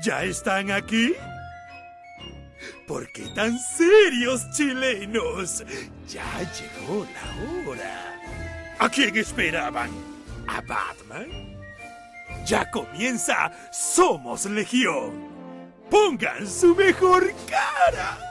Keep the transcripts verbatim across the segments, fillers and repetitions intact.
¿Ya están aquí? ¿Por qué tan serios, chilenos? Ya llegó la hora. ¿A quién esperaban? ¿A Batman? Ya comienza Somos Legión. Pongan su mejor cara.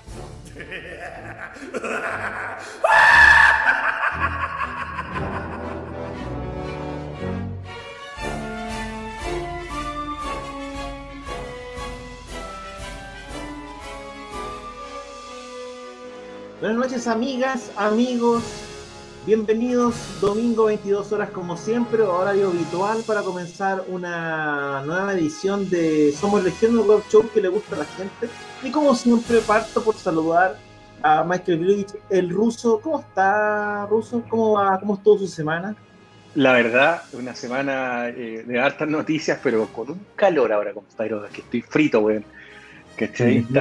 Buenas noches, amigas, amigos. Bienvenidos, domingo veintidós horas como siempre, horario habitual para comenzar una nueva edición de Somos Legión, un web show que le gusta a la gente. Y como siempre parto por saludar a Michael Grigich, el ruso. ¿Cómo está, ruso? ¿Cómo va? ¿Cómo estuvo su semana? La verdad, una semana eh, de hartas noticias, pero con un calor ahora, compañero, que estoy frito, weón. Que estoy Sí,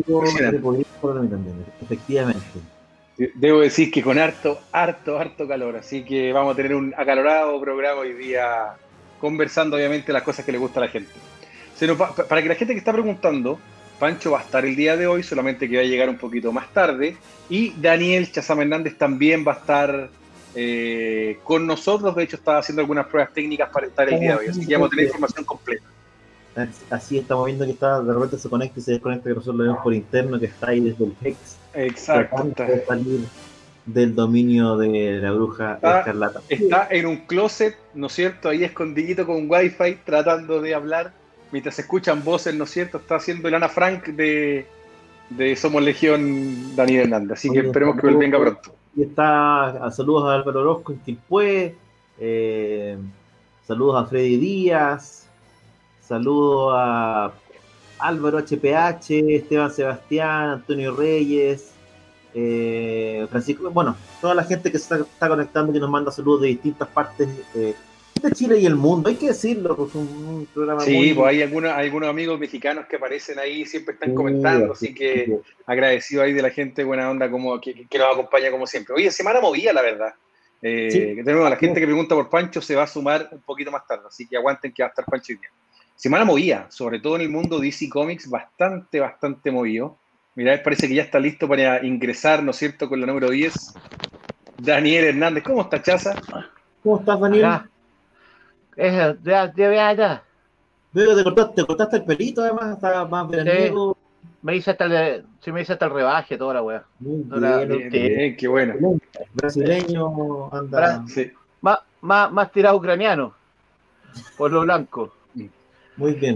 también, efectivamente. Debo decir que con harto, harto, harto calor, así que vamos a tener un acalorado programa hoy día, conversando obviamente las cosas que le gusta a la gente. Se nos va, para que la gente que está preguntando, Pancho va a estar el día de hoy, solamente que va a llegar un poquito más tarde, y Daniel Chazama Hernández también va a estar eh, con nosotros. De hecho estaba haciendo algunas pruebas técnicas para estar el día de hoy, así que vamos a tener información completa. Así estamos viendo que está, de repente se conecta y se desconecta, que nosotros lo vemos por interno, que está ahí desde el Hex. Exacto. De salir del dominio de la bruja está, escarlata. Está en un closet, ¿no es cierto? Ahí escondidito con wifi, tratando de hablar, mientras se escuchan voces, ¿no es cierto? Está haciendo el Ana Frank de, de Somos Legión, Daniel Hernández. Así Oye, que esperemos que venga pronto. Y está, saludos a Álvaro Orozco en Quilpué, eh, saludos a Freddy Díaz. Saludos a Álvaro H P H, Esteban Sebastián, Antonio Reyes, eh, Francisco, bueno, toda la gente que se está, está conectando, que nos manda saludos de distintas partes eh, de Chile y el mundo, hay que decirlo, pues un, un programa sí, muy... pues hay algunos, algunos amigos mexicanos que aparecen ahí, siempre están sí, comentando, así sí, que sí. Agradecido ahí de la gente buena onda como que, que nos acompaña como siempre. Oye, semana movida, la verdad. Eh, sí. Que tenemos a la gente que pregunta por Pancho, se va a sumar un poquito más tarde, así que aguanten que va a estar Pancho hoy día. Semana movida, sobre todo en el mundo D C Comics, bastante, bastante movido. Mirá, parece que ya está listo para ingresar, ¿no es cierto?, con la número diez. Daniel Hernández, ¿cómo estás, Chaza? ¿Cómo estás, Daniel? Acá. Es, ya, ya, ya, ya. Veo, te cortaste, te cortaste el pelito, además, está más veraniego. Sí, me hice hasta el, sí, me hice hasta el rebaje, toda la weá. Muy bien, bien, bien, qué bueno. Brasileño, anda. Sí. Más, más, más tirado ucraniano, por lo blanco. Muy bien.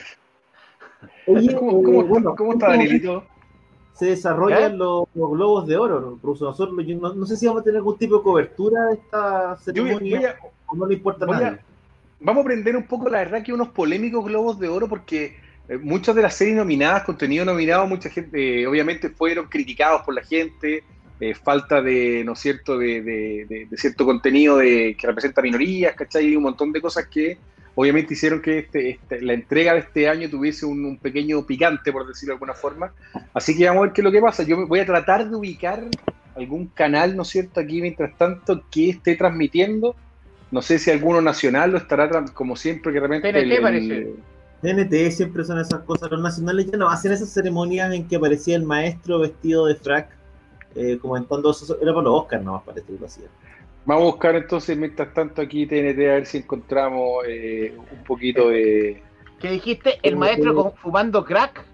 Oye, ¿cómo, eh, cómo, bueno, ¿cómo está Danielito? Se desarrollan los, los globos de oro, ruso. Nosotros, yo no, no sé si vamos a tener algún tipo de cobertura de esta ceremonia, voy a, o no le importa a nadie. A, vamos a aprender un poco, la verdad, que unos polémicos globos de oro, porque eh, muchas de las series nominadas, contenido nominado, mucha gente, eh, obviamente, fueron criticados por la gente. Eh, falta de, ¿no es cierto?, de, de, de, de cierto contenido de, que representa minorías, ¿cachai? Y un montón de cosas que obviamente hicieron que este, este, la entrega de este año tuviese un, un pequeño picante, por decirlo de alguna forma. Así que vamos a ver qué es lo que pasa. Yo voy a tratar de ubicar algún canal, ¿no es cierto?, aquí mientras tanto, que esté transmitiendo. No sé si alguno nacional lo estará, como siempre, que de repente... T N T el, parece. T N T siempre son esas cosas. Los nacionales ya no hacen esas ceremonias en que aparecía el maestro vestido de frac, eh, comentando eso. Era para los Oscars, no más parece que lo hacían. Vamos a buscar entonces, mientras tanto, aquí T N T, a ver si encontramos eh, un poquito de... ¿Qué dijiste? ¿El maestro con, fumando crack?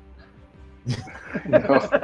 No.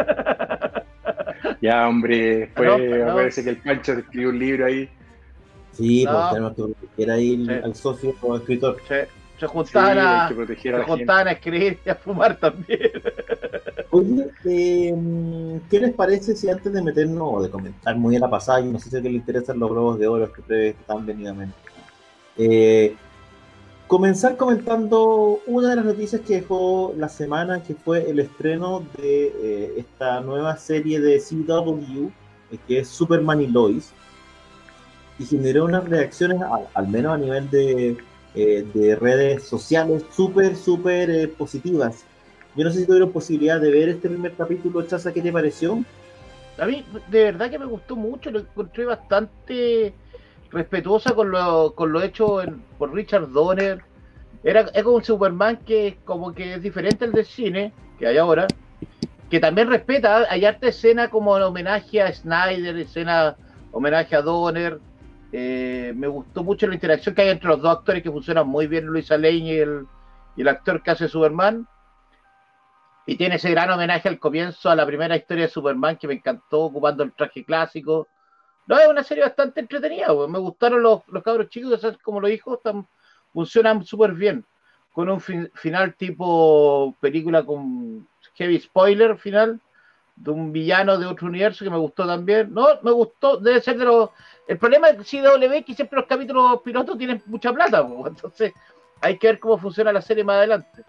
Ya, hombre, pues no, no. parece que el Pancho escribió un libro ahí. Sí, no. pues tenemos que proteger ahí sí. al socio o escritor. Sí. Se juntaban, sí, a, hay que proteger a, se la juntaban a escribir y a fumar también. Oye, eh, ¿qué les parece si antes de meternos o de comentar muy a la pasada, y no sé si a qué le interesan los globos de oro que ustedes están venidamente, eh, comenzar comentando una de las noticias que dejó la semana, que fue el estreno de eh, esta nueva serie de C W, eh, que es Superman y Lois, y generó unas reacciones, al, al menos a nivel de, eh, de redes sociales, súper, súper eh, positivas. Yo no sé si tuvieron posibilidad de ver este primer capítulo, Chaza, ¿qué te pareció? A mí, de verdad que me gustó mucho, lo encontré bastante respetuosa con lo, con lo hecho en, por Richard Donner. Era, es como un Superman que como que es diferente al del cine que hay ahora, que también respeta, hay harta escena como en homenaje a Snyder, escena homenaje a Donner. Eh, me gustó mucho la interacción que hay entre los dos actores que funcionan muy bien, Luisa Lane y el, y el actor que hace Superman. Y tiene ese gran homenaje al comienzo a la primera historia de Superman que me encantó, ocupando el traje clásico. No, es una serie bastante entretenida, pues. Me gustaron los, los cabros chicos, que como los hijos, están, funcionan súper bien. Con un fin, final tipo película con heavy spoiler final, de un villano de otro universo que me gustó también. No, me gustó, debe ser de los... El problema de C W es que siempre los capítulos pilotos tienen mucha plata, pues. Entonces hay que ver cómo funciona la serie más adelante.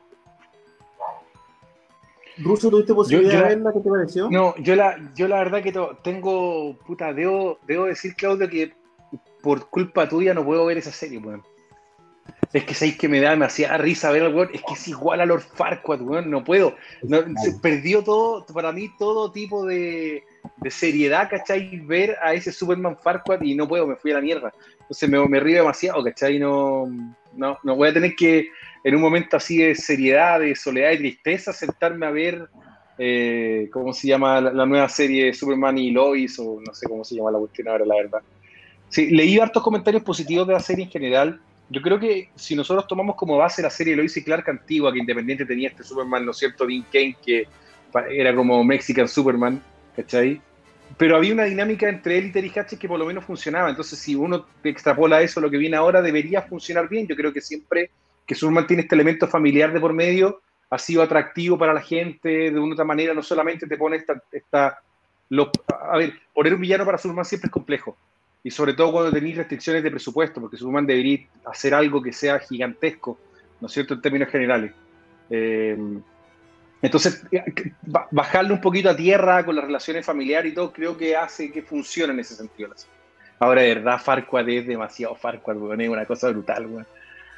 Ruso, ¿tuviste posibilidad Yo- yo de la- verla? ¿Qué te pareció? No, yo la, yo la verdad que to- tengo, puta, debo, debo decir, Claudio, que por culpa tuya no puedo ver esa serie, weón. Es que sabéis que me da demasiada risa ver al weón, es que es igual a Lord Farquaad, weón, no puedo. No, se perdió todo, para mí, todo tipo de, de seriedad, ¿cachai? Ver a ese Superman Farquaad y no puedo, me fui a la mierda. Entonces me, me río demasiado, ¿cachai? No, no, no voy a tener que, en un momento así de seriedad, de soledad y tristeza, sentarme a ver, eh, ¿cómo se llama la, la nueva serie Superman y Lois? O no sé cómo se llama la cuestión ahora, la verdad. Sí, leí hartos comentarios positivos de la serie en general. Yo creo que si nosotros tomamos como base la serie Lois y Clark antigua, que Independiente tenía este Superman, ¿no es cierto? Dean Cain, que era como Mexican Superman, ¿cachai? Pero había una dinámica entre él y Terry Hatcher que por lo menos funcionaba. Entonces, si uno extrapola eso a lo que viene ahora, debería funcionar bien. Yo creo que siempre que Superman tiene este elemento familiar de por medio, ha sido atractivo para la gente de una u otra manera. No solamente te pone esta... esta lo, a ver, poner un villano para Superman siempre es complejo. Y sobre todo cuando tenéis restricciones de presupuesto, porque Superman debería hacer algo que sea gigantesco, ¿no es cierto?, en términos generales. Eh, entonces, bajarle un poquito a tierra con las relaciones familiares y todo, creo que hace que funcione en ese sentido. Ahora, de verdad, Farquaad es demasiado Farquaad, weón, es una cosa brutal, weón.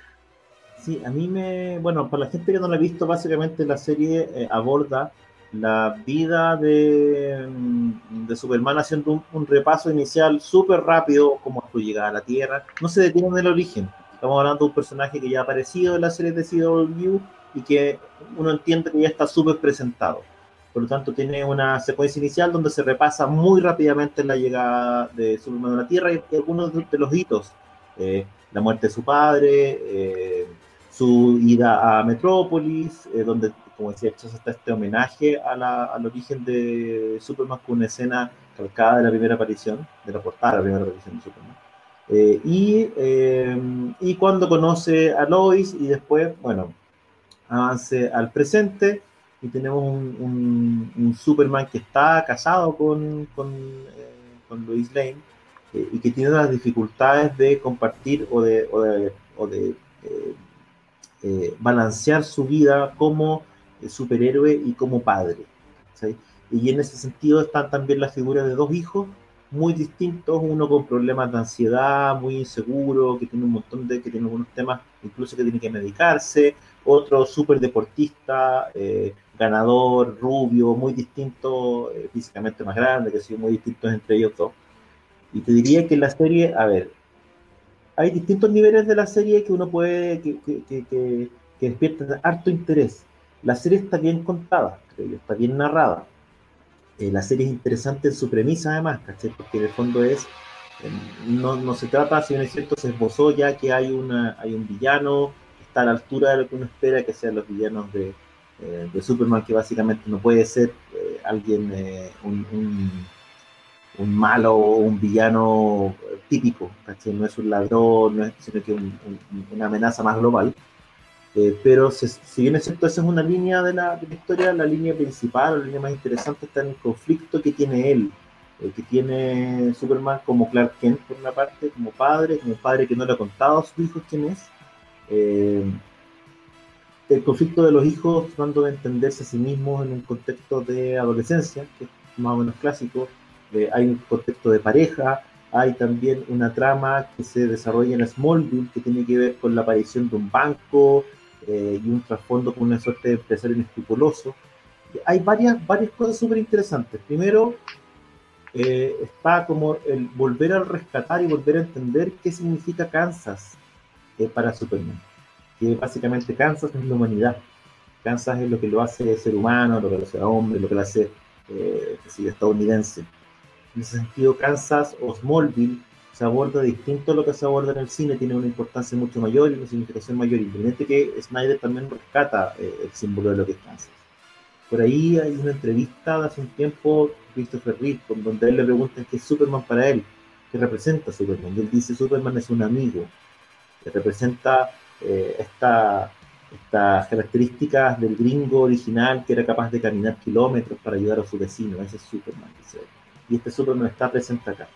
Sí, a mí me... Bueno, para la gente que no la ha visto, básicamente la serie eh, aborda la vida de, de Superman haciendo un, un repaso inicial súper rápido, como su llegada a la Tierra. No se detiene en el origen. Estamos hablando de un personaje que ya ha aparecido en la serie de C W y que uno entiende que ya está súper presentado. Por lo tanto, tiene una secuencia inicial donde se repasa muy rápidamente la llegada de Superman a la Tierra y algunos de, de los hitos. Eh, la muerte de su padre, eh, su ida a Metrópolis, eh, donde, como decía, está este homenaje a la, al origen de Superman con una escena calcada de la primera aparición, de la portada de la primera aparición de Superman. Eh, y, eh, y cuando conoce a Lois y después, bueno, avance al presente y tenemos un, un, un Superman que está casado con, con, eh, con Lois Lane eh, y que tiene las dificultades de compartir o de, o de, o de eh, eh, balancear su vida como eh, superhéroe y como padre, ¿sí? Y en ese sentido están también las figuras de dos hijos muy distintos, uno con problemas de ansiedad, muy inseguro, que tiene un montón de, que tiene algunos temas, incluso que tiene que medicarse, otro súper deportista, eh, ganador, rubio, muy distinto, eh, físicamente más grande, que ha sido muy distintos entre ellos dos. Y te diría que la serie, a ver, hay distintos niveles de la serie que uno puede, que, que, que, que, que despiertan harto interés. La serie está bien contada, creo yo, está bien narrada. Eh, la serie es interesante en su premisa además, ¿cachai? Porque en el fondo es, eh, no, no se trata, si bien es cierto, se esbozó ya que hay, una, hay un villano que está a la altura de lo que uno espera que sean los villanos de, eh, de Superman, que básicamente no puede ser eh, alguien, eh, un, un, un malo o un villano típico, ¿cachai? No es un ladrón, no es, sino que un, un, una amenaza más global. Eh, pero se, si bien es cierto, esa es una línea de la, de la historia, la línea principal, la línea más interesante está en el conflicto que tiene él, eh, que tiene Superman como Clark Kent por una parte, como padre, como padre que no le ha contado a sus hijos quién es. Eh, el conflicto de los hijos tratando de entenderse a sí mismos en un contexto de adolescencia, que es más o menos clásico. Eh, hay un contexto de pareja, hay también una trama que se desarrolla en Smallville que tiene que ver con la aparición de un banco eh, y un trasfondo con una suerte de empresario inescrupuloso. Hay varias, varias cosas súper interesantes. Primero, eh, está como el volver a rescatar y volver a entender qué significa Kansas eh, para Superman. que básicamente Kansas es la humanidad. Kansas es lo que lo hace ser humano, lo que lo hace hombre, lo que lo hace eh, estadounidense. En ese sentido, Kansas o Smallville se aborda distinto a lo que se aborda en el cine, tiene una importancia mucho mayor y una significación mayor, independiente que Snyder también rescata eh, el símbolo de lo que es Kansas. Por ahí hay una entrevista de hace un tiempo, Christopher Reeve, donde él le pregunta qué es Superman para él, qué representa Superman, y él dice Superman es un amigo, que representa eh, esta, estas características del gringo original que era capaz de caminar kilómetros para ayudar a su vecino, ese es Superman, dice él. Y este Superman está presente acá.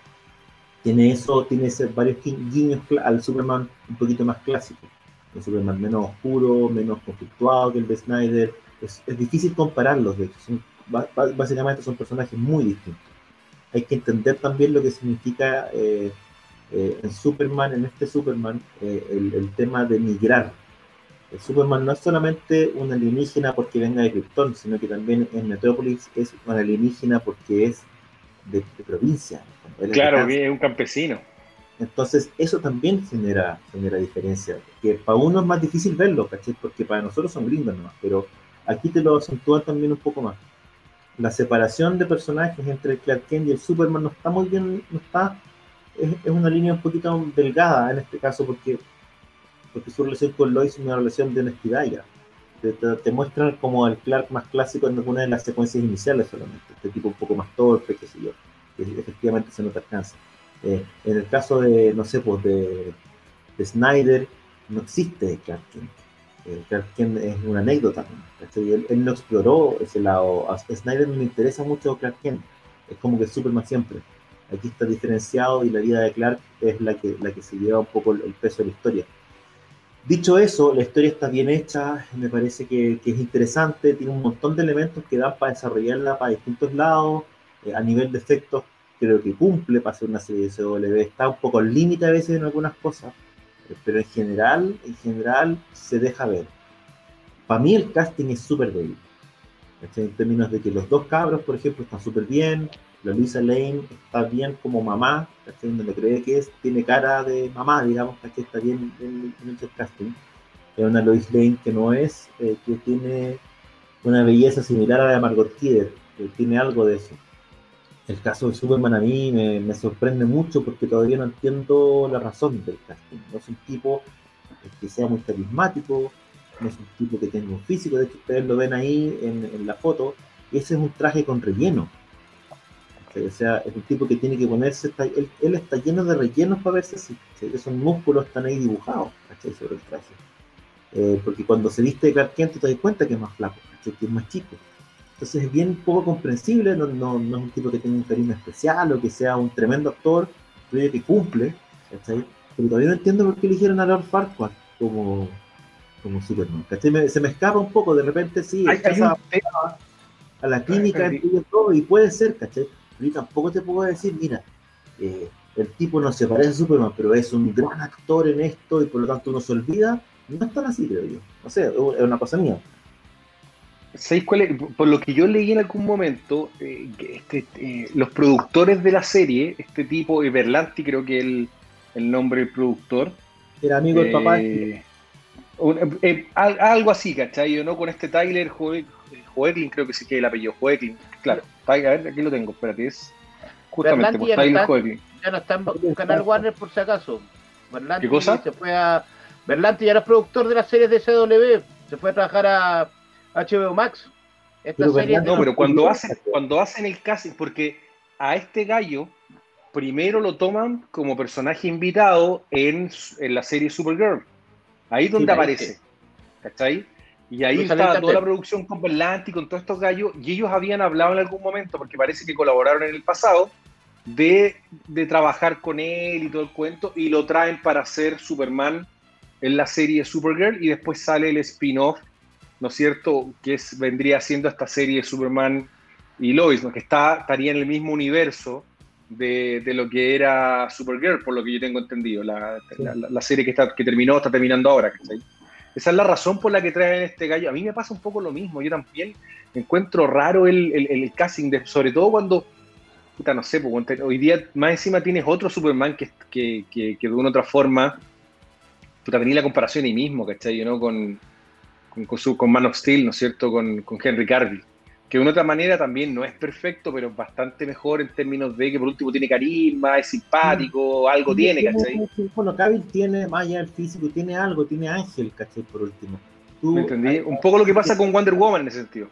Tiene eso, tiene ese, varios guiños al Superman un poquito más clásico, un Superman menos oscuro, menos conflictuado que el de Snyder. Es, es difícil compararlos, de hecho, son, básicamente son personajes muy distintos. Hay que entender también lo que significa eh, eh, en Superman, en este Superman, eh, el, el tema de migrar. El Superman no es solamente un alienígena porque venga de Krypton, sino que también en Metrópolis es un alienígena porque es de, de provincia. Claro, que es un campesino. Entonces eso también genera, genera diferencia, que para uno es más difícil verlo, ¿cachai? Porque para nosotros son gringos nomás, pero aquí te lo acentúan también un poco más. La separación de personajes entre el Clark Kent y el Superman no está muy bien, no está, es, es una línea un poquito delgada en este caso, porque, porque su relación con Lois es una relación de honestidad ya. Te, te, te muestran como el Clark más clásico en alguna de las secuencias iniciales solamente, este tipo un poco más torpe, qué sé yo, que efectivamente se nota alcanza. Eh, en el caso de, no sé, pues de, de Snyder, no existe Clark Kent. Eh, Clark Kent es una anécdota, él, él no exploró ese lado. A Snyder no le interesa mucho Clark Kent, es como que Superman siempre. Aquí está diferenciado y la vida de Clark es la que, la que se lleva un poco el, el peso de la historia. Dicho eso, la historia está bien hecha, me parece que, que es interesante, tiene un montón de elementos que dan para desarrollarla para distintos lados, eh, a nivel de efectos creo que cumple para hacer una serie de C W, está un poco al límite a veces en algunas cosas, pero en general, en general se deja ver. Para mí el casting es súper débil, en términos de que los dos cabros, por ejemplo, están súper bien, la Luisa Lane está bien como mamá, donde le cree que es, tiene cara de mamá, digamos, que está bien en, en el casting. Es una Lois Lane que no es, eh, que tiene una belleza similar a la de Margot Kidder, que tiene algo de eso. El caso de Superman a mí me, me sorprende mucho porque todavía no entiendo la razón del casting. No es un tipo que sea muy carismático, no es un tipo que tenga un físico, de hecho ustedes lo ven ahí en, en la foto, ese es un traje con relleno. O sea, es un tipo que tiene que ponerse, está, él, él está lleno de rellenos para verse así, ¿sí? Esos músculos están ahí dibujados, ¿cachai? Sobre el traje. Eh, porque cuando se viste de Clark Kent te das cuenta que es más flaco, ¿cachai? Que es más chico. Entonces es bien poco comprensible, no, no, no es un tipo que tenga un carisma especial o que sea un tremendo actor, pero que cumple, ¿cachai? Pero todavía no entiendo por qué eligieron a Lord Farquaad como, como Superman, ¿cachai? Me, se me escapa un poco, de repente sí, hay, hay un tema a la química y todo, y puede ser, ¿cachai? Pero tampoco te puedo decir, mira, eh, el tipo no se parece a Superman, pero es un gran actor en esto y por lo tanto uno se olvida. No es tan así, creo yo. No sé, es una cosa mía. ¿Sabéis cuál es? Por lo que yo leí en algún momento, eh, este, eh, los productores de la serie, este tipo, Berlanti, creo que el, el nombre del productor. Era amigo del eh, papá. Un, eh, algo así, ¿cachai? Yo no con este Tyler Hoechlin, creo que sí que es el apellido, Hoechlin. Claro, a ver, aquí lo tengo, espérate, es justamente por Tyler Hoechlin. Ya no está en Canal Warner por si acaso. Berlanti ¿Qué cosa? Se fue a, Berlanti ya era productor de las series de C W, se fue a trabajar a H B O Max. Esta pero serie no, pero cuando hacen, cuando hacen el casting, porque a este gallo primero lo toman como personaje invitado en, en la serie Supergirl. Ahí es donde sí, aparece, ¿cachai? Y ahí estaba toda la producción con Berlanti, con todos estos gallos, y ellos habían hablado en algún momento, porque parece que colaboraron en el pasado, de, de trabajar con él y todo el cuento, y lo traen para hacer Superman en la serie Supergirl, y después sale el spin-off, ¿no es cierto?, que es, vendría siendo esta serie Superman y Lois, ¿no? Que está, estaría en el mismo universo de, de lo que era Supergirl, por lo que yo tengo entendido, la, sí. la, la serie que, está, que terminó, está terminando ahora, ¿cachai? Esa es la razón por la que traen este gallo. A mí me pasa un poco lo mismo, yo también encuentro raro el, el, el casting, de, sobre todo cuando, puta, no sé, pues, hoy día más encima tienes otro Superman que, que, que, que de una otra forma puta, tenía la comparación ahí mismo, ¿cachai? ¿No? Con, con, con, su, con Man of Steel, ¿no es cierto? Con, con Henry Cavill, que de una otra manera también no es perfecto, pero es bastante mejor en términos de que por último tiene carisma, es simpático, algo tiene, ¿cachai? Bueno, Cavill tiene, más allá del físico, tiene algo, tiene ángel, ¿cachai? Por último. Tú, ¿Me entendí? hay, Un poco lo que pasa con Wonder Woman en ese sentido.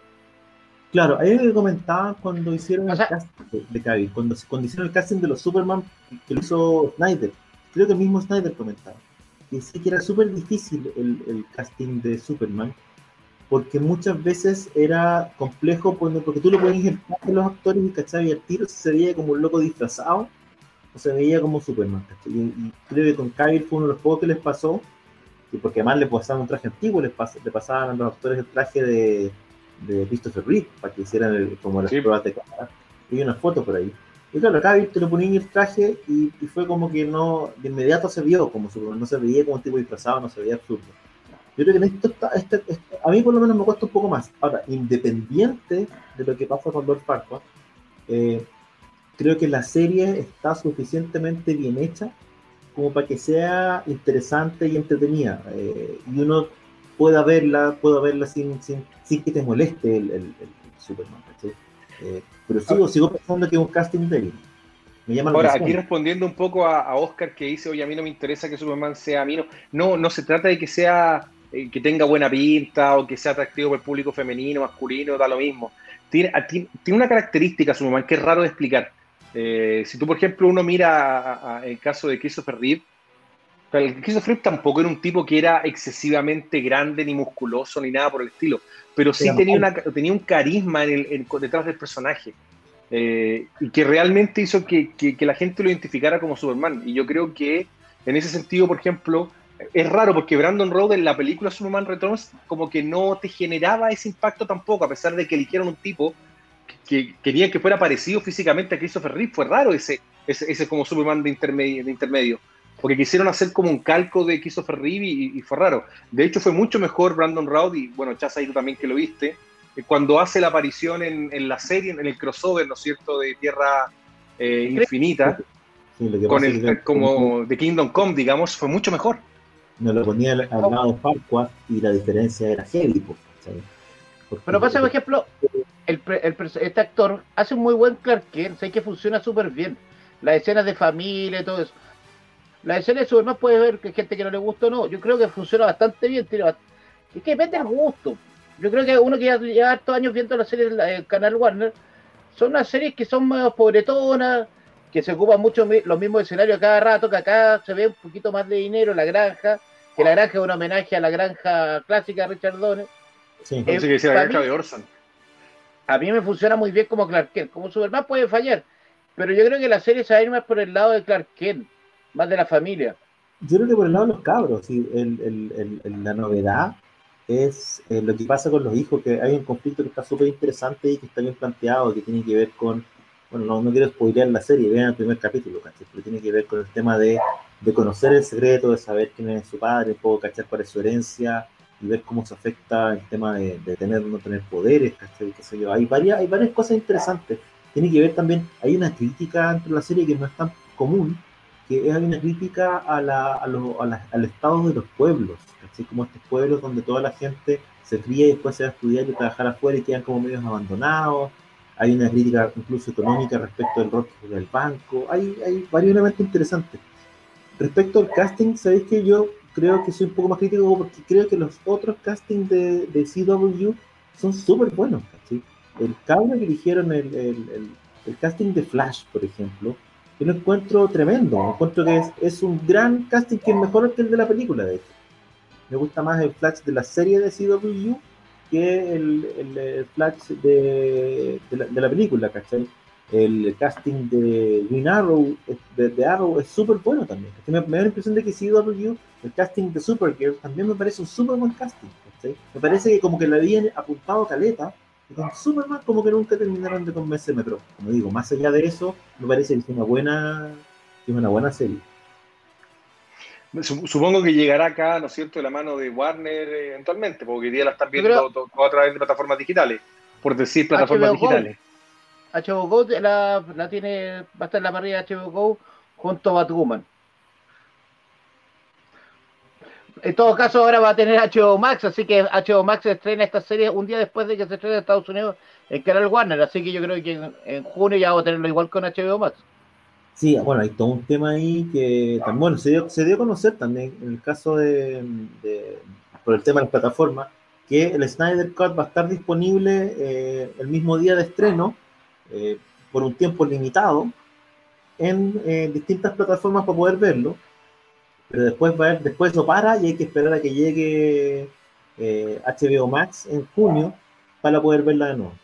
Claro, ahí me comentaban cuando hicieron O sea, el casting de, de Cavill, cuando, cuando hicieron el casting de los Superman, que lo hizo Snyder, creo que el mismo Snyder comentaba, que decía que era súper difícil el, el casting de Superman, porque muchas veces era complejo, porque, porque tú lo ponías en los actores y, ¿cachai? Y el tiro se veía como un loco disfrazado, o se veía como Superman, ¿cachai? Y, y creo que con Cavill fue uno de los pocos que les pasó, y porque además le pasaban un traje antiguo, les pas, le pasaban a los actores el traje de de Christopher Reeve, para que hicieran el, como las sí. pruebas de cámara. Hay una foto por ahí. Y claro, acá te lo ponían el traje y, y fue como que no, de inmediato se vio como Superman, no se veía como un tipo disfrazado, no se veía absurdo. Yo creo que en esto está, este, este, a mí por lo menos me cuesta un poco más. Ahora, independiente de lo que pasa con Lord Farquaad, eh, creo que la serie está suficientemente bien hecha como para que sea interesante y entretenida. Eh, y uno pueda verla, pueda verla sin, sin, sin que te moleste el, el, el, el Superman, ¿sí? Eh, pero sigo, sigo pensando que es un casting débil. Me llama Ahora, aquí respondiendo un poco a, a Oscar, que dice, oye, a mí no me interesa que Superman sea a mí, no, no, no se trata de que sea, eh, que tenga buena pinta o que sea atractivo para el público femenino, masculino, da lo mismo. Tiene, tiene, tiene una característica Superman que es raro de explicar. Eh, si tú, por ejemplo, uno mira a, a, el caso de Christopher Reeve, pero el Christopher Reeve tampoco era un tipo que era excesivamente grande, ni musculoso, ni nada por el estilo, pero sí tenía, una, tenía un carisma en el, en, detrás del personaje, eh, y que realmente hizo que, que, que la gente lo identificara como Superman. Y yo creo que en ese sentido, por ejemplo, es raro porque Brandon Routh en la película Superman Returns como que no te generaba ese impacto tampoco, a pesar de que eligieron un tipo que querían que fuera parecido físicamente a Christopher Reeve. Fue raro ese, ese, ese como Superman de intermedio, de intermedio. Porque quisieron hacer como un calco de Christopher Reeve y, y fue raro. De hecho, fue mucho mejor Brandon Routh, y bueno, Chasa, tú también que lo viste, cuando hace la aparición en, en la serie, en el crossover, ¿no es cierto?, de Tierra eh, Infinita, sí, con el, que... como de Kingdom Come, digamos, fue mucho mejor. Me lo ponía al, al lado de Farquaad y la diferencia era heavy, ¿sabes? Porque... Pero pasa, por ejemplo, el, el, este actor hace un muy buen Clark Kent, sé que funciona súper bien. Las escenas de familia y todo eso. La escena de Superman puede ver que hay gente que no le gusta o no. Yo creo que funciona bastante bien. Tiene bastante... Es que depende del gusto. Yo creo que uno que ya lleva hartos años viendo las series del canal Warner, son unas series que son más pobretonas, que se ocupan mucho los mismos escenarios cada rato, que acá se ve un poquito más de dinero, La Granja, que La Granja es un homenaje a la granja clásica de Richard Donner. Sí, eh, que decía La Granja mí, de Orson. A mí me funciona muy bien como Clark Kent. Como Superman puede fallar, pero yo creo que la serie se va a ir más por el lado de Clark Kent, más de la familia. Yo creo que por el lado de los cabros, ¿sí? el, el, el, el, la novedad es eh, lo que pasa con los hijos, que hay un conflicto que está súper interesante y que está bien planteado, que tiene que ver con, bueno, no, no quiero spoilear la serie, vean el primer capítulo, ¿cachai? Pero tiene que ver con el tema de, de conocer el secreto, de saber quién es su padre, un poco cachar cuál es su herencia, y ver cómo se afecta el tema de, de tener o no tener poderes, ¿cachai? ¿Qué sé yo? Hay varias, hay varias cosas interesantes. Tiene que ver también, hay una crítica entre la serie que no es tan común, que es una crítica a la, a lo, a la, al estado de los pueblos, así como estos pueblos donde toda la gente se cría y después se va a estudiar y trabajar afuera y quedan como medios abandonados. Hay una crítica incluso económica respecto del rol del banco. Hay, hay varios elementos interesantes. Respecto al casting, sabéis que yo creo que soy un poco más crítico porque creo que los otros castings de, de C W son súper buenos, ¿sí? El cabro que eligieron el, el, el, el casting de Flash, por ejemplo, yo lo encuentro tremendo, encuentro que es, es un gran casting, que es mejor que el de la película, de hecho. Me gusta más el Flash de la serie de C W que el, el, el Flash de, de, la, de la película, ¿cachai? El casting de Green Arrow, de, de Arrow, es súper bueno también. Me, me da la impresión de que C W, el casting de Supergirl, también me parece un súper buen casting, ¿cachai? Me parece que como que le habían apuntado caleta, y con Superman como que nunca terminaron de convencerme, pero como digo, más allá de eso, me parece que es una buena, que es una buena serie. Supongo que llegará acá, ¿no es cierto?, de la mano de Warner eventualmente, porque hoy día la están viendo todo a través de plataformas digitales, por decir plataformas H B O digitales. Go. H B O Go la, la tiene, va a estar en la parrilla de H B O Go junto a Batwoman. En todo caso, ahora va a tener H B O Max, así que H B O Max estrena esta serie un día después de que se estrene en Estados Unidos en Canal Warner, así que yo creo que en, en junio ya vamos a tenerlo igual con H B O Max. Sí, bueno, hay todo un tema ahí que también, bueno, se dio, se dio a conocer también en el caso de, de- por el tema de las plataformas, que el Snyder Cut va a estar disponible eh, el mismo día de estreno, eh, por un tiempo limitado, en eh, distintas plataformas para poder verlo, pero después, va a haber- después eso para y hay que esperar a que llegue eh, H B O Max en junio para poder verla de nuevo.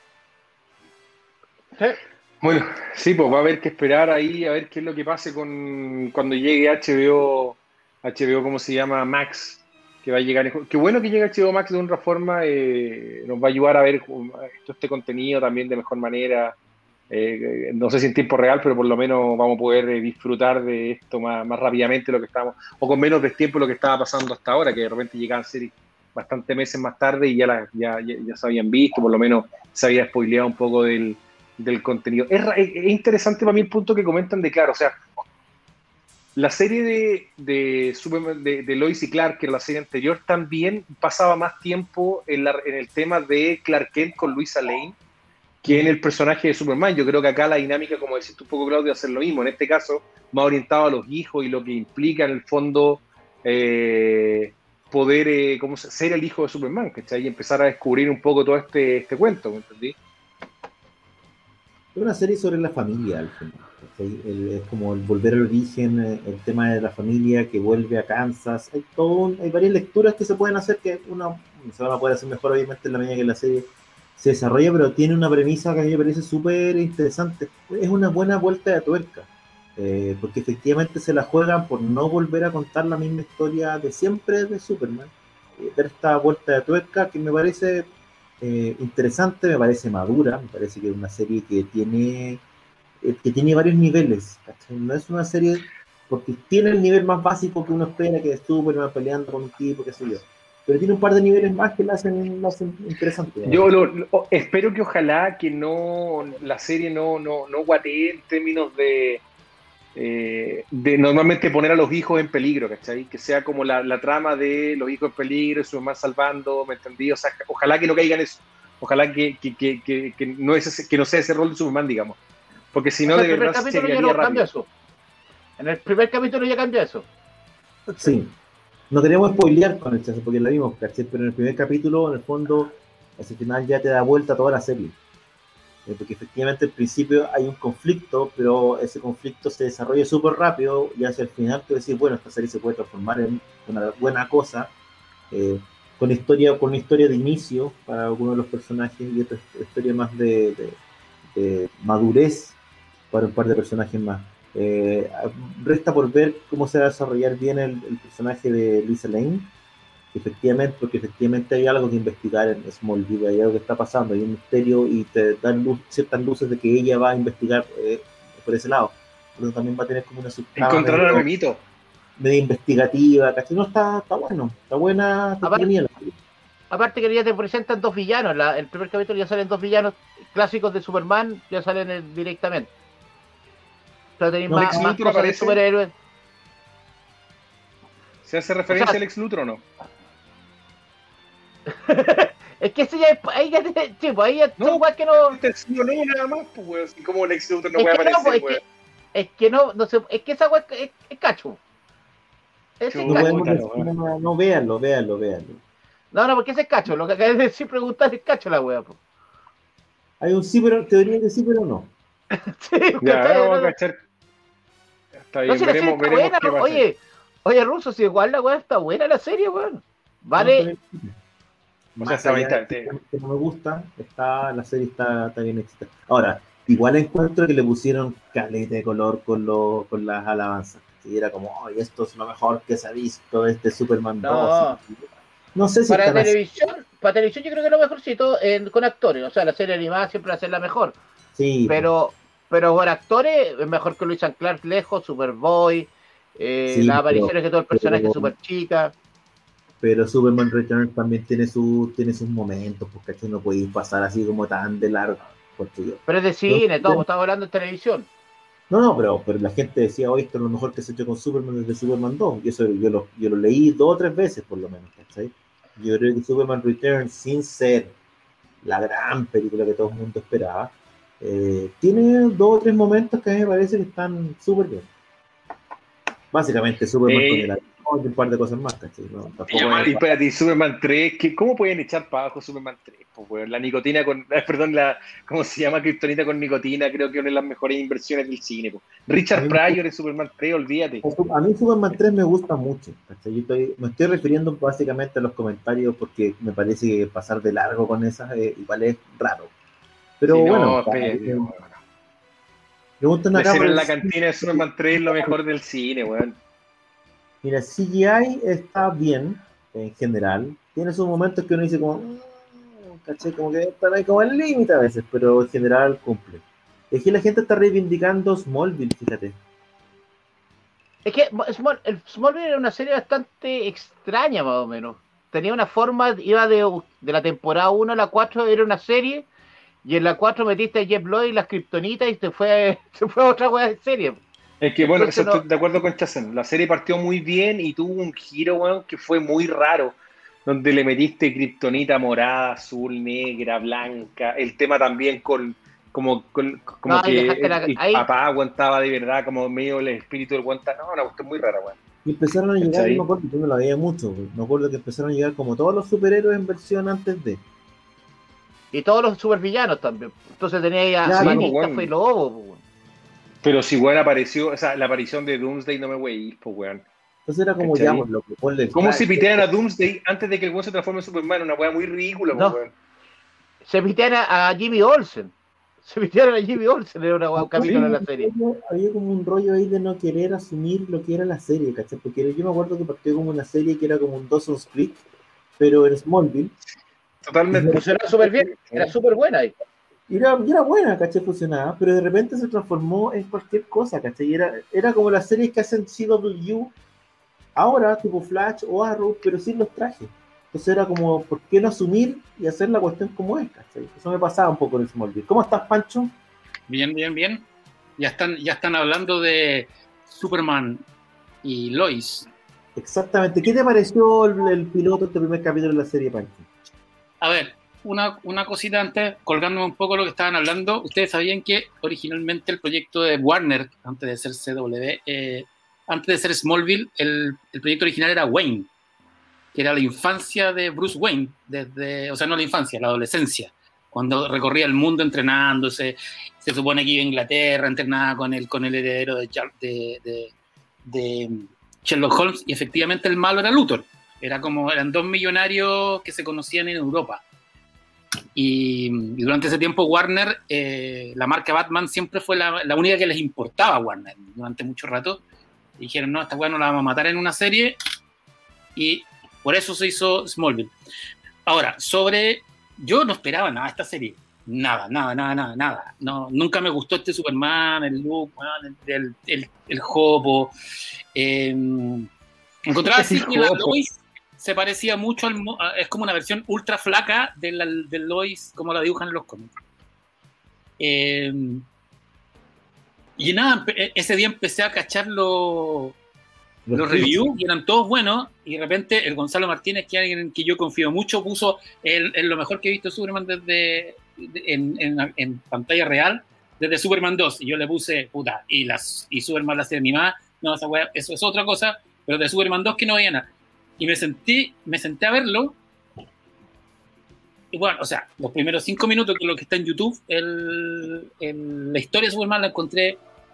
¿Sí? Bueno, sí, pues va a haber que esperar ahí a ver qué es lo que pase con cuando llegue H B O, H B O, ¿cómo se llama? Max, que va a llegar. en- Qué bueno que llegue H B O Max de una forma, eh, nos va a ayudar a ver um, todo este contenido también de mejor manera. Eh, no sé si en tiempo real, pero por lo menos vamos a poder eh, disfrutar de esto más, más rápidamente lo que estamos, o con menos destiempo lo que estaba pasando hasta ahora, que de repente llegaban series bastantes meses más tarde y ya, la- ya, ya, ya se habían visto, por lo menos se había spoileado un poco del, del contenido. Es, ra- es- es interesante para mí el punto que comentan de, claro, o sea, la serie de, de, Superman, de, de Lois y Clark, que era la serie anterior, también pasaba más tiempo en, la- en el tema de Clark Kent con Luisa Lane que en el personaje de Superman. Yo creo que acá la dinámica, como decís tú un poco, Claudio, hacer lo mismo. En este caso, más orientado a los hijos y lo que implica en el fondo eh, poder eh, ¿cómo se- ser el hijo de Superman, ¿cachai? Y empezar a descubrir un poco todo este, este cuento, ¿me entendí? Es una serie sobre la familia al final. ¿Cachai? El- es como el volver al origen, eh, el tema de la familia que vuelve a Kansas. Hay, todo un- hay varias lecturas que se pueden hacer que uno se van a poder hacer mejor, obviamente, en la medida que la serie se desarrolla, pero tiene una premisa que a mí me parece súper interesante. Es una buena vuelta de tuerca, eh, porque efectivamente se la juegan por no volver a contar la misma historia de siempre de Superman. Eh, ver esta vuelta de tuerca que me parece eh, interesante, me parece madura, me parece que es una serie que tiene, eh, que tiene varios niveles, ¿cachai? No es una serie, porque tiene el nivel más básico que uno espera, que es Superman peleando con un tipo, qué sé yo, pero tiene un par de niveles más que la hacen, la hacen interesante, ¿no? Yo lo, lo- espero que ojalá que no la serie no, no, no guatee en términos de, eh, de normalmente poner a los hijos en peligro, ¿cachai? Que sea como la, la trama de los hijos en peligro, su mamá salvando, ¿me entendí? O sea, ojalá que no caigan eso. Ojalá que, que, que, que, que no, es ese, que no sea ese rol de Superman, digamos. Porque si O no, sea, de el primer verdad se capítulo ya llegaría no cambia rápido. eso. En el primer capítulo ya cambia eso. Sí, no queremos spoilear con el chazo porque la vimos, ¿cachai? Pero en el primer capítulo, en el fondo, hacia el final ya te da vuelta toda la serie. Eh, porque efectivamente al principio hay un conflicto, pero ese conflicto se desarrolla súper rápido y hacia el final tú decís, bueno, esta serie se puede transformar en una buena cosa, eh, con, historia, con una historia de inicio para algunos de los personajes y otra historia más de, de, de madurez para un par de personajes más. Eh, resta por ver cómo se va a desarrollar bien el, el personaje de Lisa Lane, efectivamente, porque efectivamente hay algo que investigar en Smallville, hay algo que está pasando, hay un misterio y te dan luz, ciertas luces de que ella va a investigar eh, por ese lado. Pero también va a tener como una subtrama Encontrar a medio, Memito. medio investigativa, ¿cachai? No, está, está bueno, está buena, está Aparte, entretenida. aparte que ya te presentan dos villanos. La, el primer capítulo ya salen dos villanos clásicos de Superman, ya salen eh, directamente. O sea, tenéis No, más, ¿Lex más Luthor cosas de aparece? superhéroes. ¿Se hace O referencia sea, a Lex Luthor o no? es que ese ya es, ahí ya te, sí, pues ahí ya son No, igual que no. este sí o no, nada más, pues, weón. Así como Lex Luthor no Es puede que no, aparecer, pues es weón. que, es que no, no sé, es que esa weá es, es cacho. Ese es no cacho. podemos Chuta, decir, no, no, no, no, véanlo, véanlo, véanlo. No, no, porque ese es cacho. Lo que acabas de decir preguntar es cacho la weá, pues. Hay un sí, pero teoría de sí, pero no. Sí, ya, ahora ¿cachai? vamos No, a no, cachar. Está no, bien, si la serie veremos, está veremos buena, qué pasa. oye, oye, Ruso, si igual la weá está buena la serie, weón. No, está Vale, bien. O sea, Más está bien, allá de está- está- que no me gusta, está, la serie está, está bien hecha. Ahora, igual encuentro que le pusieron caleta de color con, lo, con las alabanzas. Y era como, ay, esto es lo mejor que se ha visto, este Superman dos. no. No sé si Para están así. televisión, para televisión yo creo que es lo mejorcito eh, con actores. O sea, la serie animada siempre va a ser la mejor. Sí, pues, Pero, pero por actores es mejor que Luis and Clark lejos, Superboy, eh, sí, las pero, apariciones que todo el personaje es pero, súper chica. pero Superman Returns también tiene, su, tiene sus momentos, porque ¿cachai? No podéis pasar así como tan de largo. Porque yo, Pero es de yo cine, todo, estamos hablando de televisión. No, no, pero, pero la gente decía, oye, esto es lo mejor que se ha hecho con Superman desde Superman dos. Y eso yo lo, yo lo leí dos o tres veces, por lo menos, ¿cachai? Yo creo que Superman Returns, sin ser la gran película que todo el mundo esperaba, eh, tiene dos o tres momentos que a mí me parece que están súper bien. Básicamente, Superman Eh, con el avión y un par de cosas más, ¿cachai? No, tampoco Y, es- y espérate, Superman tres, ¿qué, ¿cómo pueden echar para abajo Superman tres? Pues, weón, la nicotina con, eh, perdón, la, ¿cómo se llama? Kriptonita con nicotina, creo que es una de las mejores inversiones del cine. Pues. a Richard mí, Pryor en Superman tres, olvídate. a mí Superman tres me gusta mucho, ¿cachai? Yo estoy, me estoy refiriendo básicamente a los comentarios porque me parece que pasar de largo con esas eh, igual es raro. Pero Si bueno, no, para- espérate, weón. preguntan La acá escena por en el la cantina de Superman tres es lo mejor del cine, weón. Mira, C G I está bien en general. Tiene sus momentos que uno dice como, "Mm", caché, como que están ahí como al límite a veces, pero en general cumple. Es que la gente está reivindicando Smallville, fíjate. Es que Small, el Smallville era una serie bastante extraña, más o menos. Tenía una forma, iba de, de la temporada uno a la cuatro, era una serie, y en la cuatro metiste a Jeff Lloyd y las kriptonitas y se fue, se fue a otra weá de serie. Es que, bueno, eso Entonces no, estoy de acuerdo con Chazen. La serie partió muy bien y tuvo un giro, weón, que fue muy raro, donde le metiste kriptonita morada, azul, negra, blanca. El tema también con, como, con- como no, ahí que dejaste el, la, el ahí, papá aguantaba de verdad, como medio el espíritu del guanta. No, una cuestión muy rara, weón. Y empezaron a llegar, yo me ¿Cachai? acuerdo, yo no la veía mucho, güey. Me acuerdo que empezaron a llegar como todos los superhéroes en versión antes de. y todos los supervillanos también. Entonces tenía ahí a Claro, Sí, pues, Manista, weón. fue Lobo, pues, weón. Pero si, weón, apareció, o sea, la aparición de Doomsday no me wey, pues, weón. Entonces era como, ya, ¿Cachai? pues, lo que ponle el ¿Cómo se traje. pitean a Doomsday antes de que el weón se transforme en Superman? Una weá muy ridícula, pues, No, weón. se pitean a, a Jimmy Olsen. Se pitearon a Jimmy Olsen, era una, un Había capítulo de como la un serie. rollo- había como un rollo ahí de no querer asumir lo que era la serie, ¿cachai? Porque yo me acuerdo que partió como una serie que era como un Dawson's Creek, pero en Smallville. Y, de Totalmente. Funcionaba súper bien, era súper buena ahí. y era, y era buena, ¿cachai? Funcionaba, pero de repente se transformó en cualquier cosa, ¿cachai? Y Era, era como las series que hacen C W ahora, tipo Flash o Arrow, pero sin los trajes. Entonces era como, ¿por qué no asumir y hacer la cuestión como es, ¿cachai? Eso me pasaba un poco en Smallville. ¿Cómo estás, Pancho? Bien, bien, bien. Ya están, ya están hablando de Superman y Lois. Exactamente. ¿Qué te pareció el, el piloto, este primer capítulo de la serie, Pancho? A ver, una, una cosita antes, colgándome un poco lo que estaban hablando. Ustedes sabían que originalmente el proyecto de Warner, antes de ser C W, eh, antes de ser Smallville, el, el proyecto original era Wayne, que era la infancia de Bruce Wayne, desde, o sea, no la infancia, la adolescencia, cuando recorría el mundo entrenándose. Se supone que iba a Inglaterra, entrenaba con el, con el heredero de, de, de, de Sherlock Holmes, y efectivamente el malo era Luthor. Era como, eran dos millonarios que se conocían en Europa. Y, y durante ese tiempo Warner, eh, la marca Batman siempre fue la, la única que les importaba a Warner durante mucho rato. Y dijeron, no, esta weá no la vamos a matar en una serie. Y por eso se hizo Smallville. Ahora, sobre... Yo no esperaba nada de esta serie. Nada, nada, nada, nada, nada. No, nunca me gustó este Superman, el look, el, el, el, el hopo. Eh, encontraba así que la Lois se parecía mucho al... Es como una versión ultra flaca de la de Lois como la dibujan en los cómics. Eh, y nada, ese día empecé a cachar los... los reviews y eran todos buenos, y de repente el Gonzalo Martínez, que es alguien en que yo confío mucho, puso el, el, lo mejor que he visto Superman desde de, en, en, en pantalla real desde Superman dos, y yo le puse puta, y, las, y Superman la serie animada, no, esa wea, eso es otra cosa, pero de Superman dos que no veía nada, y me sentí, me senté a verlo, y bueno, o sea, los primeros cinco minutos, que es lo que está en YouTube, el, el, la historia de Superman la encontré.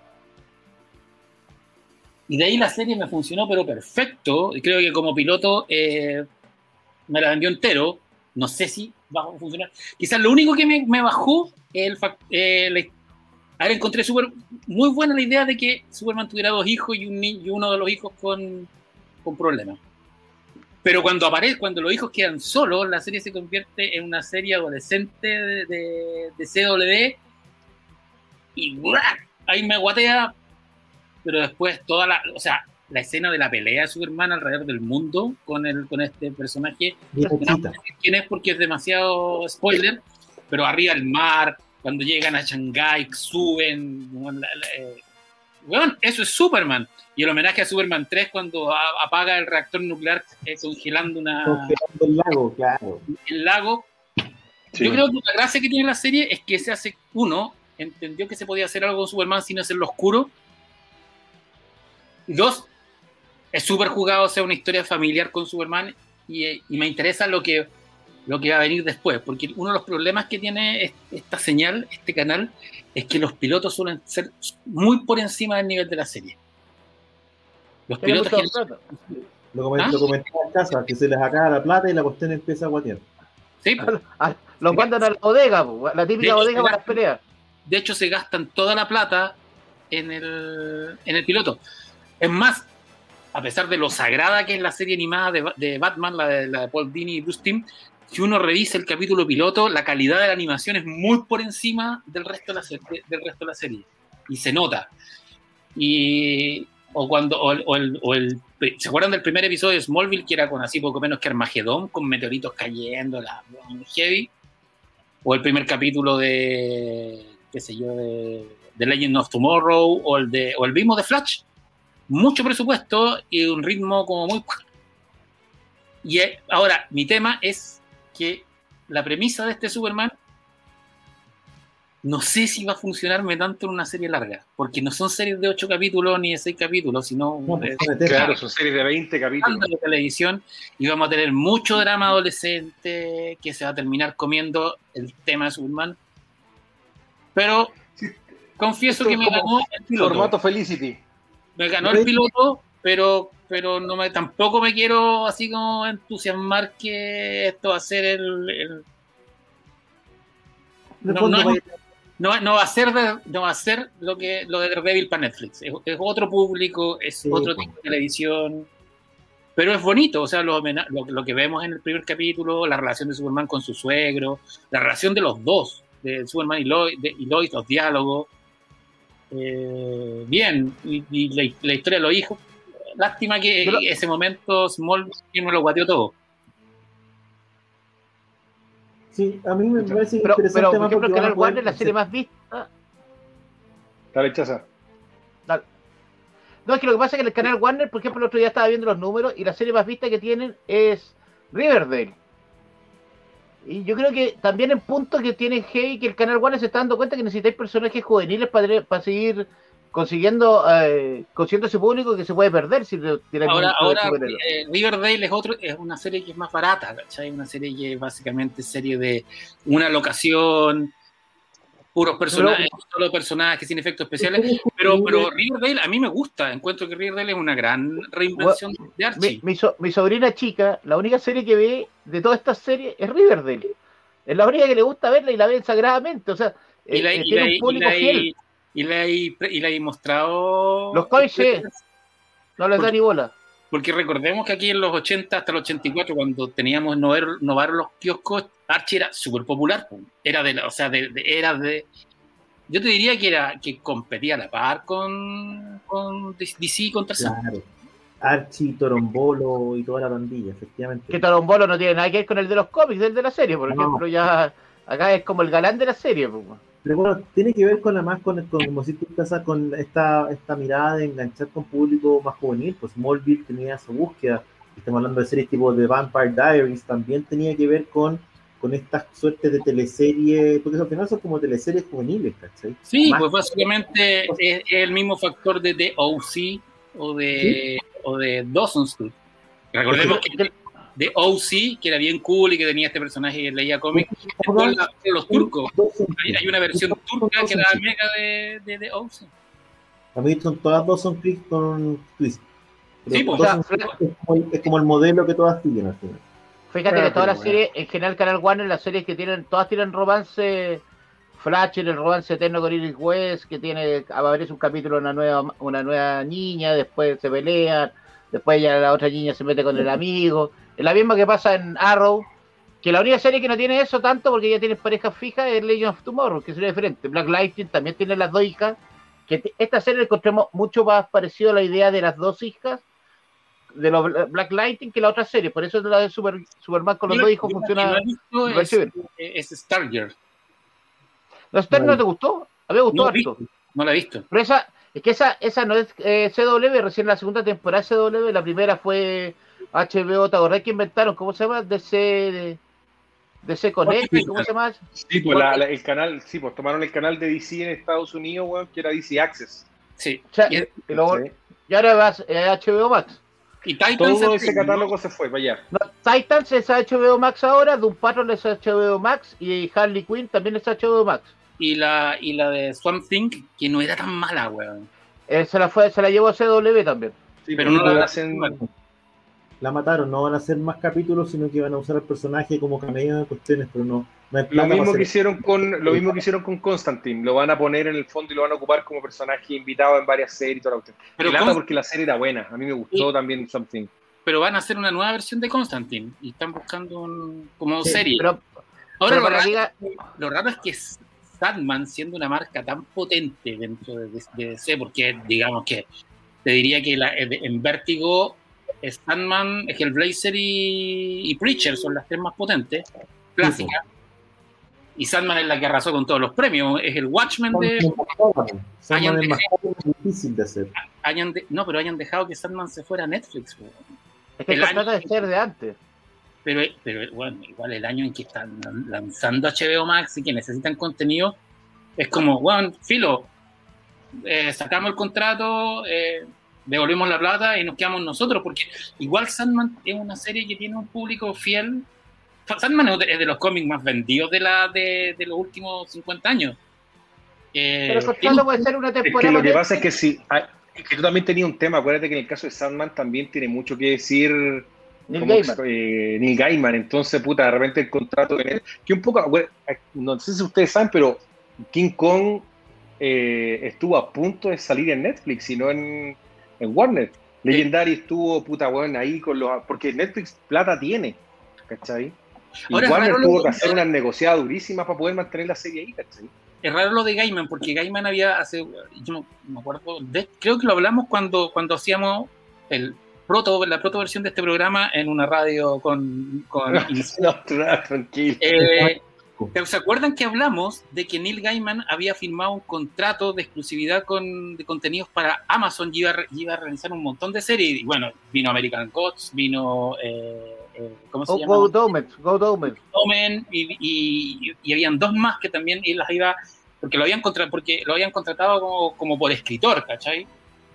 Y de ahí la serie me funcionó, pero perfecto. Y creo que como piloto eh, me la vendió entero. No sé si va a funcionar. Quizás lo único que me, me bajó el eh, la, a ver, encontré super, muy buena la idea de que Superman tuviera dos hijos y, un, y uno de los hijos con, con problemas. Pero cuando aparece, cuando los hijos quedan solos, la serie se convierte en una serie adolescente de, de, de C W, y ¡buah! Ahí me guatea. Pero después toda la, o sea, la escena de la pelea de Superman alrededor del mundo con el con este personaje, no voy a decir quién es porque es demasiado spoiler, pero arriba el mar, cuando llegan a Shanghái, suben, la, la, eh, Bueno, eso es Superman. Y el homenaje a Superman tres cuando a, apaga el reactor nuclear eh, congelando una... Congelando el lago, claro. El lago. Sí. Yo creo que la gracia que tiene la serie es que se hace, uno, entendió que se podía hacer algo con Superman sin hacerlo oscuro. Y dos, es súper jugado, o sea, una historia familiar con Superman y, y me interesa lo que, lo que va a venir después, porque uno de los problemas que tiene esta señal, este canal, es que los pilotos suelen ser muy por encima del nivel de la serie. Los pilotos que... Lo comentaba en casa, que se les acaba la plata y la cuestión empieza a guatear. Sí, pues. Los mandan a la bodega, la típica hecho, bodega para las peleas. De hecho, se gastan toda la plata en el, en el piloto. Es más, a pesar de lo sagrada que es la serie animada de, de Batman, la de, la de Paul Dini y Bruce Timm, si uno revisa el capítulo piloto, la calidad de la animación es muy por encima del resto de la, de, del resto de la serie. Y se nota. Y... O cuando, o el, o el, o el, ¿se acuerdan del primer episodio de Smallville que era con así poco menos que Armagedón, con meteoritos cayendo, la, heavy? O el primer capítulo de, qué sé yo, de, de Legend of Tomorrow, o el de, o el mismo de Flash. Mucho presupuesto y un ritmo como muy... Y ahora, mi tema es que la premisa de este Superman no sé si va a funcionarme tanto en una serie larga, porque no son series de ocho capítulos ni de seis capítulos, sino no, pues, de, claro, son series de veinte capítulos de televisión, y vamos a tener mucho drama adolescente que se va a terminar comiendo el tema de Superman. Pero sí, confieso Esto que me ganó el piloto. Formato Felicity. Me ganó el piloto, pero pero no me tampoco me quiero así como entusiasmar que esto va a ser el, el no, no, es, No, no va a ser de, no va a ser lo que lo de Daredevil para Netflix. Es, es otro público, es sí, otro tipo de televisión, pero es bonito. O sea, lo, lo, lo que vemos en el primer capítulo, la relación de Superman con su suegro, la relación de los dos, de Superman y Lois, de, y Lois los diálogos, eh, bien, y, y la, la historia de los hijos. Lástima que en ese momento Small no lo guateó todo. Sí, a mí me parece pero, interesante. Pero, por ejemplo, el Canal Warner, la serie más vista. Dale, Chaza. Dale. No, es que lo que pasa es que el Canal Warner, por ejemplo, el otro día estaba viendo los números y la serie más vista que tienen es Riverdale. Y yo creo que también en punto que tiene Heavy, que el Canal Warner se está dando cuenta que necesitáis personajes juveniles para, para seguir consiguiendo eh, consiguiendo ese público que se puede perder si tiene ahora ahora eh, Riverdale es otro es una serie que es más barata, ¿cachai? Una serie que es básicamente serie de una locación, puros personajes, pero, solo personajes sin efectos especiales, pero pero Riverdale a mí me gusta, encuentro que Riverdale es una gran reinvención bueno, de Archie. Mi, mi, so, mi sobrina chica, la única serie que ve de todas estas series es Riverdale. Es la única que le gusta verla y la ve sagradamente, o sea, y la, eh, y tiene la, un público y la, fiel. Y le y le he mostrado los coices, no les da ni bola. Porque recordemos que aquí en los ochenta hasta el ochenta y cuatro, cuando teníamos Novaro los kioscos, Archie era súper popular, era de la, o sea, de, de, era de, yo te diría que era que competía a la par con, con D C contra claro. C. Archie, Torombolo y toda la pandilla, efectivamente. Que Torombolo no tiene nada que ver con el de los cómics, el de la serie, por no. ejemplo, ya acá es como el galán de la serie, pues. Pero bueno, tiene que ver con la más con, con como si tú estás con esta, esta mirada de enganchar con público más juvenil. Pues Smallville tenía su búsqueda, estamos hablando de series tipo The Vampire Diaries, también tenía que ver con, con estas suertes de teleseries, porque al final son como teleseries juveniles, ¿cachai? Sí, más pues básicamente es, es el mismo factor de The O C o de, ¿sí? o de Dawson's Creek. Recordemos que de O C, que era bien cool y que tenía este personaje que leía cómics, con la, los turcos. Hay, hay una versión turca que era mega de, de, de O C. A mí son todas dos son clics con twist. Sí, pues, o sea, es, como el, es como el modelo que todas siguen al final. Fíjate claro, que todas las bueno. series, en general Canal Warner, las series que tienen, todas tienen romance. Flash, el romance eterno con Iris West, que tiene, aparece un capítulo una nueva, una nueva niña, después se pelean, después ya la otra niña se mete con el amigo. Es la misma que pasa en Arrow, que la única serie que no tiene eso tanto, porque ya tiene parejas fijas, es Legend of Tomorrow, que sería diferente. Black Lightning también tiene las dos hijas, que t- esta serie encontramos mucho más parecido a la idea de las dos hijas de los Black Lightning que la otra serie, por eso la de Super, Superman con los yo, dos hijos funciona. No es, es Stargirl. ¿La Star no te gustó? A mí me gustó no harto. No la he visto. Pero esa, Es que esa, esa no es eh, C W, recién la segunda temporada de C W, la primera fue H B O, ¿te acordás que inventaron? ¿Cómo se llama? D C, de, D C Connect, ¿cómo se llama? Sí, pues la, la, el canal, sí, pues tomaron el canal de D C en Estados Unidos, weón, que era D C Access. Sí. O sea, Y, y, luego, Sí. y ahora vas a H B O Max. y Titans Todo es- ese catálogo se fue para allá. No, Titans es H B O Max ahora, Doom Patrol es H B O Max y Harley Quinn también es H B O Max. y la, y la de Swamp Thing, que no era tan mala, weón. Eh, se la fue, se la llevó a C W también. Sí, Pero pues, no la hacen. La mataron, no van a hacer más capítulos, sino que van a usar al personaje como cameo de cuestiones, pero no, no hay Lo plata mismo para que hacer- hicieron con lo mismo que hicieron con Constantine, lo van a poner en el fondo y lo van a ocupar como personaje invitado en varias series y toda la cuestión. Pero Pero lata Const- porque la serie era buena, a mí me gustó Sí. también Something. Pero van a hacer una nueva versión de Constantine y están buscando un, como Sí, serie. Pero, Ahora pero lo para raro, diga, lo raro es que Sandman, siendo una marca tan potente dentro de, de D C, porque digamos que te diría que la, en Vértigo, Sandman, Hellblazer y, y Preacher son las tres más potentes, clásicas. Y Sandman es la que arrasó con todos los premios, es el Watchmen de... Sandman Hayan es más difícil de hacer. Hayan de- no, pero hayan dejado que Sandman se fuera a Netflix. weón. es que el se año- trata de ser de antes. Pero, pero bueno, igual el año en que están lanzando H B O Max y que necesitan contenido, es como, bueno, filo, eh, sacamos el contrato, eh, devolvemos la plata y nos quedamos nosotros, porque igual Sandman es una serie que tiene un público fiel. Sandman es de, es de los cómics más vendidos de, la, de, de los últimos cincuenta años. Eh, Pero el contrato puede ser una Es que temporada. lo que de- pasa es que si ah, es que tú también tenías un tema, acuérdate que en el caso de Sandman también tiene mucho que decir Neil como, Gaiman. eh, Neil Gaiman, entonces puta, de repente el contrato de que un poco, bueno, no sé si ustedes saben, pero King Kong eh, estuvo a punto de salir en Netflix y no en, en Warner. Legendary estuvo puta bueno ahí con los, porque Netflix plata tiene, ¿cachai? Y Ahora es Warner raro lo tuvo que- que hacer unas negociadas durísimas para poder mantener la serie ahí, ¿cachai? es raro lo de Gaiman, porque Gaiman había hace, yo no me acuerdo, de- creo que lo hablamos cuando, cuando hacíamos el proto, la proto versión de este programa en una radio con, con No, tranquilo. Eh, ¿Se acuerdan que hablamos de que Neil Gaiman había firmado un contrato de exclusividad con, de contenidos para Amazon y iba, a, iba a realizar un montón de series? Y bueno, vino American Gods, vino, eh, eh, ¿cómo se Go, llama? Go Domen, Go Domen. Omen, y, y, y habían dos más que también él las iba, porque lo habían, contra, porque lo habían contratado como, como por escritor, ¿cachai?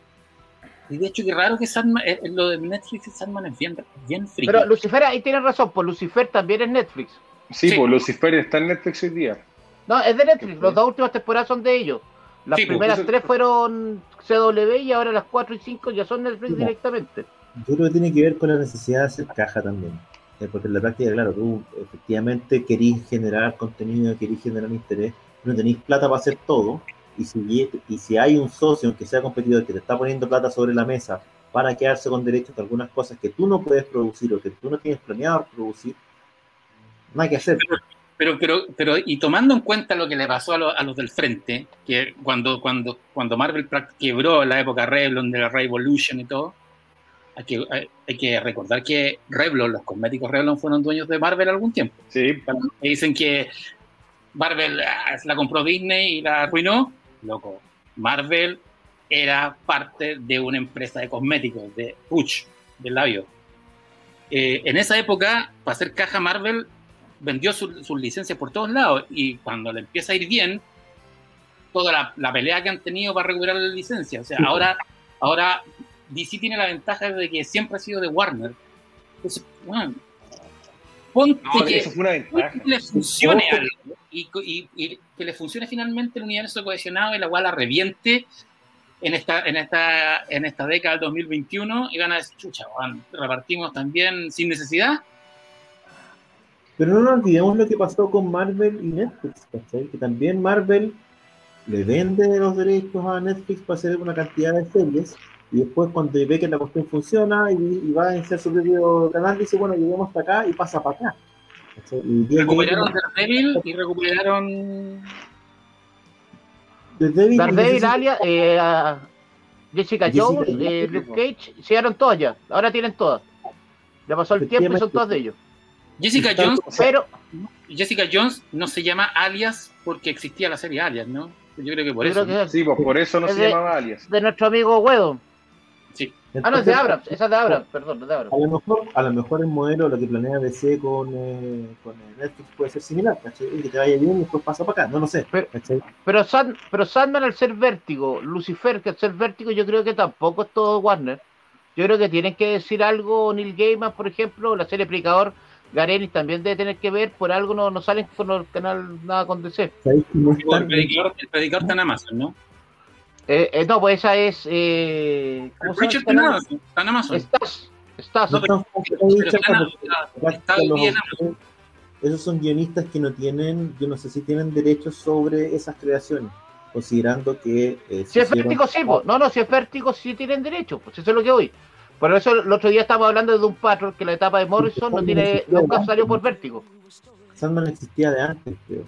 Y de hecho, qué raro que Sandman, eh, lo de Netflix y Sandman es bien, bien frío. Pero Lucifer, ahí tienes razón, pues Lucifer también es Netflix. Sí, Sí. pues Lucifer está en Netflix hoy día. No, es de Netflix, las dos últimas temporadas son de ellos. Las Sí, pues, primeras eso- tres fueron C W y ahora las cuatro y cinco ya son Netflix Sí, pues. directamente. Yo creo que tiene que ver con la necesidad de hacer caja también. Eh, porque en la práctica, claro, tú efectivamente querís generar contenido, querís generar interés, no tenéis plata para hacer todo. Y si, y si hay un socio, aunque sea competidor, que te está poniendo plata sobre la mesa para quedarse con derechos de algunas cosas que tú no puedes producir o que tú no tienes planeado producir, no hay que hacer. Pero, pero, pero, y tomando en cuenta lo que le pasó a, lo, a los del frente, que cuando, cuando, cuando Marvel quebró en la época Revlon, de la Revolution y todo, hay que, hay, hay que recordar que Revlon, los cosméticos Revlon fueron dueños de Marvel algún tiempo. Sí, Me dicen que Marvel ah, la compró Disney y la arruinó. Loco, Marvel era parte de una empresa de cosméticos, de Puch, del labio. Eh, en esa época, para hacer caja, Marvel vendió sus su licencias por todos lados y cuando le empieza a ir bien, toda la, la pelea que han tenido para recuperar la licencia. O sea, ahora, ahora D C tiene la ventaja de que siempre ha sido de Warner. Entonces, bueno, ponte no, que, eso fue una ventaja. que le funcione algo y, y, y que le funcione finalmente el universo cohesionado y la cual la reviente en esta, en esta, en esta década del dos mil veintiuno y van a decir, chucha, bueno, repartimos también sin necesidad. Pero no nos olvidemos lo que pasó con Marvel y Netflix, ¿cachai? Que también Marvel le vende los derechos a Netflix para hacer una cantidad de series y después cuando ve que la cuestión funciona y, y va a iniciar su propio canal, dice, bueno, lleguemos hasta acá y pasa para acá. ¿Cachai? Y diez Recuperaron veces- Daredevil y recuperaron Daredevil, Daredevil, Jessica- Alia, eh, a Jessica, Jessica Jones, Jones, eh, sí, Luke po. Cage, se dieron todas ya. Ahora tienen todas. Ya pasó el tiempo y son todas de ellos. Jessica Está- Jones. Pero Jessica Jones no se llama Alias porque existía la serie Alias, ¿no? Yo creo que por Yo eso. creo que es, Sí, pues por eso no es se de- llamaba Alias. de nuestro amigo Wedo. Sí. Ah, no, es de Entonces, Abrams, esa es de Abrams, perdón, es de A Abrams. lo mejor, a lo mejor el modelo, lo que planea D C con, eh, con Netflix puede ser similar, ¿cachai? Y que te vaya bien y después pasa para acá, no lo sé, Pero- ¿cachai? Pero, Sand, pero Sandman al ser Vértigo, Lucifer que al ser Vértigo, yo creo que tampoco es todo Warner. Yo creo que tienen que decir algo Neil Gaiman, por ejemplo, la serie Predicador, Garenis también debe tener que ver, por algo no, no salen con el canal nada con D C. ¿Sabéis que no El están, predicador, el predicador está en Amazon, ¿no? Eh, eh, no, pues esa es... Eh, ¿Cómo El se llama Preacher el está en canal? Amazon. Está en Amazon. Estás, estás. no No, pero- están pero focalizados está en Amazon, porque está- está los hoy en autores- esos son guionistas que no tienen, yo no sé si tienen derechos sobre esas creaciones, considerando que eh, Si se es hicieron- Vértigo, sí, pues. No, no, si es Vértigo, sí tienen derecho, pues eso es lo que voy. Por eso el otro día estábamos hablando de Doom Patrol, que la etapa de Morrison no tiene, nunca salió por Vértigo. Sandman existía de antes, creo.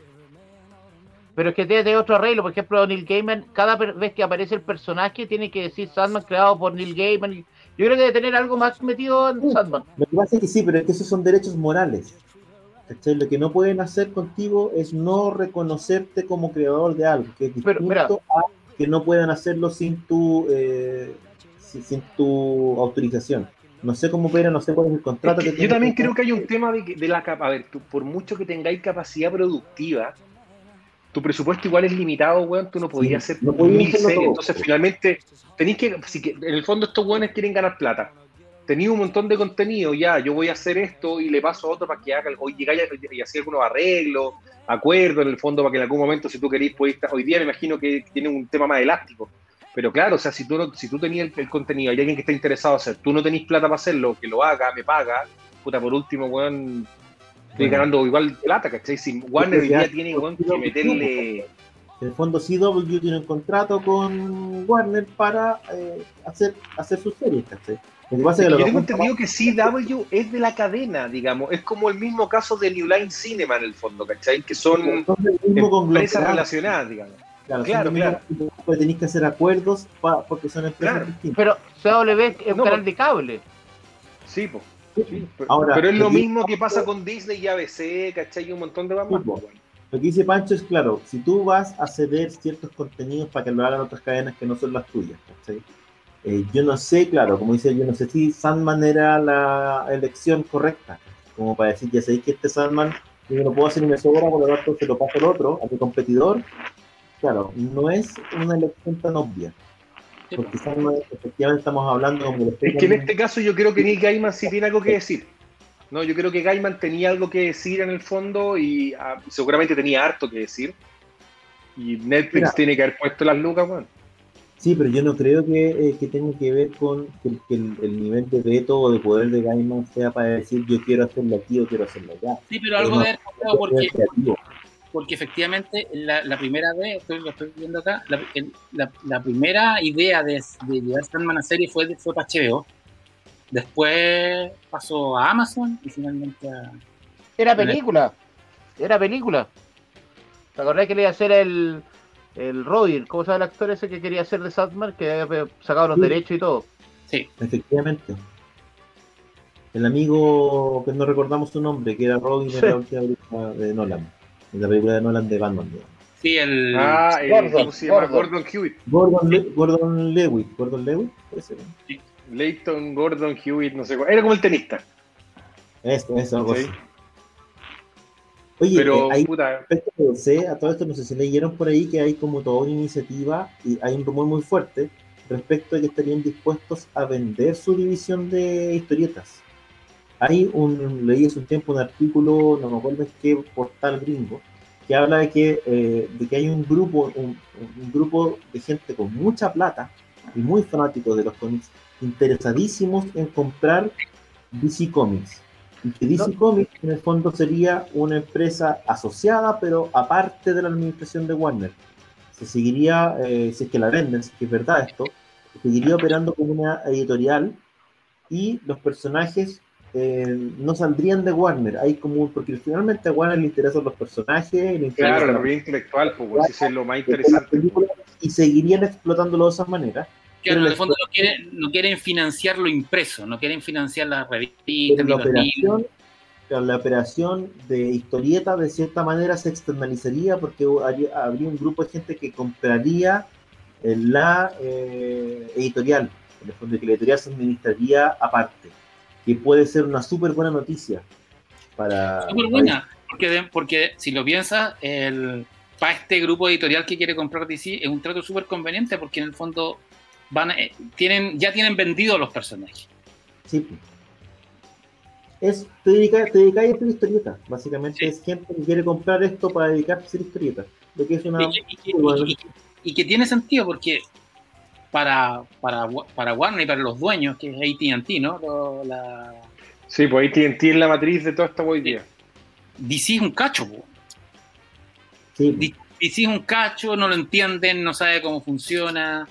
Pero es que tiene otro arreglo, por ejemplo, Neil Gaiman, cada per- vez que aparece el personaje tiene que decir Sandman creado por Neil Gaiman. Yo creo que debe tener algo más metido en Sandman. Lo que pasa es que sí, pero es que esos son derechos morales. ¿Cachai? Lo que no pueden hacer contigo es no reconocerte como creador de algo, que es distinto Pero, mira. a que no puedan hacerlo sin tu eh, sin, sin tu autorización. No sé cómo opera, no sé cuál es el contrato. Es que que yo tiene también con- creo que hay un tema de, que- de la capa. A ver, tú, por mucho que tengáis capacidad productiva, tu presupuesto igual es limitado, weón. Tú no podías Sí, hacer no podías mil hacerlo series. todo. Entonces, finalmente, tenéis que. Si que en el fondo, estos weones quieren ganar plata. Tenéis un montón de contenido, ya, yo voy a hacer esto y le paso a otro para que haga. Hoy llegáis y hacer algunos arreglos, acuerdos, en el fondo, para que en algún momento, si tú queréis, podéis. Hoy día me imagino que tiene un tema más elástico. Pero claro, o sea, si tú, no, si tú tenías el, el contenido, hay alguien que está interesado en hacer, tú no tenés plata para hacerlo, que lo haga, me paga, puta, por último, weón, estoy Bueno. ganando igual plata, ¿cachai? Si Warner hoy ya- día tiene, weón, que meterle... En el fondo, C W tiene un contrato con Warner para eh, hacer, hacer sus series, ¿cachai? Lo que pasa es que Yo lo tengo que entendido que C W es de la cadena, digamos, es como el mismo caso de New Line Cinema en el fondo, ¿cachai? Que son son del mismo empresas conglomerado. relacionadas, digamos. Claro, Claro, son del mismo conglomerado, porque tenéis que hacer acuerdos pa- porque son empresas Claro. distintas. Pero C W es un No, canal pues- de cable. Sí, pues. Sí. Pero, Ahora, pero es lo lo que- mismo que pasa con Disney y A B C, ¿cachai? Y un montón de más. Sí, po. Lo que dice Pancho es claro, si tú vas a ceder ciertos contenidos para que lo hagan otras cadenas que no son las tuyas, ¿cachai? Eh, yo no sé, claro, como dice, yo no sé si Sandman era la elección correcta, como para decir, ya sabéis que este Sandman, yo no puedo hacer una sobra, por lo tanto se lo paso al otro, a mi competidor. Claro, no es una elección tan obvia, porque Sandman, efectivamente estamos hablando como los Es que en este caso yo creo que Neil Gaiman sí tiene algo que decir. No, yo creo que Gaiman tenía algo que decir en el fondo y ah, seguramente tenía harto que decir. Y Netflix Mira. tiene que haber puesto las lucas, weón. Sí, pero yo no creo que, eh, que tenga que ver con que, que el, el nivel de veto o de poder de Gaiman sea para decir yo quiero hacerlo aquí o quiero hacerlo allá. Sí, pero algo no, de haber pasado porque, creativo. porque efectivamente la, la primera vez, estoy, lo estoy viendo acá, la, el- la, la primera idea de, de llevar Sandman a serie fue, fue para H B O. Después pasó a Amazon y finalmente a... Era película. Era película. ¿Te acordás que le iba a hacer el, el Robin? ¿Cómo se llama el actor ese que quería hacer de Sandman? Que había sacado los Sí. derechos y todo. Sí, Efectivamente. El amigo que no recordamos su nombre, que era Robin Sí. en la última película de Nolan, en la película de Nolan de Batman. digamos. sí, el... Ah, el, Gordon, ¿cómo se llama? Gordon. Gordon Hewitt. Gordon, Le- Gordon Lewitt, Gordon Lewitt, puede ser. Leighton, Gordon Hewitt, no sé cuál. Era como el tenista. Eso, eso, algo Sí. así. Oye, Pero, eh, hay puta, respecto a D C, a todo esto, no sé si leyeron por ahí que hay como toda una iniciativa y hay un rumor muy fuerte respecto de que estarían dispuestos a vender su división de historietas. Hay un, leí hace un tiempo un artículo, no me acuerdo en qué portal gringo, que habla de que, eh, de que hay un grupo, un, un grupo de gente con mucha plata y muy fanáticos de los cómics, interesadísimos en comprar D C Comics. Y que D C Comics en el fondo sería una empresa asociada, pero aparte de la administración de Warner. Se seguiría, eh, si es que la venden, si es que es verdad esto, se seguiría operando como una editorial y los personajes eh, no saldrían de Warner. Hay como, porque finalmente a Warner le interesan los personajes, le interesa claro, la- la propiedad intelectual, pues, weón, si eso es lo más las interesante. películas, y seguirían explotándolo de esa manera. Claro, en Pero el fondo no quieren, no quieren financiar lo impreso, no quieren financiar las revistas, Pero ni la los libros. operación, la operación de historieta de cierta manera se externalizaría porque habría, habría un grupo de gente que compraría eh, la eh, editorial, en el fondo, que la editorial se administraría aparte, que puede ser una súper buena noticia para... Súper buena, porque, porque si lo piensas, el, para este grupo editorial que quiere comprar D C es un trato súper conveniente porque en el fondo van a, tienen, ya tienen vendidos los personajes. Sí. Es, te dedicas te dedica a hacer historietas, básicamente sí. Es gente que quiere comprar esto para dedicarse a hacer historietas. Lo que es una... y, y, y, y, y que tiene sentido porque para, para, para Warner y para los dueños, que es A T and T, ¿no? Lo, la... Sí, pues A T and T es la matriz de toda esta hoy día. D C es un cacho, po. Sí. D C es un cacho, no lo entienden, no sabe cómo funciona.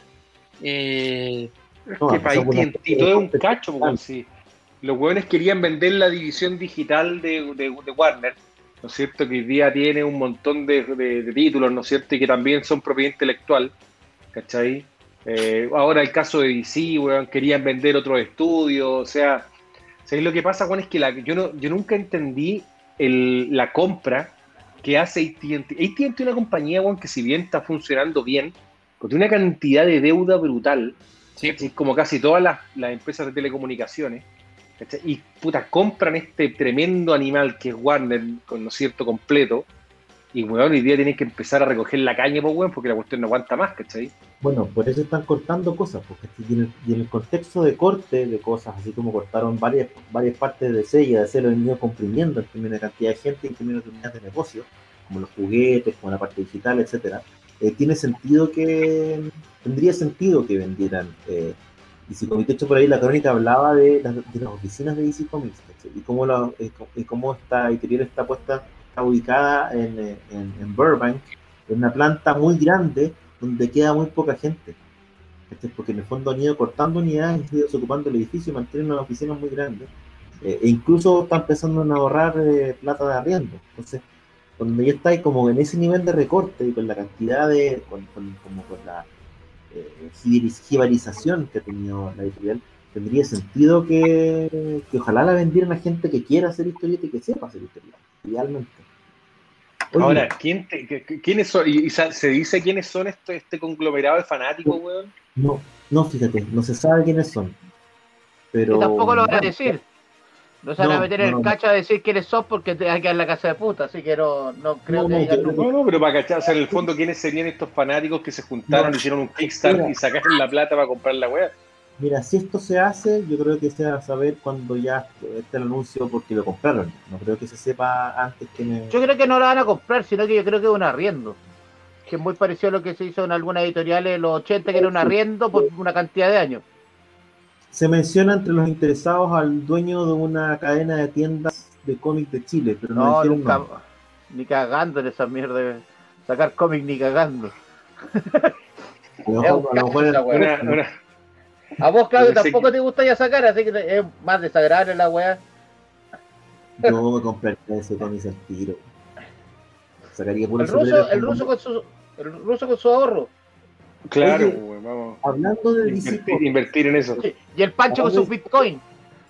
Eh... Es no, que para A T and T todo es un cacho, po, sí. Los hueones querían vender la división digital de, de, de Warner, ¿no es cierto? Que hoy día tiene un montón de, de, de títulos, ¿no es cierto? Y que también son propiedad intelectual, ¿cachai? Eh, ahora el caso de D C, weón, querían vender otros estudios, o sea, ¿sabéis lo que pasa, Juan? Es que la, yo, no, yo nunca entendí el, la compra que hace A T and T. A T and T es una compañía, weón, que si bien está funcionando bien, pero tiene una cantidad de deuda brutal, sí. Como casi todas las, las empresas de telecomunicaciones, ¿cachai? Y puta, compran este tremendo animal que es Warner, con, ¿no es cierto?, completo. Y weón, hoy día tienen que empezar a recoger la caña, pues, weón, porque la cuestión no aguanta más, ¿cachai? Bueno, por eso están cortando cosas, porque y en, el, y en el contexto de corte de cosas, así como cortaron varias, varias partes de C y de C lo han ido comprimiendo en términos de cantidad de gente y en términos de unidades de negocio, como los juguetes, como la parte digital, etcétera, eh, tiene sentido que, tendría sentido que vendieran. Eh, D C Comics. De hecho, por ahí la crónica hablaba de las, de las oficinas de D C Comics, ¿cachai? Y cómo, la, y cómo esta editorial está puesta, está ubicada en, en, en Burbank, en una planta muy grande donde queda muy poca gente, ¿cachai? Porque en el fondo han ido cortando unidades, han ido ocupando el edificio y mantienen unas oficinas muy grandes, eh, e incluso están pensando en ahorrar eh, plata de arriendo. Entonces, cuando ya está como en ese nivel de recorte y con la cantidad de, con, con, como con la eh, jibarización que ha tenido la editorial, tendría sentido que, que ojalá la vendieran a gente que quiera hacer historieta y que sepa hacer historieta, idealmente. Oye, ahora, ¿quién te, ¿quiénes son? ¿Y se dice quiénes son este, este conglomerado de fanáticos, no, weón? No, no, fíjate, no se sabe quiénes son. Pero... Y tampoco lo van a decir. No se van no, a meter no, el no. cacho a decir quiénes son porque te hay que dar la casa de puta, así que no, no creo No, que no, digan pero- No, no, pero para cachar, o sea, en el fondo, ¿quiénes serían estos fanáticos que se juntaron, No. hicieron un Kickstarter y sacaron la plata para comprar la weá? Mira, si esto se hace, yo creo que se va a saber cuando ya esté el anuncio porque lo compraron. No creo que se sepa antes que me... Yo creo que no la van a comprar, sino que yo creo que es un arriendo. Que es muy parecido a lo que se hizo en algunas editoriales en los ochenta, que era un arriendo por una cantidad de años. Se menciona entre los interesados al dueño de una cadena de tiendas de cómics de Chile, pero no, No, dijeron nunca, nombre. ni cagando en esa mierda de sacar cómics ni cagando. A lo Es mejor- un a lo mejor cacho esa era- weá. Una, una, A vos, Claudio, Yo pensé tampoco que- te gusta ya sacar, así que es más desagradable la weá. Yo me compraría ese cómic al tiro. Sacaría puro El ruso, superhéroe el con- ruso con su, el ruso con su ahorro. claro, Oye, weón, vamos Hablando a de D C invertir, Comics, invertir en eso. Sí, y el Pancho con sus bitcoin.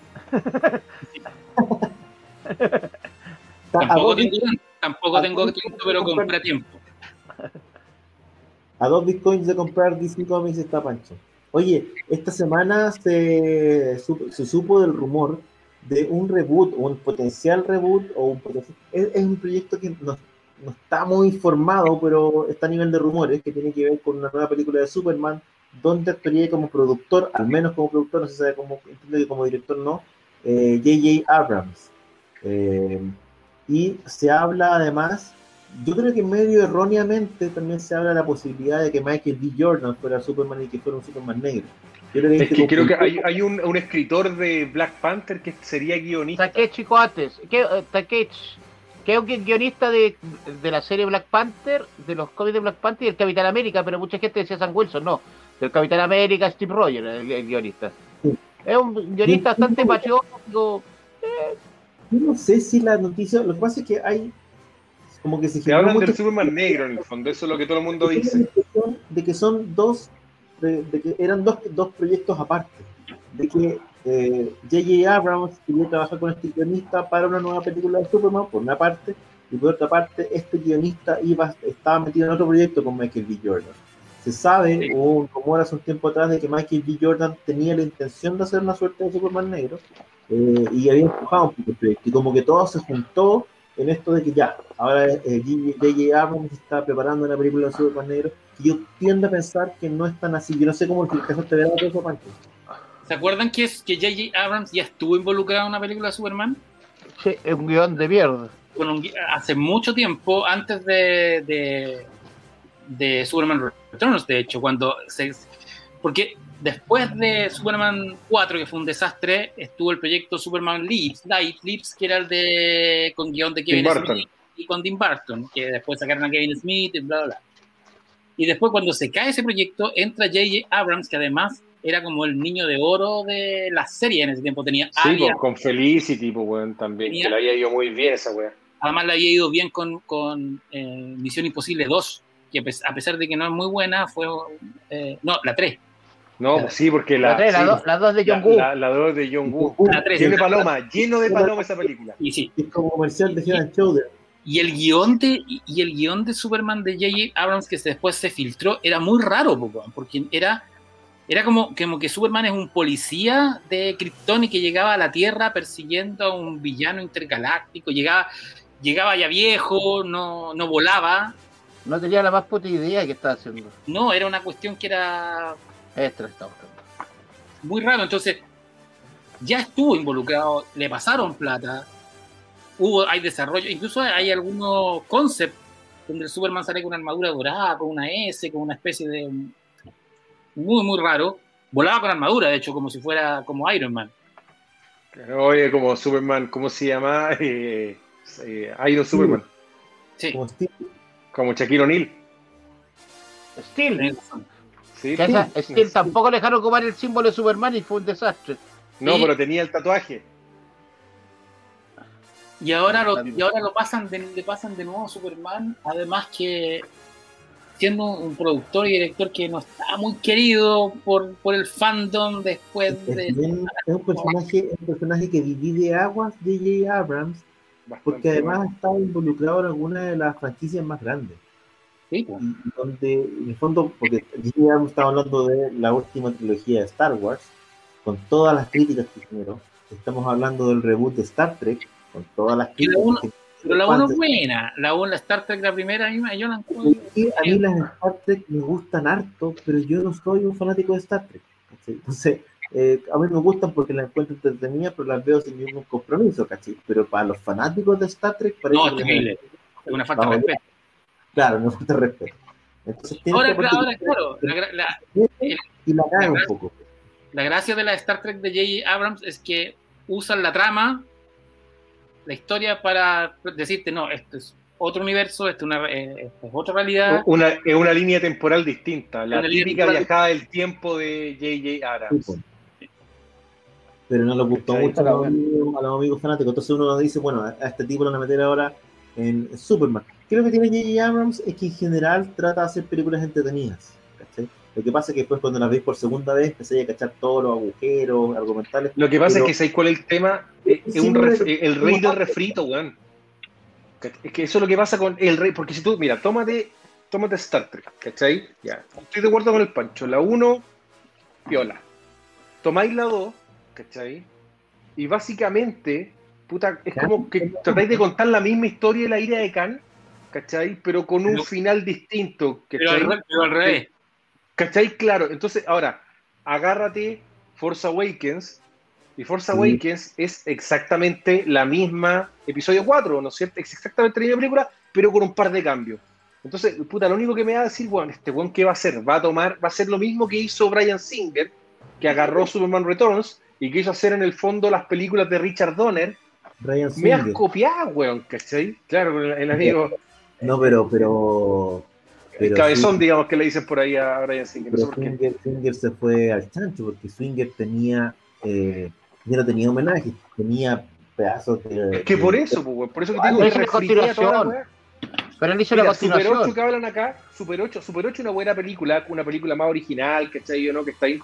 está- a Tampoco dos, tengo, tampoco a tengo dos- tiempo, pero compré a tiempo. a dos bitcoins de comprar D C Comics está Pancho. Oye, esta semana se, su- se supo del rumor de un reboot, o un potencial reboot, o un potencial... Es, es un proyecto que no, no está muy informado, pero está a nivel de rumores, que tiene que ver con una nueva película de Superman, donde actuaría como productor, al menos como productor, no se sabe cómo, entiendo que como director no, eh, J J Abrams. Eh, y se habla además, yo creo que medio erróneamente también se habla de la posibilidad de que Michael B. Jordan fuera Superman y que fuera un Superman negro. Yo creo que, Es este que creo que conflicto- hay, hay un, un escritor de Black Panther que sería guionista. Takechi Coates, que, eh, Takechi, que es un gui- guionista de, de la serie Black Panther, de los cómics de Black Panther y el Capitán América, pero mucha gente decía Sam Wilson, no. Del Capitán América, Steve Rogers, el, el guionista. Sí. Es un guionista Sí. bastante patriótico. Yo no sé si la noticia, lo que pasa es que hay como que se Se generó hablan mucho- del Superman negro en el fondo, eso es lo que todo el mundo dice. de que son dos, de, de que eran dos, dos proyectos aparte, de que eh, J J Abrams quería trabajar con este guionista para una nueva película de Superman, por una parte, y por otra parte, este guionista iba, estaba metido en otro proyecto con Michael B. Jordan. Se sabe, sí. Hubo un rumor hace un tiempo atrás de que Michael B. Jordan tenía la intención de hacer una suerte de Superman negro, eh, y había empujado un poco el proyecto, y como que todo se juntó en esto de que ya, ahora eh, J J Abrams está preparando una película de Superman negro, que yo tiendo a pensar que no es tan así. Yo no sé cómo el caso te verá de eso, Pancho. ¿Se acuerdan que, es, que J J Abrams ya estuvo involucrado en una película de Superman? Sí, es un guión de mierda. Bueno, un, hace mucho tiempo, antes de, de, de Superman Returns, de hecho, cuando se, porque después de Superman cuatro, que fue un desastre, estuvo el proyecto Superman Lives, Live, Lives, que era el de con guión de Kevin Smith y con Tim Burton, que después sacaron a Kevin Smith y bla, bla, bla. Y después, cuando se cae ese proyecto, entra J J Abrams, que además era como el niño de oro de la serie en ese tiempo. Tenía sí, Aria, con Felicity, pues, weón, también, tenía, que le había ido muy bien esa weá. Además, le había ido bien con, con eh, Misión Imposible dos, que a pesar de que no es muy buena, fue... Eh, no, la tres. No, pues sí, porque la... La dos sí, de John Woo. La, la dos de John Woo. La tres. Lleno de paloma, lleno de paloma esa película. Y sí. Es como comercial de Head and Shoulder. Y el guión de y el guión de Superman de J J Abrams que después se filtró era muy raro, porque era era como, como que Superman es un policía de Krypton y que llegaba a la Tierra persiguiendo a un villano intergaláctico, llegaba llegaba ya viejo, no, no volaba, no tenía la más puta idea de qué estaba haciendo. No, era una cuestión que era extra, muy raro. Entonces ya estuvo involucrado, le pasaron plata. Hubo, hay desarrollo, incluso hay algunos concepts donde el Superman sale con una armadura dorada, con una S, con una especie de... Muy, muy raro. Volaba con armadura, de hecho, como si fuera como Iron Man. Oye, como Superman, ¿cómo se llama? Eh, eh, Iron Superman. Sí. Como Steel. Como Shaquille O'Neal. Steel. Sí, que esa, Steel sí. Tampoco le dejaron ocupar el símbolo de Superman y fue un desastre. No, sí. Pero tenía el tatuaje. Y ahora lo, y ahora lo pasan de, le pasan de nuevo a Superman, además que siendo un productor y director que no está muy querido por, por el fandom después es, de... Es, bien, es un personaje, un personaje que divide aguas de J J Abrams, bastante porque además bueno. Está involucrado en alguna de las franquicias más grandes. Sí, pues. Y donde, en el fondo, porque J J Abrams estaba hablando de la última trilogía de Star Wars, con todas las críticas que generó. Estamos hablando del reboot de Star Trek, con todas las críticas. Uno, pero la uno es buena, la uno, la Star Trek, la primera, a mí, yo la encuentro. A mí las Star Trek me gustan harto, pero yo no soy un fanático de Star Trek. ¿Sí? Entonces, eh, a mí me gustan porque las encuentro entretenidas, pero las veo sin ningún compromiso, ¿cachai? Pero para los fanáticos de Star Trek parece no, que es una falta de respeto. Claro, una falta de respeto. Entonces, ahora, que ahora, claro, la, la, el, y la caga un poco. La gracia de la Star Trek de J J Abrams es que usan la trama, la historia para decirte, no, esto es otro universo, esto es, una, eh, esto es otra realidad. Una, es una línea temporal distinta, la típica viajada del tiempo de J J Abrams. Sí, pues. Pero no le gustó mucho a los, amigos, a los amigos fanáticos. Entonces uno dice, bueno, a este tipo lo van a meter ahora en Superman. Creo que tiene J J Abrams es que en general trata de hacer películas entretenidas. ¿Cachai? Lo que pasa es que después cuando las veis por segunda vez empecé a cachar todos los agujeros argumentales. Lo que pasa pero... es que ¿sabes cuál es el tema? Es sí, un ref... el rey del refrito, weón. Es que eso es lo que pasa con el rey, porque si tú, mira, tómate, tómate Star Trek, ¿cachai? Ya, estoy de acuerdo con el Pancho. La uno, piola. Tomáis la dos, ¿cachai? Y básicamente, puta, es como que tratáis de contar la misma historia de la ira de Khan, ¿cachai? Pero con un pero, final distinto, ¿cachai? Pero al, pero al revés. ¿Cachai? Claro, entonces, ahora, agárrate Force Awakens, y Force sí. Awakens es exactamente la misma episodio cuatro, ¿no es cierto? Es exactamente la misma película, pero con un par de cambios. Entonces, puta, lo único que me va a decir, bueno, este weón, ¿qué va a hacer? Va a tomar, va a hacer lo mismo que hizo Bryan Singer, que agarró Superman Returns, y quiso hacer en el fondo las películas de Richard Donner. Bryan me has copiado, weón, ¿cachai? Claro, el amigo... No, pero... pero... El cabezón, sí, digamos, que le dicen por ahí a Bryan Singer. Pero no sé Singer, Singer se fue al chancho, porque Singer tenía... Eh, ya no tenía homenaje, tenía pedazos de... Es que por de, eso, pues, por eso que ah, digo... Es una continuación. Pero él hizo la continuación. Super ocho que hablan acá, Super ocho, Super ocho es una buena película, una película más original, ¿cachai? ¿No? Que está ahí,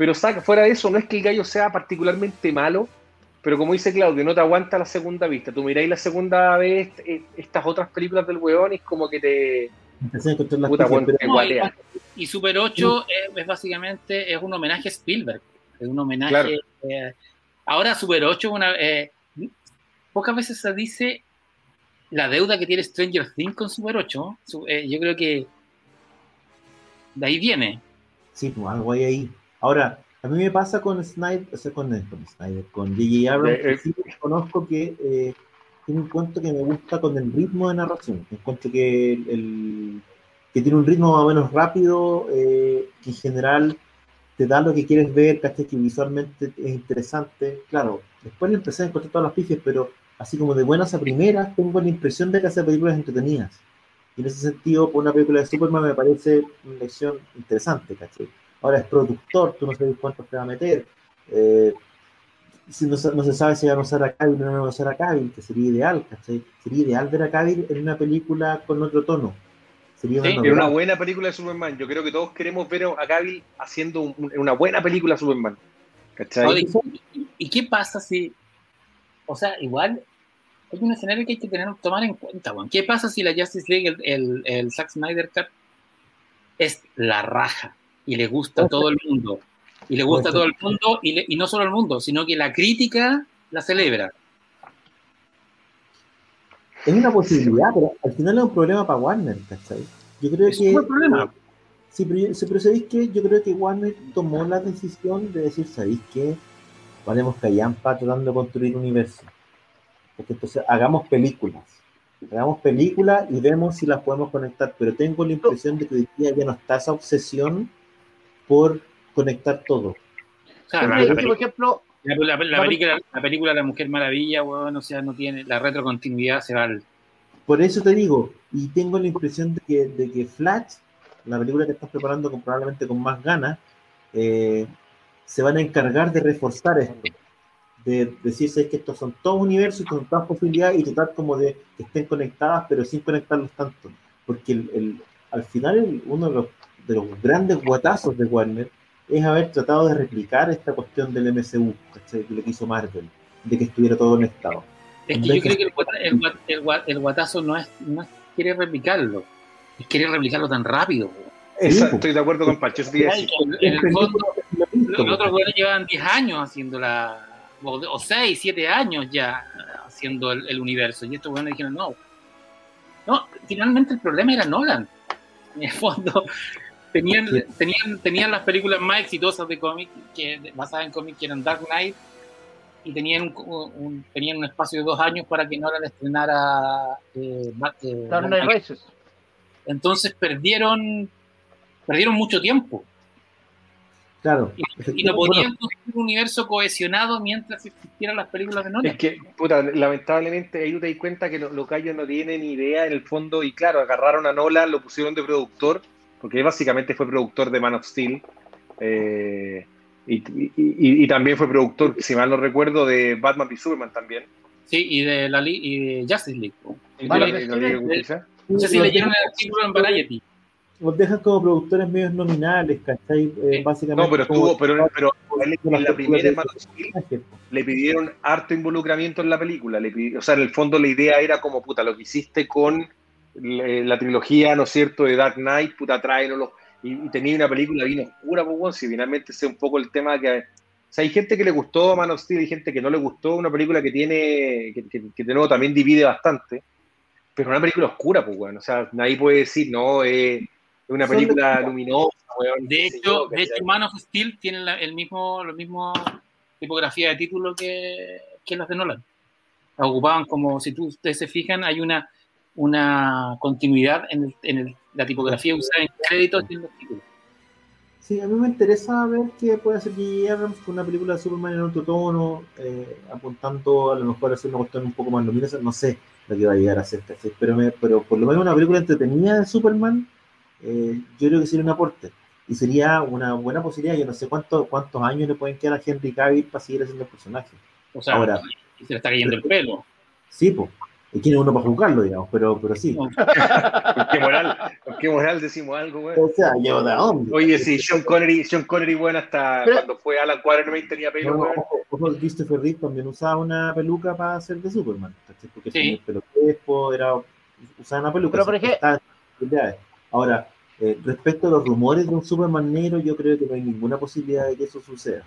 pero saca, fuera de eso, no es que el gallo sea particularmente malo, pero como dice Claudio, no te aguanta la segunda vista. Tú miráis la segunda vez estas otras películas del weón y es como que te... Puta, bueno, pero... te guatea. Y Super ocho es, es básicamente es un homenaje a Spielberg. Es un homenaje... Claro. Eh, ahora Super ocho, una, eh, pocas veces se dice la deuda que tiene Stranger Things con Super ocho. Eh, yo creo que de ahí viene. Sí, pues algo hay ahí. Ahora, a mí me pasa con Snyder, o sea, con, con Snyder, con J J Abrams, Eh, eh. que sí conozco que eh, tiene un cuento que me gusta con el ritmo de narración. Encuentro que el, el que tiene un ritmo más o menos rápido, eh, que en general te da lo que quieres ver, ¿cachai? Que visualmente es interesante. Claro, después le empecé a encontrar todas las pifias, pero así como de buenas a primeras, tengo la impresión de que hace películas entretenidas. Y en ese sentido, por una película de Superman me parece una lección interesante, ¿cachai? Ahora es productor, tú no sabes cuántos te va a meter. Eh, si no, no se sabe si van a usar a Cavill o no van a usar a Cavill, que sería ideal, ¿cachai? Sería ideal ver a Cavill en una película con otro tono. Sería una Sí, novedad. una buena película de Superman. Yo creo que todos queremos ver a Cavill haciendo un, una buena película de Superman. ¿Cachai? ¿Y, ¿Y qué pasa si... O sea, igual hay un escenario que hay que tener, tomar en cuenta, bueno. ¿Qué pasa si la Justice League, el, el, el Zack Snyder Cut, es la raja y le gusta a todo el mundo? Y le gusta a todo el mundo, y, le, y no solo al mundo, sino que la crítica la celebra. Es una posibilidad, pero al final es un problema para Warner, ¿cachai? Yo creo es que... un problema. Sí, pero, pero ¿sabéis qué? Yo creo que Warner tomó la decisión de decir, ¿sabéis qué? Valemos callampa tratando de construir un universo. Porque entonces hagamos películas. Hagamos películas y vemos si las podemos conectar. Pero tengo la impresión de que hoy día ya no está esa obsesión por conectar todo. O sea, la, la, por ejemplo, la, la, la, la, película, la película La Mujer Maravilla, bueno, o sea, no tiene la retrocontinuidad, se va al... Por eso te digo, y tengo la impresión de que, de que Flash, la película que estás preparando con, probablemente con más ganas, eh, se van a encargar de reforzar esto, de decirse que estos son todos universos, que son todas posibilidades, y tratar como de que estén conectadas, pero sin conectarlos tanto, porque el, el, al final el, uno de los, de los grandes guatazos de Warner es haber tratado de replicar esta cuestión del M C U, de lo que hizo Marvel, de que estuviera todo conectado. Es que yo creo que el, el, el, el guatazo no es, no es querer replicarlo, es querer replicarlo tan rápido. Esa, estoy de acuerdo con Pacho. En, en el fondo, los otros jugadores llevan diez años haciéndola, o seis, siete años ya haciendo el, el universo, y estos jugadores dijeron no. No, finalmente el problema era Nolan. En el fondo, tenían, sí. tenían, tenían las películas más exitosas de cómic, que, basadas en cómics, que eran Dark Knight, y tenían un, un, tenían un espacio de dos años para que Nolan estrenara eh, eh, Dark Knight Rises. Entonces perdieron perdieron mucho tiempo. Claro. Y, y no podían construir un universo cohesionado mientras existieran las películas de Nolan. Es que, puta, lamentablemente ahí tú te das cuenta que los gallos no tienen idea en el fondo, y claro, agarraron a Nolan, lo pusieron de productor, porque básicamente fue productor de Man of Steel, eh, y, y, y, y también fue productor, si mal no recuerdo, de Batman v Superman también. Sí, y de la y de Justice League. ¿Y de la, de la Liga de de, no sé si leyeron el artículo en Variety. Los dejan como productores medios nominales, ¿cachai? Eh, básicamente. No, pero estuvo, pero, pero como en la primera de Man of Steel le pidieron harto involucramiento en la película. Le pidieron, o sea, en el fondo la idea era como, puta, lo que hiciste con la trilogía, ¿no es cierto?, de Dark Knight, puta, tráenlo. Y, y tenía una película bien oscura, pues, bueno, si finalmente ese es un poco el tema que... O sea, hay gente que le gustó Man of Steel, hay gente que no le gustó, una película que tiene, que, que, que de nuevo también divide bastante, pero una película oscura, pues, bueno, o sea, nadie puede decir, no, eh, es una película de... luminosa, weón. De hecho, de hecho, Man of Steel tiene la, el mismo, la misma tipografía de título que, que las de Nolan. La ocupaban como, si tú, ustedes se fijan, hay una, una continuidad en, el, en el, la tipografía usada en créditos y en los títulos. Sí, a mí me interesa ver qué puede hacer J J Abrams con una película de Superman en otro tono, eh, apuntando a lo mejor a hacer una cuestión un poco más luminosa, no sé lo que va a llegar a hacer, ¿sí? pero, me, pero por lo menos una película entretenida de Superman, eh, yo creo que sería un aporte, y sería una buena posibilidad. Yo no sé cuántos cuántos años le pueden quedar a Henry Cavill para seguir haciendo el personaje. O sea, ahora se le está cayendo el pelo. Sí, pues. Y quién es uno para juzgarlo, digamos, pero, pero sí. ¿Con qué moral, con qué moral decimos algo, güey? O sea, yo de dónde. Oye, sí, Sean Connery, Sean Connery, bueno, hasta Pero, cuando fue Alan Quatermain tenía pelo, No, no, güey. ojo, ojo, Christopher Reeve también usaba una peluca para hacer de Superman, ¿cachai? Porque Sí. tenía el pelo crespo, era, usaba una peluca. Pero, por así que ejemplo- está en posibilidades. Ahora, eh, respecto a los rumores de un Superman negro, yo creo que no hay ninguna posibilidad de que eso suceda.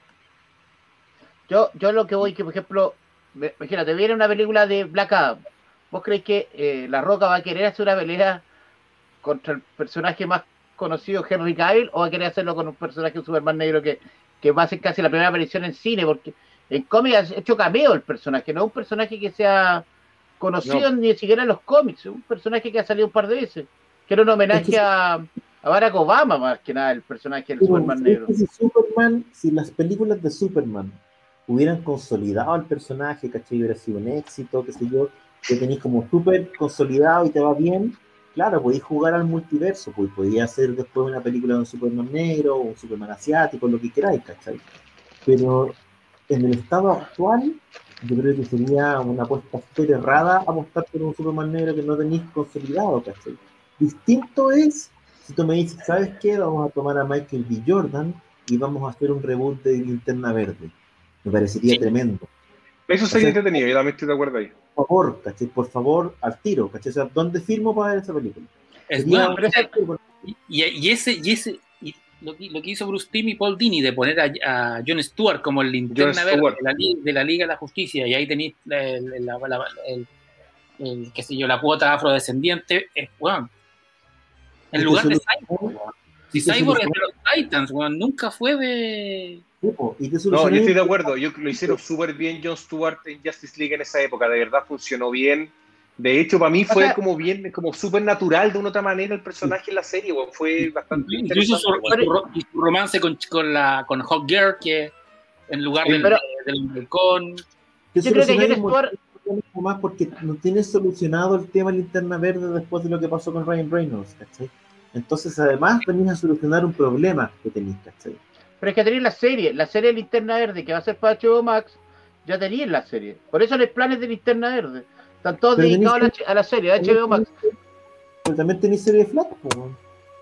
Yo, yo lo que voy que, por ejemplo, me- imagínate, viene una película de Black Adam. ¿Vos crees que eh, La Roca va a querer hacer una pelea contra el personaje más conocido, Henry Cavill, o va a querer hacerlo con un personaje de Superman negro que, que va a ser casi la primera aparición en cine? Porque en cómics ha hecho cameo el personaje, no es un personaje que sea conocido No. ni siquiera en los cómics, es un personaje que ha salido un par de veces, que era un homenaje Es que- a, a Barack Obama, más que nada, el personaje del Pero, Superman ¿sabes negro. que si Superman, si las películas de Superman hubieran consolidado al personaje, ¿cachai? Hubiera sido un éxito, qué sé yo, que tenéis como súper consolidado y te va bien, claro, podéis jugar al multiverso, pues podías hacer después una película de un Superman negro, o un Superman asiático, lo que queráis, ¿cachai? Pero en el estado actual, yo creo que sería una apuesta súper errada apostar por un Superman negro que no tenéis consolidado, ¿cachai? Distinto es si tú me dices, ¿sabes qué? Vamos a tomar a Michael B. Jordan y vamos a hacer un reboot de Linterna Verde. Me parecería Sí. tremendo. Eso sería O sea, entretenido, yo también estoy de acuerdo ahí. Por favor, ¿cachai? Por favor, al tiro, ¿cachai? O sea, ¿dónde firmo para ver esa película? Es Sería bueno, un- pero esa- y, y ese, y ese y lo, que- lo que hizo Bruce Timm y Paul Dini de poner a, a Jon Stewart como el linterna Jon verde Stewart. de la, li- de la Liga de la Justicia, y ahí tenéis la, el, la- la- el- el- qué sé yo, la cuota afrodescendiente, es bueno. En y lugar te de solucionó- Cyborg, weón. Si y te Cyborg es solucionó- de los Titans, weón, nunca fue de. sí, po, y te No, solucionó- yo estoy de acuerdo. Yo, lo hicieron súper bien Jon Stewart en Justice League en esa época. De verdad funcionó bien. De hecho, para mí fue O sea- como bien, como súper natural de una otra manera el personaje en la serie. Bueno, fue bastante Incluso su, interesante. su ro- y su romance con, con la con Hawkgirl, que en lugar Sí, del, pero- de- del halcón. te Yo creo que solucionáis Jon un Stewart- montón de más porque no tienes solucionado el tema Linterna Verde después de lo que pasó con Ryan Reynolds, ¿cachai? Entonces, además, venís a solucionar un problema que tenéis, ¿cachai? Pero es que tenéis la serie, la serie de Linterna Verde que va a ser para H B O Max, ya tenéis la serie. Por eso los planes de Linterna Verde. Están todos Pero dedicados a la, tenéis- a la serie de H B O Max. Pero también tenéis serie de Flash, po.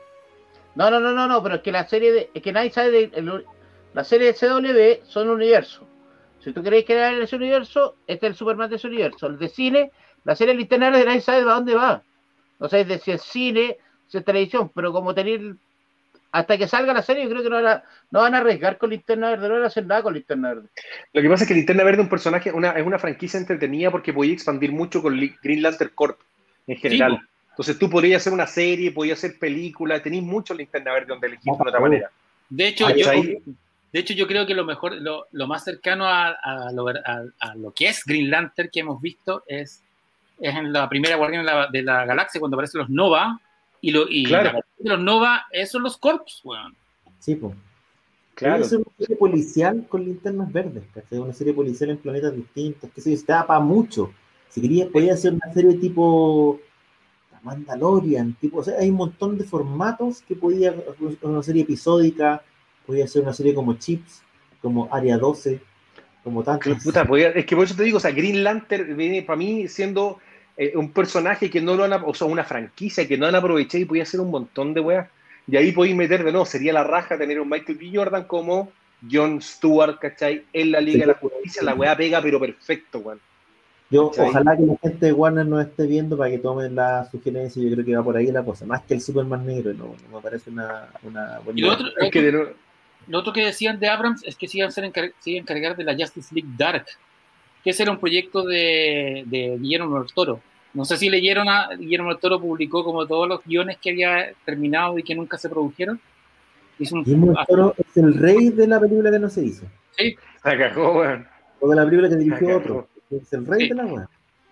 No, no, no, no, no, pero es que la serie de, es que nadie sabe de el- la serie de C W son un universo. Si tú queréis crear ese universo, este es el Superman de ese universo. El de cine, la serie de Linterna Verde nadie sabe de dónde va. No sabéis de si es cine, si es televisión, pero como tenéis hasta que salga la serie, yo creo que no van a, no van a arriesgar con Linterna Verde, no van a hacer nada con Linterna Verde. Lo que pasa es que Linterna Verde es un personaje, una, es una franquicia entretenida porque podía expandir mucho con Li- Green Lantern Corp en general. Sí, po. Entonces tú podrías hacer una serie, podías hacer película, tenéis mucho Linterna Verde donde elegís de otra Oh. manera. De hecho, Ah, yo, ahí- de hecho, yo creo que lo mejor, lo, lo más cercano a, a, lo, a, a lo que es Green Lantern que hemos visto es, es en la primera Guardián de la, de la Galaxia, cuando aparecen los Nova, y, lo, y Claro. la aparición de los Nova, esos son los Corps, weón. Sí, pues. Claro. Puede ser una serie policial con linternas verdes, ¿cachai? Una serie policial en planetas distintos, que se da para mucho. Si querías, podía hacer una serie tipo la Mandalorian, tipo, o sea, hay un montón de formatos que podía, una serie episódica, podía ser una serie como Chips, como Área doce, como tantas. Puta, podía- es que por eso te digo, o sea, Green Lantern viene para mí siendo eh, un personaje que no lo han, o sea, una franquicia que no han aprovechado y podía hacer un montón de weas. Y ahí podéis meter de nuevo, sería la raja tener un Michael B. Jordan como Jon Stewart, ¿cachai? En la Liga de la Justicia, la wea pega, pero perfecto, weón. Yo, ¿cachai? ojalá que la gente de Warner nos esté viendo para que tomen la sugerencia. Yo creo que va por ahí la cosa, más que el Superman negro, no, no me parece una, una buena Y lo idea. otro, Es que de nuevo- lo otro que decían de Abrams es que se iban a, ser encar- se iban a encargar de la Justice League Dark, que ese era un proyecto de, de Guillermo del Toro. No sé si leyeron a Guillermo del Toro, publicó como todos los guiones que había terminado y que nunca se produjeron. Hizo un, Guillermo del Toro es el rey de la película que no se hizo. sí, la cagó, weón. O de la película que dirigió Cagó. otro. Es el rey Sí. de la weá.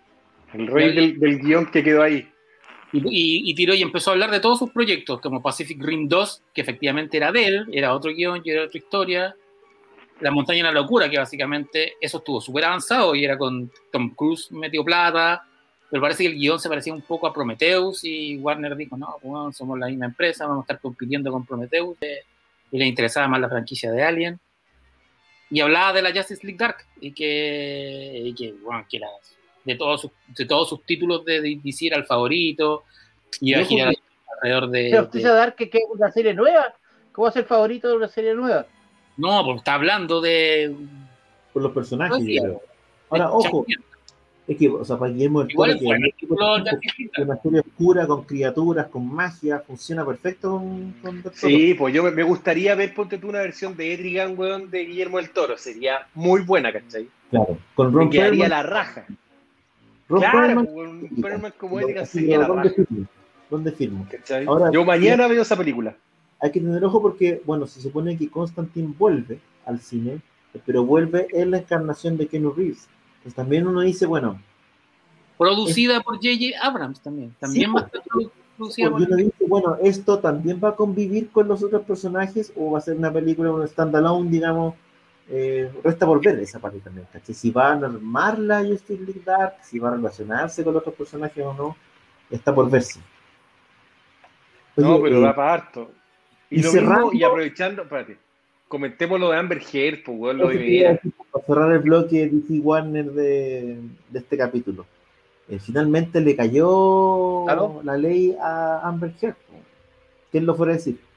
El rey del, del guión que quedó ahí. y, y, y tiró y empezó a hablar de todos sus proyectos, como Pacific Rim dos, que efectivamente era de él, era otro guión y era otra historia. La montaña de la locura, que básicamente eso estuvo súper avanzado y era con Tom Cruise metido plata, pero parece que el guión se parecía un poco a Prometheus y Warner dijo, no, bueno, somos la misma empresa, vamos a estar compitiendo con Prometheus, eh, y le interesaba más la franquicia de Alien. Y hablaba de la Justice League Dark y que, y que, bueno, que, la, de todos sus, de todos sus títulos de D C era el favorito, iba a girar alrededor de... Pero usted se va a dar que, que es una serie nueva. ¿Cómo va a ser favorito de una serie nueva? No, porque está hablando de... Por los personajes, no, yo creo. Ahora, ojo, es que, o sea, para Guillermo del Toro, que es una serie oscura, con criaturas, con magia, funciona perfecto con, con del Toro. Sí, pues yo me, me gustaría ver, ponte tú, una versión de Etrigan, weón, de Guillermo del Toro. Sería muy buena, ¿cachai? Claro, con Ron Me quedaría Perlman, la raja. Ron Claro, Perlman, pues, un Perlman como lo- Etrigan así, sería la ¿dónde raja, firmo? ¿Dónde firmo? ¿cachai? Ahora, Yo mañana veo esa película. hay que tener ojo porque, bueno, se supone que Constantine vuelve al cine, pero vuelve en la encarnación de Keanu Reeves. Pues también uno dice, bueno, Producida es, por J J Abrams también. También sí, va a estar producida pues, por... uno dice, bueno, ¿esto también va a convivir con los otros personajes o va a ser una película, un standalone, digamos? Eh, resta por ver esa parte también, ¿cachai? Si van a armar la Justice League Dark, si va a relacionarse con los otros personajes o no, está por verse. Oye, No, pero eh, da para harto. Y, y lo cerrando- mismo, y aprovechando, espérate, comentemos lo de Amber Heard, pues, weón, lo de Eso quería Medina. decir, para cerrar el bloque D C Warner de, de este capítulo. Eh, finalmente le cayó ¿Claro? la ley a Amber Heard. ¿Quién lo fuera a decir?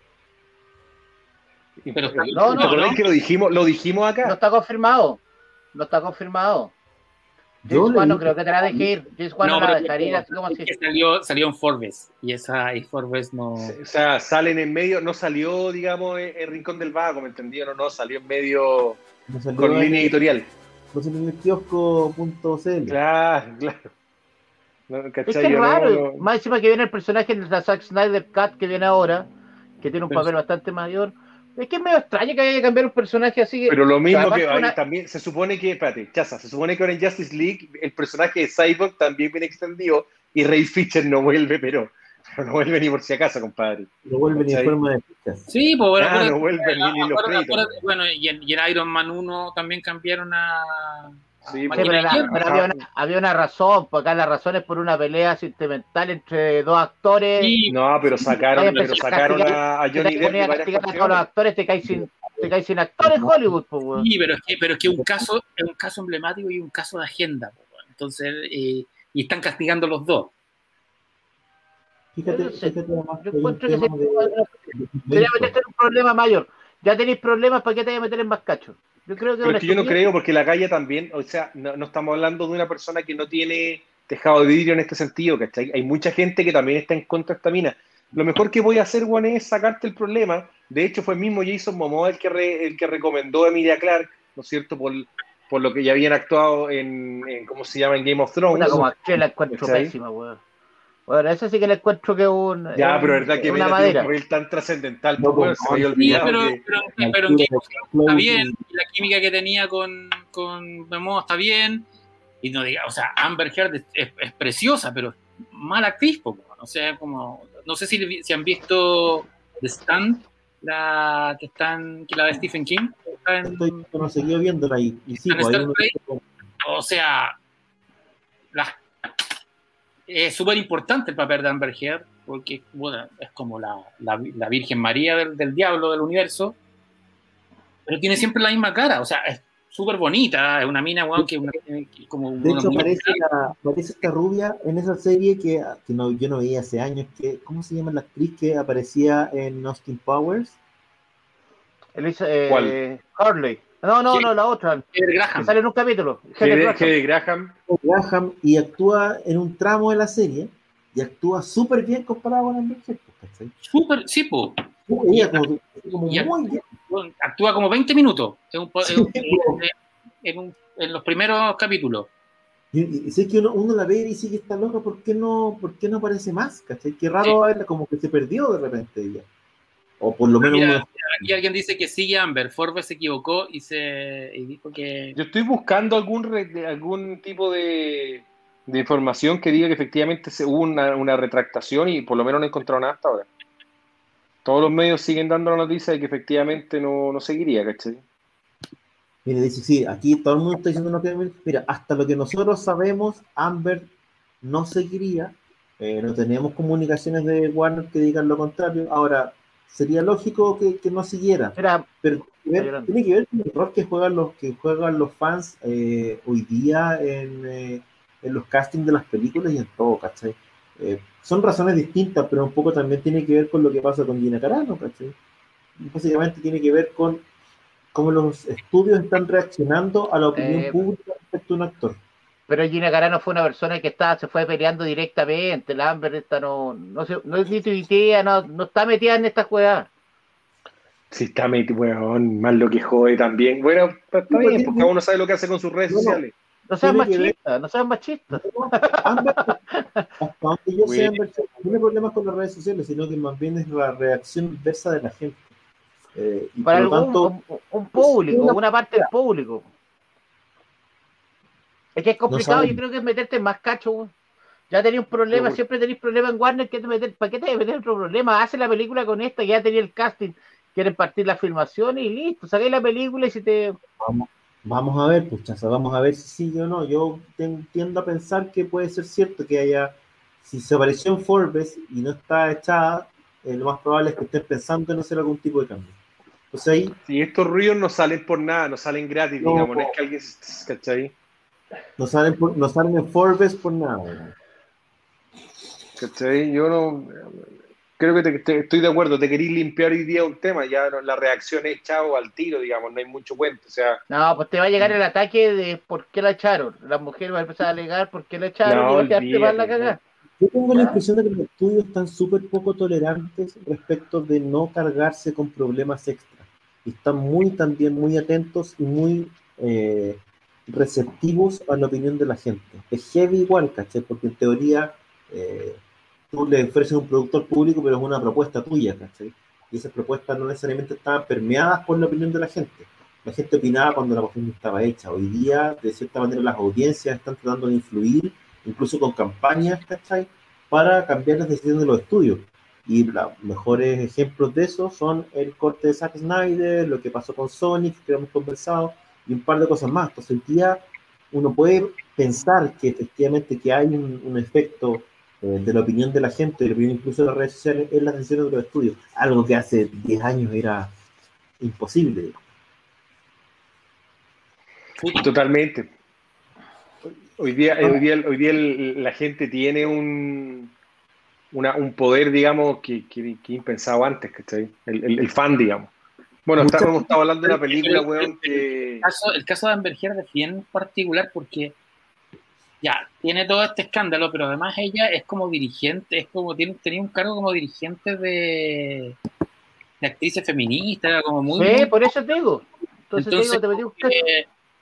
Pero está- No, ¿Te no, acordás no. que lo dijimos, lo dijimos No acá? está confirmado. No está confirmado. Yo James leí Wan no que- creo que te la deje ir. James Wan no, No, la pero dejaría ir así como es así. que salió, salió en Forbes y esa y Forbes no... O sea, salen en medio, no salió, digamos, en, en Rincón del Vago, ¿me entendieron? No, no, salió en medio no salió con en línea el- editorial. no salió en el kiosco punto c l. Claro, claro. No, Es ¿cachai? que es Yo no, raro. no. Más encima que viene el personaje de la Zack Snyder Cut que viene ahora, que tiene un Pero- papel bastante mayor. Es que es medio extraño que haya que cambiar un personaje así. Que, Pero lo mismo además que que hay, una- también se supone que, espérate, Chaza, se supone que ahora en Justice League el personaje de Cyborg también viene extendido y Ray Fisher no vuelve, pero, pero no vuelve ni por si acaso, compadre. No vuelve ni en ¿Cachai? forma de fichas. Sí, pues bueno, Ah, acuérdate- no vuelve ni, ni en los acuérdate- créditos. acuérdate- bueno, y en, y en Iron Man uno también cambiaron a... Sí, Sí, pues, pero, la- Máquina pero Ajá. había, una, había una razón, porque acá la razón es por una pelea sentimental entre dos actores. Sí, No, pero sacaron, Vaya, pero empezó a sacaron castigar- a, a que Johnny te Depp ponía de a varias castigar a todos los canciones. actores, te caes sin, te caes sin actores en Hollywood, pues, weón. sí, pero es que, pero es que un caso es un caso emblemático y un caso de agenda. pues, bueno. Entonces, eh, y están castigando los dos. Fíjate, Yo no sé. fíjate además Yo que hay un encuentro que tema se- de- Sería meterte en un problema mayor. Ya tenéis problemas, ¿para qué te voy a meter en más cachos? Yo creo que Pero una es que yo no estupidez. creo, porque la calle también, o sea, no, no estamos hablando de una persona que no tiene tejado de vidrio en este sentido, ¿cachai? Hay mucha gente que también está en contra de esta mina. Lo mejor que voy a hacer, Juan, es sacarte el problema. De hecho, fue el mismo Jason Momoa el que, re- el que recomendó a Emilia Clarke, ¿no es cierto? Por, por lo que ya habían actuado en, en, ¿cómo se llama? En Game of Thrones. Puta, como actriz la encuentro ¿Cachai? pésima, weón. Bueno, esa sí que la encuentro que es un. Ya, es pero un- verdad que es una Mena tiene madera. un papel tan trascendental, No, pues, bueno, pues, se me había no, Sí, olvidado pero, que... pero, la pero en altura Game of de Thrones Chloe está y- bien, y la química que tenía con, con Momoa está bien, y no diga, o sea, Amber Heard es, es- es preciosa, pero mala actriz, po, o sea, como, no sé si, si han visto The Stand, la que está en, que la de Stephen King, que está en, Estoy no seguido viéndola ahí. Y sí, ¿En pues, hay Star uno Trek? que- o sea, la- es súper importante el papel de Amber Heard, porque bueno, es como la, la, la Virgen María del, del diablo del universo, pero tiene siempre la misma cara, o sea, es súper bonita, es una mina, weón, que, una- que como De una- hecho, muy- aparece, la, aparece esta rubia en esa serie que, que no, yo no veía hace años. Que, ¿cómo se llama la actriz que aparecía en Austin Powers? Elisa, eh, ¿Cuál? Harley. No, no, Sí. no, la otra. Heather Que Graham. sale en un capítulo. Heather Graham. G. Graham, Graham, y actúa en un tramo de la serie y actúa súper bien comparado con Amber Heard, ¿cachai? Súper, sí, po. Ella como, como Y- muy bien. Bueno, actúa como veinte minutos en, un- Sí, en un- po. en un- en los primeros capítulos. Y, y- y sé que uno, uno la ve y dice que está loca, ¿por qué no, por qué no aparece más? ¿Cachai? Qué raro verla, como que se perdió de repente ella. O por lo menos Mira, uno- aquí alguien dice que sigue a Amber. Forbes se equivocó y, se, y dijo que... yo estoy buscando algún re- de- algún tipo de, de información que diga que efectivamente se hubo una, una retractación y por lo menos no he encontrado nada hasta ahora. Todos los medios siguen dando la noticia de que efectivamente no, no seguiría, ¿cachai? Mira, dice, sí, aquí todo el mundo está diciendo lo que... Mira, hasta lo que nosotros sabemos, Amber no seguiría. Eh, no tenemos comunicaciones de Warner que digan lo contrario. Ahora, sería lógico que, que no siguiera. Mira, Pero tiene que ver, tiene que ver con el rol que juegan los, que juegan los fans eh, hoy día en, eh, en los castings de las películas y en todo, ¿cachai? Eh, son razones distintas, pero un poco también tiene que ver con lo que pasa con Gina Carano, ¿cachai? Básicamente tiene que ver con cómo los estudios están reaccionando a la opinión Eh, pública respecto a un actor. pero Gina Carano fue una persona que estaba, se fue peleando directamente. La Amber esta no, no, se, no es ni tuitea, no, no está metida en esta juega. Sí, está metido, weón, más lo que jode también. Bueno, está, está bien, porque cada uno sabe lo que hace con sus redes No, no, sociales. No sean tiene que ver- machistas, no sean machistas. no, Amber, hasta donde yo sé, Bueno. Amber no tiene problemas con las redes sociales, sino que más bien es la reacción inversa de la gente. Eh, y Para por lo algún tanto, un, un público, una- una parte del público. Es que es complicado, saben. yo creo que es meterte en más cacho, weón. Ya tenéis un problema, Pero- siempre tenéis problema en Warner, ¿qué te meter, ¿para qué te vas a meter otro problema? Hace la película con esta, ya tenía el casting, quieren partir la filmación y listo, sacáis la película y si te... Vamos, vamos a ver, puchaza, vamos a ver si sí o no. Yo ten- tiendo a pensar que puede ser cierto que haya, si se apareció en Forbes y no está echada, eh, lo más probable es que estén pensando en hacer algún tipo de cambio. Entonces ahí, Sí, estos ruidos no salen por nada, no salen gratis, No. digamos, no es que alguien, ¿cachai? no salen, por- no salen en Forbes por nada. ¿no? ¿Cachai? Yo no, creo que te, te- estoy de acuerdo, te querís limpiar hoy día un tema, ya no- la reacción es chavo al tiro, digamos, no hay mucho cuento, o sea, No, pues te va a llegar el ataque de por qué la echaron. La mujer va a empezar a alegar por qué la echaron no, y va a quedarte mal la olvídate, cagada. Yo tengo la ¿Ya? impresión de que los estudios están súper poco tolerantes respecto de no cargarse con problemas extra. Y están muy también muy atentos y muy eh, receptivos a la opinión de la gente. Es heavy igual, ¿cachai? Porque en teoría eh, tú le ofreces un producto al público, pero es una propuesta tuya, ¿cachai? Y esas propuestas no necesariamente estaban permeadas por la opinión de la gente. La gente opinaba cuando la cuestión no estaba hecha. Hoy día, de cierta manera, las audiencias están tratando de influir, incluso con campañas, ¿cachai? Para cambiar las decisiones de los estudios. Y los mejores ejemplos de eso son el corte de Zack Snyder, lo que pasó con Sonic, que hemos conversado, y un par de cosas más. Entonces, hoy día uno puede pensar que efectivamente que hay un, un efecto eh, de la opinión de la gente, de la opinión incluso de las redes sociales, en las decisiones de los estudios. Algo que hace diez años era imposible. totalmente. Hoy día, hoy día, hoy día el- la gente tiene un, una- un poder, digamos, que, que, que impensado antes, ¿cachai? El, el, el fan, digamos. Bueno, Mucha- está- hemos estado hablando de una película, El- el- weón, que... El caso, el caso de Amber Heard es bien particular porque ya tiene todo este escándalo, pero además ella es como dirigente, es como tiene, tenía un cargo como dirigente de, de actrices feministas, era como muy, Sí, muy- por eso te digo. Entonces, te Entonces, digo, te metí un cacho. eh,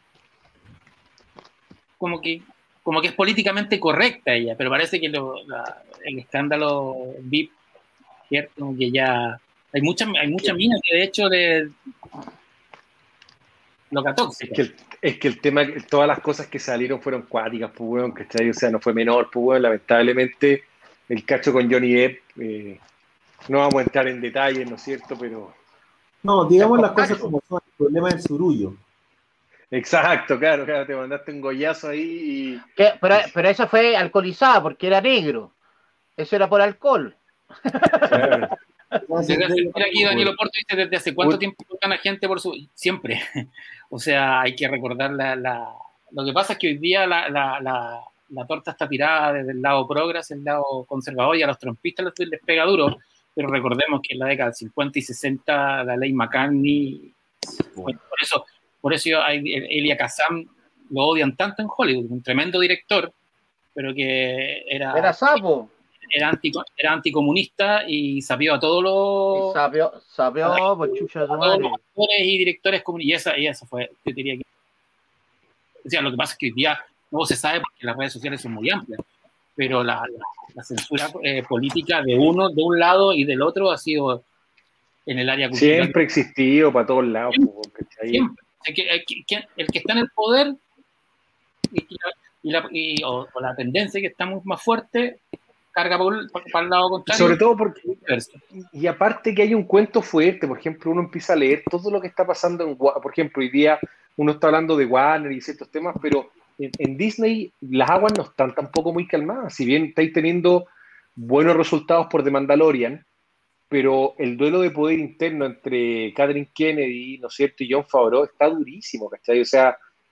como que como que es políticamente correcta ella, pero parece que lo- la- el escándalo V I P, ¿cierto? Como que ya hay muchas hay muchas minas que de hecho de loca Es tóxica. que, el, es que el tema, todas las cosas que salieron fueron cuáticas, pues, weón, ¿cachai? O sea, no fue menor, pues, weón, lamentablemente el cacho con Johnny Depp, eh, no vamos a entrar en detalles, ¿no es cierto? Pero, No, digamos las Cacho. cosas como son. El problema es el surullo. exacto, claro, claro, te mandaste un gollazo ahí Que- pero, pero esa fue alcoholizada porque era negro. Eso era por alcohol. y, claro, Mira aquí Daniel Oporto dice desde hace cuánto tiempo buscan a gente por su... Siempre. O sea, hay que recordar la, la... Lo que pasa es que hoy día la, la, la, la torta está tirada desde el lado progres, el lado conservador, y a los trompistas les, les pega duro, pero recordemos que en la década del cincuenta y sesenta la ley McCartney, bueno, por eso, por eso yo, hay- Elia Kazan lo odian tanto en Hollywood, un tremendo director, pero que era... Era sapo. era, anti, era anticomunista y sabió a todos Y los, sabió, sabió, pues chucha de tu a todos los madre. actores y directores comunistas. Y esa, y esa fue, yo diría que. O sea, lo que pasa es que hoy día no se sabe porque las redes sociales son muy amplias, pero la, la, la censura eh, política de uno, de un lado y del otro ha sido en el área cultural. siempre existido para todos lados, pues, weón, ¿cachai? Siempre. El que, el que- el que está en el poder y, y la, y- o, o la tendencia que está muy más fuerte carga por, por- para el lado contrario. Sobre todo porque, viceversa. y aparte que hay un cuento fuerte, por ejemplo, uno empieza a leer todo lo que está pasando en, Wa- por ejemplo, hoy día uno está hablando de Warner y ciertos temas, pero en, en Disney las aguas no están tampoco muy calmadas, si bien estáis teniendo buenos resultados por The Mandalorian, pero el duelo de poder interno entre Kathleen Kennedy, ¿no es cierto?, y Jon Favreau está durísimo, ¿cachai? O sea,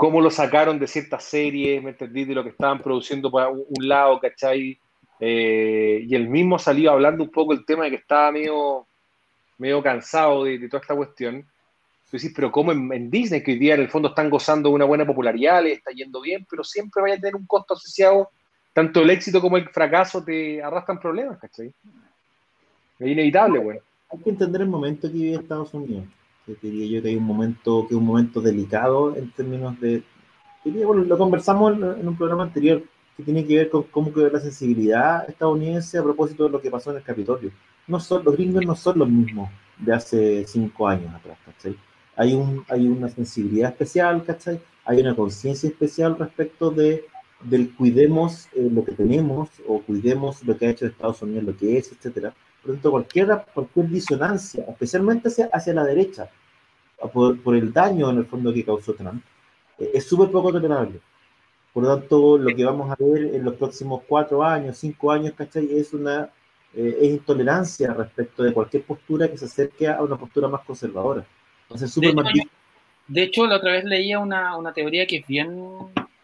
cómo lo sacaron de ciertas series, ¿me entendí? De lo que estaban produciendo por un, un lado, ¿cachai? Eh, y él mismo salió hablando un poco el tema de que estaba medio, medio cansado de, de toda esta cuestión. Tú decís, pero ¿cómo en, en Disney, que hoy día en el fondo están gozando de una buena popularidad, les está yendo bien, pero siempre vaya a tener un costo asociado, tanto el éxito como el fracaso te arrastran problemas, ¿cachai? Es inevitable, güey. Hay que entender el momento que vive Estados Unidos. Yo diría yo que hay un momento que es un momento delicado en términos de... Diría, bueno, lo conversamos en, en un programa anterior, que tiene que ver con cómo quedó la sensibilidad estadounidense a propósito de lo que pasó en el Capitolio. No son, los gringos no son los mismos de hace cinco años atrás, ¿cachai? Hay, un, hay una sensibilidad especial, ¿cachai? Hay una conciencia especial respecto de del cuidemos eh, lo que tenemos, o cuidemos lo que ha hecho Estados Unidos, lo que es, etcétera. Por lo tanto, cualquier, cualquier disonancia, especialmente hacia, hacia la derecha, por, por el daño en el fondo que causó Trump, eh, es súper poco tolerable. Por lo tanto, lo que vamos a ver en los próximos cuatro años, cinco años, ¿cachai? Es una eh, es intolerancia respecto de cualquier postura que se acerque a una postura más conservadora. Entonces, súper de, hecho, más... de hecho, la otra vez leía una, una teoría que es bien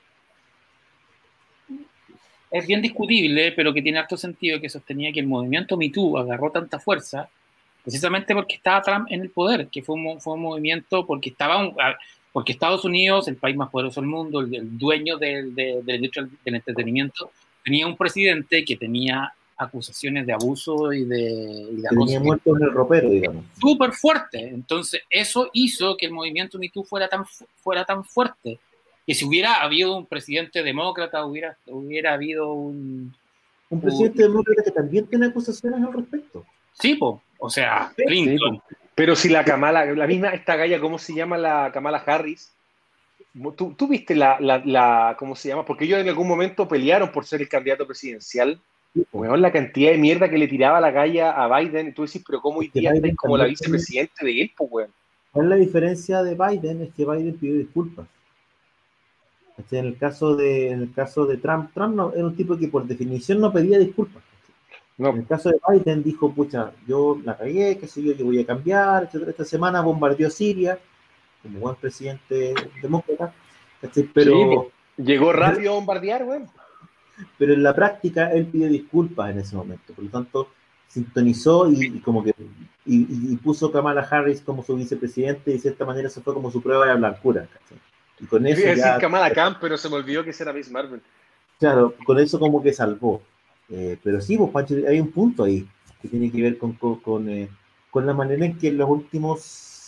es bien discutible, pero que tiene harto sentido, que sostenía que el movimiento Me Too agarró tanta fuerza precisamente porque estaba Trump en el poder, que fue un, fue un movimiento porque estaba un, porque Estados Unidos, el país más poderoso del mundo, el, el dueño del, del, del derecho al, del entretenimiento, tenía un presidente que tenía acusaciones de abuso y de, y de acoso. Tenía muerto en el ropero, digamos. Súper fuerte. Entonces, eso hizo que el movimiento Me Too fuera tan, fuera tan fuerte. Que si hubiera habido un presidente demócrata, hubiera, hubiera habido un... Un presidente un, demócrata que también tiene acusaciones al respecto. Sí, po. O sea, Clinton. Sí, pero si la Kamala, la misma esta galla, ¿cómo se llama la Kamala Harris? ¿Tú, tú viste la, la, la, ¿cómo se llama? Porque ellos en algún momento pelearon por ser el candidato presidencial. Sí, bueno, la cantidad de mierda que le tiraba la galla a Biden, y tú decís, pero ¿cómo hoy día está como la vicepresidente de él, pues, weón? ¿Cuál es la diferencia de Biden? Es que Biden pidió disculpas. En el caso de, en el caso de Trump, Trump no, era un tipo que por definición no pedía disculpas. No. En el caso de Biden dijo, pucha, yo la cagué, qué sé yo, yo voy a cambiar, etcétera. Esta semana bombardeó Siria, como buen presidente demócrata, pero... Sí, llegó rápido a bombardear, güey. Pero en la práctica él pidió disculpas en ese momento, por lo tanto sintonizó y, y como que y, y puso a Kamala Harris como su vicepresidente y de cierta manera se fue como su prueba de blancura, ¿cachai? Y con eso yo iba a ya, decir Kamala Khan, pero se me olvidó que esa era Miss Marvel. Claro, con eso como que salvó. Eh, pero sí, pues Pancho, hay un punto ahí que tiene que ver con, con, con, eh, con la manera en que en los últimos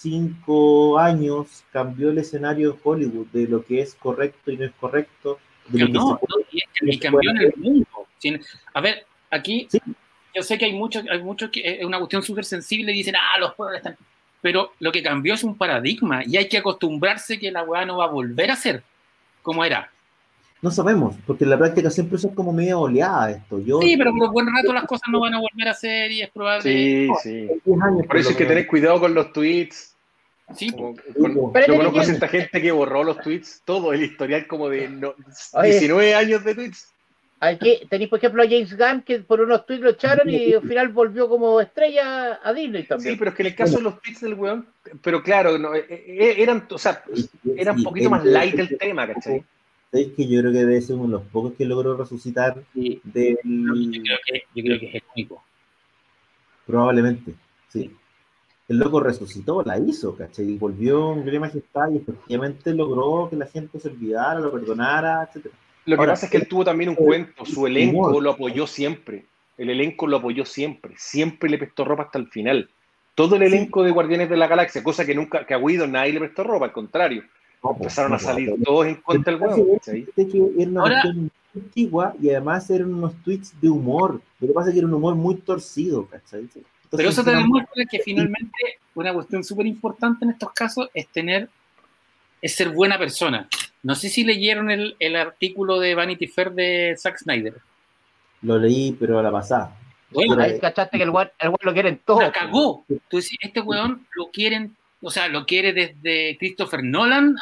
cinco años cambió el escenario en Hollywood de lo que es correcto y no es correcto. De lo que no, se puede, no, y, y cambió en el mundo. Sin, a ver, aquí sí. Yo sé que hay muchos, hay muchos que es una cuestión súper sensible y dicen, ah, los pueblos están... Pero lo que cambió es un paradigma y hay que acostumbrarse que la weá no va a volver a ser como era. No sabemos, porque en la práctica siempre son como media oleada esto. Yo, sí, pero por buen rato las cosas no van a volver a ser y es probable. Sí, sí. Por eso hay que tener cuidado con los tweets. Sí. Como, con, yo conozco a cierta gente que borró los tweets, todo el historial como de no, diecinueve años de tweets. Aquí tenéis, por ejemplo, a James Gunn, que por unos tweets lo echaron y al final volvió como estrella a Disney también. Sí, pero es que en el caso de los tweets del weón, pero claro, no, eran, o sea, era un poquito más light el tema, ¿cachai? Es que yo creo que debe ser uno de los pocos que logró resucitar sí. del... Yo creo, que, yo creo que es el único. Probablemente, sí. El loco resucitó, la hizo, ¿cachai? Y volvió en Gloria Majestad y efectivamente logró que la gente se olvidara, lo perdonara, etcétera. Lo que Ahora, pasa es que él tuvo también un cuento, su elenco humor. Lo apoyó siempre, el elenco lo apoyó siempre, siempre le prestó ropa hasta el final. Todo el elenco sí. de Guardianes de la Galaxia, cosa que nunca, que a Guido nadie le prestó ropa, al contrario. No, empezaron no, a salir no, todos en contra del huevo. Era una Ahora, cuestión muy antigua y además eran unos tweets de humor. Lo que pasa es que era un humor muy torcido, ¿cachai? Entonces, pero eso te demuestra que finalmente una cuestión súper importante en estos casos es tener, es ser buena persona. No sé si leyeron el, el artículo de Vanity Fair de Zack Snyder. Lo leí, pero a la pasada. Bueno, ahí cachaste que el weón lo quieren todo. La cagó. Entonces, este weón lo quieren, o sea, lo quiere desde Christopher Nolan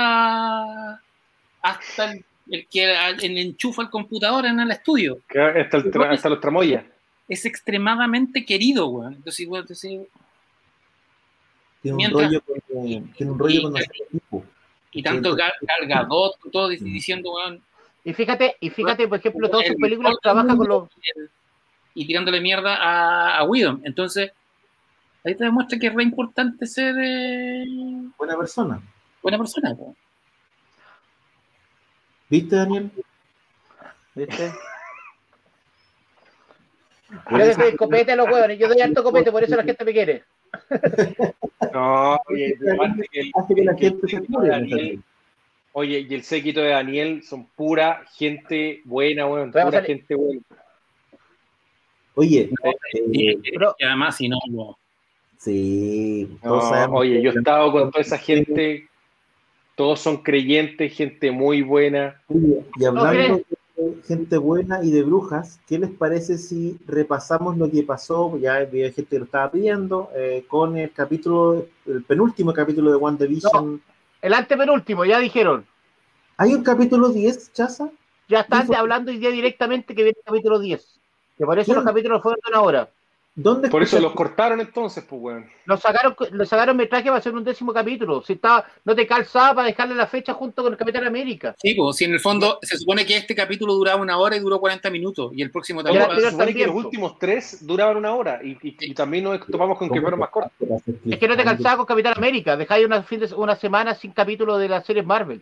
hasta hasta el, el que el enchufa el computador en el estudio. Hasta, el tra, hasta los tramoyas. Es extremadamente querido, weón. Entonces, weón, entonces tiene un rollo con, tiene un rollo con nuestro equipo. Y tanto Gal, Gal Gadot, todo diciendo, weón. Y fíjate, y fíjate, por ejemplo, todas sus películas trabaja con los... Y tirándole mierda a, a Whedon. Entonces, ahí te demuestra que es re importante ser... Eh... Buena persona. Buena persona, weón. ¿Viste, Daniel? ¿Viste? Yo le doy copete a los huevones, yo doy harto copete, por eso la gente me quiere. No, oye, aparte que el, hace que la que el gente se séquito de cuide. Daniel, oye, y el séquito de Daniel son pura gente buena, weón, Vamos pura a salir. gente buena. Oye, Y, eh, Pero- y además, si no, no. sí, No, todos sabemos oye, que- yo he estado con toda esa gente, todos son creyentes, gente muy buena. Oye, y hablando No, de gente buena y de brujas, ¿qué les parece si repasamos lo que pasó? Ya había gente que lo estaba pidiendo, eh, con el capítulo, el penúltimo capítulo de WandaVision. El antepenúltimo, ya dijeron. ¿Hay un capítulo diez, Chaza? Ya están Dijo- hablando hoy día directamente que viene el capítulo diez. Que por eso ¿Quién? los capítulos fueron de una hora. ¿Dónde Por eso escuchaste- los cortaron entonces, pues, weón. Lo sacaron, lo sacaron metraje para hacer un décimo capítulo. Si estaba, no te calzaba para dejarle la fecha junto con el Capitán América. Sí, pues, si en el fondo se supone que este capítulo duraba una hora y duró cuarenta minutos. Y el próximo Y también. el Se anterior supone que también, los po. últimos tres duraban una hora y, y- y también nos topamos con que ¿Cómo fueron más cortos. te haces Es que no te cliffhanger? calzaba con Capitán América. Dejáis una, fin de, una semana sin capítulo de las series Marvel.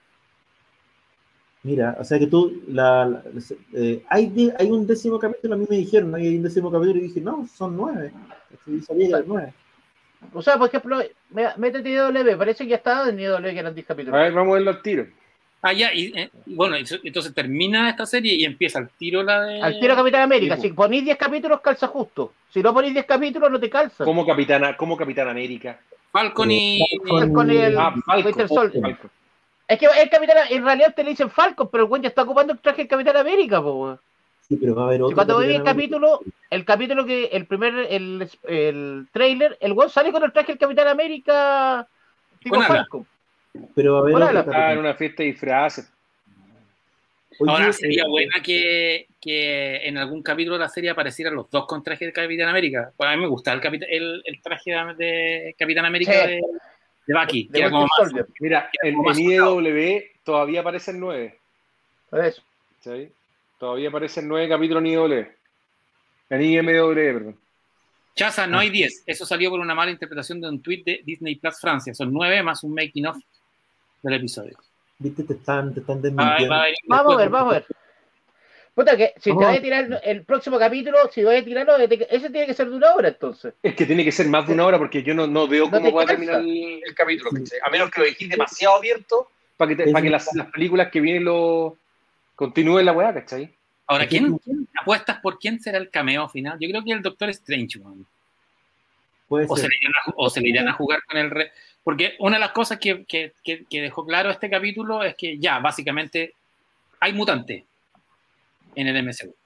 Mira, o sea que tú, la, la- eh, hay, de- hay un décimo capítulo, a mí me dijeron, ¿no? Hay un décimo capítulo y dije, no, son nueve. Yo sabía que eran nueve. O sea, por ejemplo, me- métete en I W, parece que ya estaba en I W que eran diez A capítulos. ver, vamos a verlo al tiro. Ah, ya, y, eh, y bueno, y- entonces termina esta serie y empieza el tiro la de. Al tiro Capitán América. sí, Si ponéis diez capítulos, calza justo. Si no ponéis diez capítulos, no te calza. Como Capitana, como Capitán América. Falcon y. Falcon- Con el Ah, Falcon. Winter Soldier. Falcon. Es que el Capitán, en realidad te le dicen Falcon, pero el güey ya está ocupando el traje del Capitán América, po, weón. Sí, pero va a haber Si otro. cuando veis el Capitán América. capítulo, el capítulo que, el primer, el, el trailer, el güey sale con el traje del Capitán América tipo Con ala. Falcon. Pero va a haber Hola, otro la- Ah, en capitán. una fiesta de disfraces. Oye, Ahora sería eh, buena que, que en algún capítulo de la serie aparecieran los dos con traje de Capitán América. Pues a mí me gusta el, capita- el, el traje de Capitán América Sí. de, de Bucky, De que era como Winter más. Soldier. Mira, en, Como más en I W todavía aparecen nueve. Por eso. ¿Sí? Todavía aparecen nueve capítulos en I W. En I M W, perdón. Chaza, no hay diez. Eso salió por una mala interpretación de un tweet de Disney Plus Francia. Son nueve más un making of del episodio. viste, te están, te están Va- desmintiendo. va a venir Vamos a después. ver, vamos a ver. Puta que si te Vamos. vas a tirar el próximo capítulo, si vas a tirarlo, ese tiene que ser de una hora entonces. Es que tiene que ser más de una hora porque yo no, no veo No cómo te va a calza. terminar el, el capítulo. ¿cachai? A menos que lo dejes demasiado abierto para que, te- Es para que un- las, las películas que vienen lo continúen la weá, ¿cachai? Ahora, Es que ¿quién, tú- quién apuestas por quién será el cameo final? Yo creo que el Doctor Strange, man. Puede O se, ser. le irán a, o se le irán a jugar con el re... Porque una de las cosas que, que, que, que dejó claro este capítulo es que ya, básicamente, hay mutante en el M C U.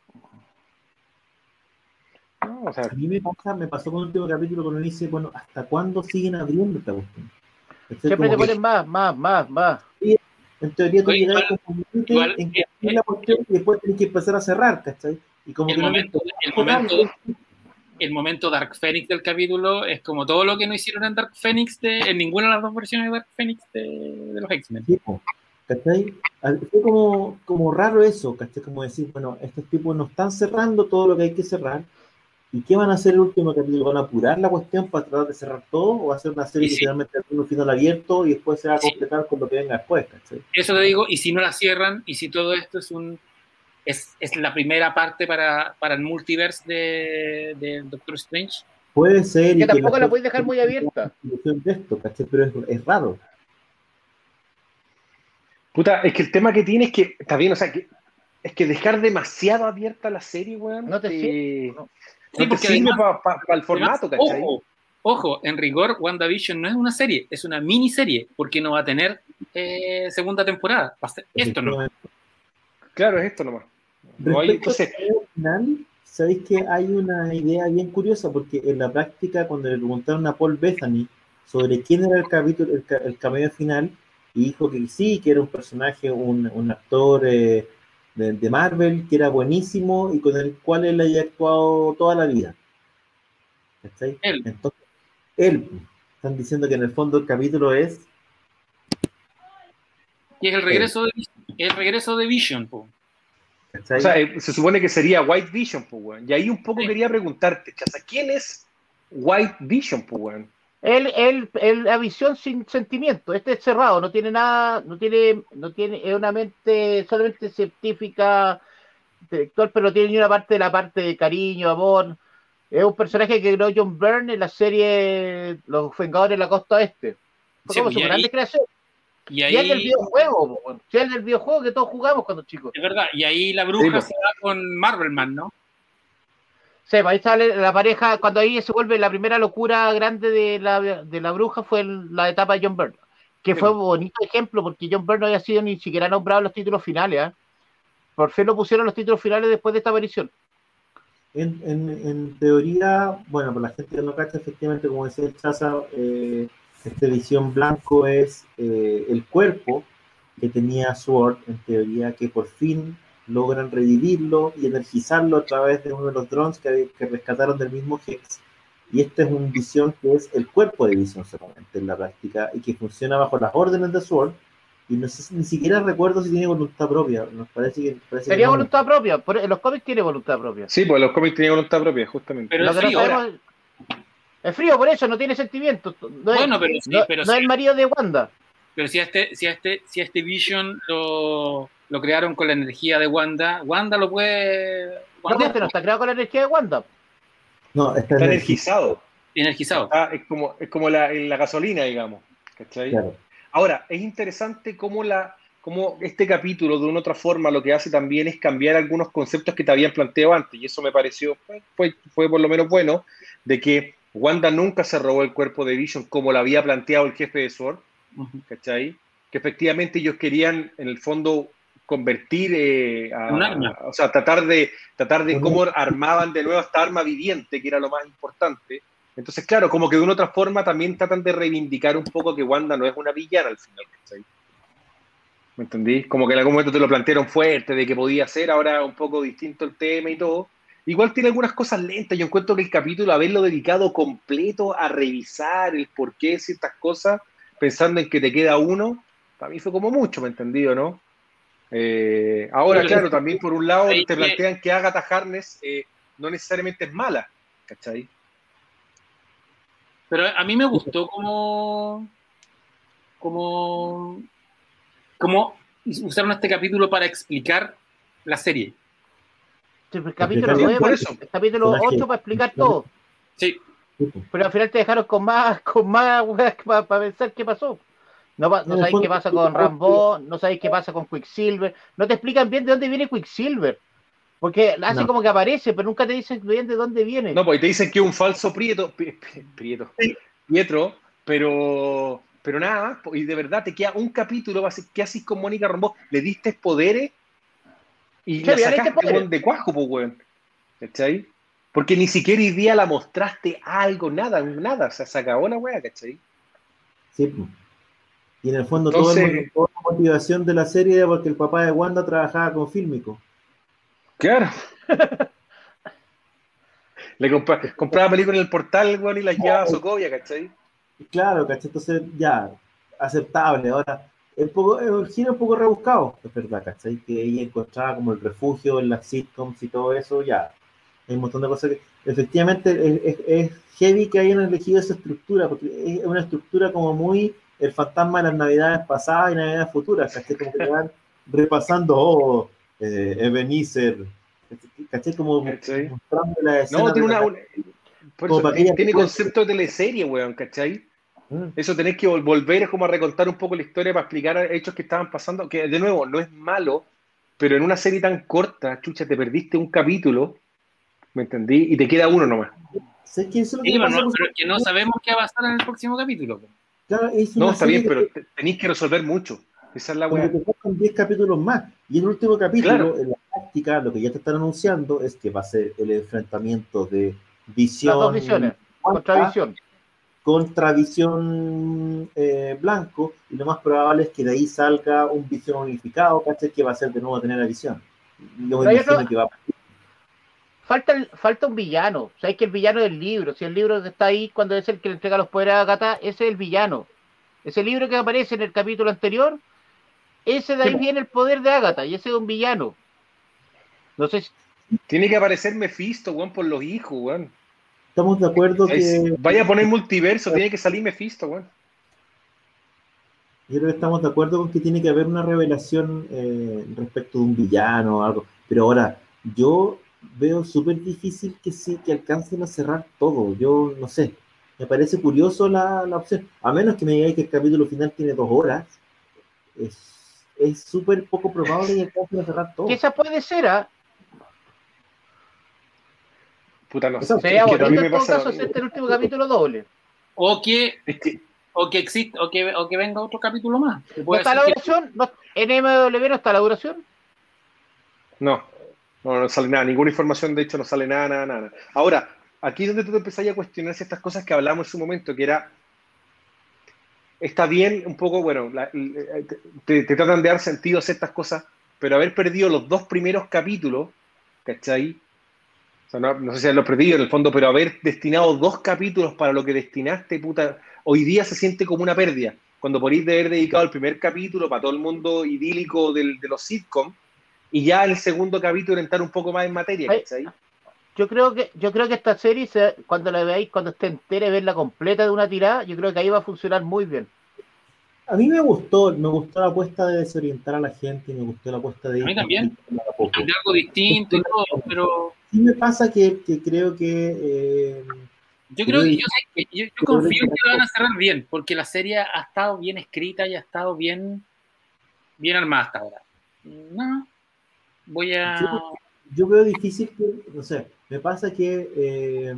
No, o sea, A mí me, pasa, me pasó con el último capítulo cuando dice, bueno, ¿hasta cuándo siguen abriendo esta cuestión? Es Siempre como te que, ponen más, más, más, más. en teoría tú Oye, llegas igual- como un límite igual, en que eh, abrir la cuestión y después tienes que empezar a cerrar, ¿cachai? Y como El que no momento, le- el momento, el momento Dark Phoenix del capítulo es como todo lo que no hicieron en Dark Phoenix de, en ninguna de las dos versiones de Dark Phoenix de, de los X-Men. Sí, po, ¿cachai? Al- Fue como, como raro eso, ¿cachai? Como decir, bueno, estos tipos no están cerrando todo lo que hay que cerrar. ¿Y qué van a hacer el último capítulo? ¿Van a apurar la cuestión para tratar de cerrar todo? ¿O va a ser una serie Y que sí. finalmente tiene un final abierto y después se va a Sí. completar con lo que venga después, ¿cachai? Eso te digo, y si no la cierran, y si todo esto es un es, es la primera parte para, para el multiverse de, de Doctor Strange. Puede ser. Que y tampoco la la puedes dejar muy abierta. solución de esto, ¿cachai? Pero es, es raro. puta, es que el tema que tiene es que, está bien, o sea, que es que dejar demasiado abierta la serie, weón, No te te- sirve, no. Sí, no te porque sirve además- para el formato, Además, ¿cachai? Ojo, ojo, en rigor, WandaVision no es una serie, es una miniserie, porque no va a tener eh, segunda temporada. Va a ser esto no. Claro, es esto nomás. No hay, Respecto entonces, al final, sabéis que hay una idea bien curiosa, porque en la práctica, cuando le preguntaron a Paul Bettany sobre quién era el capítulo, el, ca- el cameo final, y dijo que sí, que era un personaje, un, un actor eh, de, de Marvel, que era buenísimo y con el cual él había actuado toda la vida. ¿Cachai? Él. Entonces, él, están diciendo que en el fondo el capítulo es Y es el regreso de, el regreso de Vision, po. O sea, eh, se supone que sería White Vision, pues, weón. Y ahí un poco Sí. quería preguntarte, Chaza, ¿quién es White Vision, pues, weón? Él, él, él, la visión sin sentimiento, este es cerrado, no tiene nada, no tiene, no tiene, es una mente solamente científica, intelectual, pero no tiene ni una parte de la parte de cariño, amor. Es un personaje que creó John Byrne en la serie Los Vengadores de la Costa Oeste. Fue Sí, como pues, su y grande ahí- creación. Y Y es del ahí, videojuego, po, weón. Sí, es del videojuego que todos jugamos cuando chicos. es verdad, y ahí la bruja Sí, pues. se va con Marvelman, ¿no? Sí, ahí sale la pareja, cuando ahí se vuelve la primera locura grande de la, de la bruja fue el- la etapa de John Byrne, que Sí, fue pues. un bonito ejemplo porque John Byrne no había sido ni siquiera nombrado en los títulos finales. ¿eh? Por fin lo pusieron los títulos finales después de esta aparición. En, en, en teoría, bueno, por la gente que no cacha, efectivamente, como decía el Chaza, eh, este Visión Blanco es eh, el cuerpo que tenía Sword, en teoría, que por fin logran revivirlo y energizarlo a través de uno de los drones que, que rescataron del mismo Hex. Y este es un Visión que es el cuerpo de Visión solamente en la práctica y que funciona bajo las órdenes de Sword. Y no sé, ni siquiera recuerdo si tiene voluntad propia. Nos parece que, parece Sería que no. voluntad propia, por- en los cómics tiene voluntad propia. Sí, pues los cómics tenían voluntad propia, justamente. Pero Lo es que no frío ahora. sabemos es frío, por eso no tiene sentimientos. No es, Bueno, pero sí, no, pero no sí. es el marido de Wanda. Pero si a este, si a este, si a este Vision lo, lo crearon con la energía de Wanda, Wanda lo puede No, guardar, este no está creado con la energía de Wanda. No, está, Está energizado. energizado. energizado. Está- es como, es como la, la gasolina, digamos. ¿Cachai? Claro. Ahora, es interesante cómo, la, cómo este capítulo, de una u otra forma, lo que hace también es cambiar algunos conceptos que te habían planteado antes. Y eso me pareció, fue, fue por lo menos bueno, de que Wanda nunca se robó el cuerpo de Vision como lo había planteado el jefe de Sword. Uh-huh. ¿Cachai? Que efectivamente ellos querían, en el fondo, convertir eh, a, Un arma. o sea, tratar de, tratar de Un cómo armaban de nuevo esta arma viviente, que era lo más importante. Entonces, claro, como que de una u otra forma también tratan de reivindicar un poco que Wanda no es una villana al final, ¿cachai? ¿Me entendí? Como que en algún momento te lo plantearon fuerte, de que podía ser, ahora un poco distinto el tema y todo. Igual tiene algunas cosas lentas. Yo encuentro que el capítulo, haberlo dedicado completo a revisar el porqué de ciertas cosas, pensando en que te queda uno, para mí fue como mucho, ¿me entendido, no? Eh, ahora, Pero claro, sí, también por un lado ahí te que- plantean que Agatha Harkness eh, no necesariamente es mala, ¿cachai? Pero a mí me gustó como, como, como usaron este capítulo para explicar la serie. Sí, el capítulo Explicar- nueve, por para- eso. el capítulo Personaje- ocho para explicar todo. Sí, Sí, pues. Pero al final te dejaron con más, con más para pensar qué pasó. No, pa- no En el sabéis fondo, qué pasa con Rambo, no sabéis qué pasa con Quicksilver, no te explican bien de dónde viene Quicksilver, porque hace No. como que aparece, pero nunca te dicen bien de dónde viene. No, pues te dicen que es un falso Prieto, P- P- Prieto, Pietro, pero, pero nada más, po, y de verdad te queda un capítulo, va a ser, ¿qué haces con Mónica Rambeau? Le diste poderes y Sí, la ya le diste sacaste, poderes. weón, de cuajo, pues, weón. ¿Cachai? Porque ni siquiera hoy día la mostraste algo, nada, nada, o sea, se acabó la weá, ¿cachai? Sí, pues. Y en el fondo Entonces- todo el, toda la motivación de la serie era porque el papá de Wanda trabajaba con Fílmico. Claro. Le compra- compraba películas en el portal, weón, y las llevaba a Socovia, ¿cachai? Claro, ¿cachai? Entonces ya, aceptable. Ahora, el, poco, el giro es un poco rebuscado, es verdad, ¿cachai? Que ella encontraba como el refugio en las sitcoms y todo eso, ya. Hay un montón de cosas que efectivamente es, es, es heavy que hayan elegido esa estructura, porque es una estructura como muy el fantasma de las navidades pasadas y navidades futuras, ¿cachai? Como que van repasando, oh, eh, Ebenezer, ¿cachai? Como ¿Cachai? mostrando la escena. No, tiene de una. la- una- por Como eso, para que tiene, ella tiene recuerde. concepto de teleserie, weón, ¿cachai? Mm. Eso tenés que vol- volver es como a recontar un poco la historia para explicar hechos que estaban pasando, que de nuevo no es malo, pero en una serie tan corta, chucha, te perdiste un capítulo, ¿me entendí? Y te queda uno nomás. ¿Sabes qué? Eso es lo sí, que pero, pasa no, con- pero es que no sabemos qué va a pasar en el próximo capítulo. Claro, es No, una está serie bien, que pero te- tenéis que resolver mucho. Esa es la porque weá. te faltan diez capítulos más. Y el último capítulo, Claro. en la práctica, lo que ya te están anunciando es que va a ser el enfrentamiento de Las Visión dos visiones, Wanda contravisión. contra Visión eh, Blanco, y lo más probable es que de ahí salga un Visión unificado, ¿cachai? Que va a ser de nuevo tener a Visión. Yo me Pero hay imagino otro- que va a Falta, el- falta un villano. Sabéis que el villano del libro, si el libro que está ahí cuando es el que le entrega los poderes a Agatha, ese es el villano. Ese libro que aparece en el capítulo anterior ese de ahí Sí. viene el poder de Agatha, y ese es un villano. No sé si... Tiene que aparecer Mephisto, weón, por los hijos, weón. Estamos de acuerdo Es- que Vaya a poner multiverso, tiene que salir Mephisto, weón. yo creo que estamos de acuerdo con que tiene que haber una revelación eh, respecto de un villano o algo. Pero ahora, yo veo súper difícil que sí, que alcancen a cerrar todo. Yo no sé. Me parece curioso la, la opción. A menos que me digáis que el capítulo final tiene dos horas. Es es súper poco probable que alcancen a cerrar todo. que esa puede ser, ¿ah? Puta, no sé. Eso Sería Es que a mí bonito me en todo pasa caso lo mismo. hacerte el último capítulo doble. O que, Es que, o que existe, o que, o que venga otro capítulo más. Que ¿No puede está ser la que- duración? ¿No, ¿En M W no está la duración? no, no, no sale nada, ninguna información, de hecho, no sale nada, nada, nada. Ahora, aquí es donde tú te empezás a cuestionar estas cosas que hablamos en su momento, que era, está bien un poco, bueno, la- te, te tratan de dar sentido a ciertas cosas, pero haber perdido los dos primeros capítulos, ¿cachai? O sea, no, no sé si haberlo perdido en el fondo, pero haber destinado dos capítulos para lo que destinaste, puta, hoy día se siente como una pérdida. Cuando podéis de haber dedicado el primer capítulo para todo el mundo idílico del, de los sitcoms, y ya el segundo capítulo entrar un poco más en materia, Ay, ¿cachai? Yo creo que yo creo que esta serie, se- cuando la veáis, cuando esté entera y verla completa de una tirada, yo creo que ahí va a funcionar muy bien. A mí me gustó, me gustó la apuesta de desorientar a la gente, y me gustó la apuesta de A mí también. ir a poco. de algo distinto y todo, pero Sí me pasa que, que creo que eh, yo Creo creo que que- yo, sé que- yo, yo creo confío que- en que lo van a cerrar bien, porque la serie ha estado bien escrita y ha estado bien, bien armada hasta ahora. No, voy a... Yo- yo veo difícil que, no sé, me pasa que eh,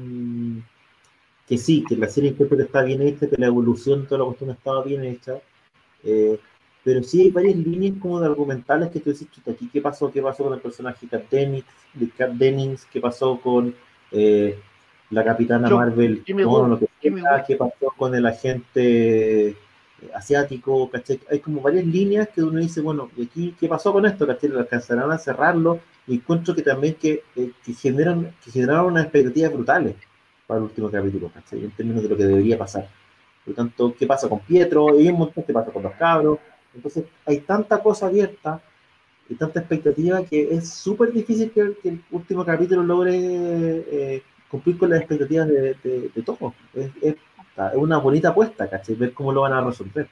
que sí, que la serie encuentro que está bien hecha, que la evolución, toda la cuestión estaba bien hecha, eh, pero sí hay varias líneas como de argumentales que tú dices, chuta, aquí qué pasó, qué pasó con el personaje Kat Dennings, de Kat Dennings, qué pasó con eh, la Capitana Yo- Marvel, Jimmy no, Woo, lo que Jimmy sea, Woo. qué pasó con el agente eh, asiático, ¿cachai? Hay como varias líneas que uno dice, bueno, ¿y aquí qué pasó con esto? ¿Cachai? ¿Lo alcanzarán a cerrarlo? Y encuentro que también que, eh, que generan, que generaron unas expectativas brutales para el último capítulo, ¿cachai? En términos de lo que debería pasar. Por lo tanto, ¿qué pasa con Pietro? Y un montón, ¿qué pasa con los cabros? Entonces, hay tanta cosa abierta y tanta expectativa que es súper difícil que, que el último capítulo logre eh, cumplir con las expectativas de, de, de todos. Es, es, es una bonita apuesta, ¿cachai? Ver cómo lo van a resolver.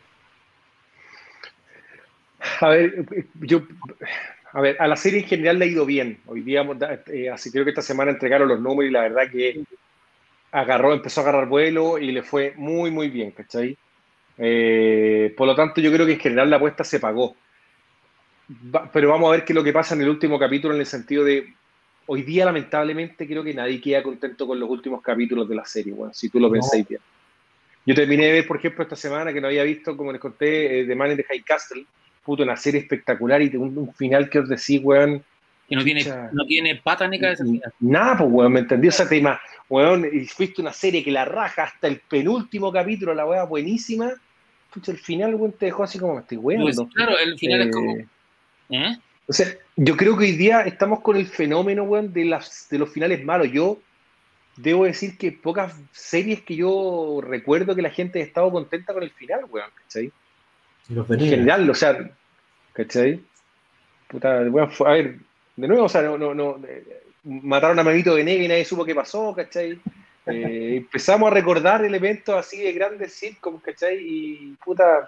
A ver, yo, a ver, a la serie en general le ha ido bien. Hoy día, eh, así creo que esta semana entregaron los números y la verdad que agarró, empezó a agarrar vuelo y le fue muy, muy bien, ¿cachai? Eh, por lo tanto, yo creo que en general la apuesta se pagó. Va- pero vamos a ver qué es lo que pasa en el último capítulo en el sentido de, hoy día lamentablemente creo que nadie queda contento con los últimos capítulos de la serie, bueno, si tú lo No. pensáis bien. Yo terminé de ver, por ejemplo, esta semana que no había visto, como les conté, eh, The Man in the High Castle, puto, una serie espectacular y un, un final que os decís, weón, que no tiene, chucha. no tiene pata ni cabeza. Nada, pues, weón, ¿me entendí? O sea, tema, weón, y fuiste una serie que la raja hasta el penúltimo capítulo, la weá buenísima. Pucha, el final, weón, te dejó así como me estoy Pues, weando. claro, el final Eh, es como... ¿eh? O sea, yo creo que hoy día estamos con el fenómeno, weón, de, las, de los finales malos. Yo debo decir que pocas series que yo recuerdo que la gente ha estado contenta con el final, weón, ¿cachai? Los En Venegas. general, o sea, ¿cachai? Puta, weón, fue- a ver, de nuevo, o sea, no, no, no, eh, mataron a Manito Venegas y nadie supo qué pasó, ¿cachai? Eh, empezamos a recordar elementos así de grandes sitcoms, ¿cachai? Y puta,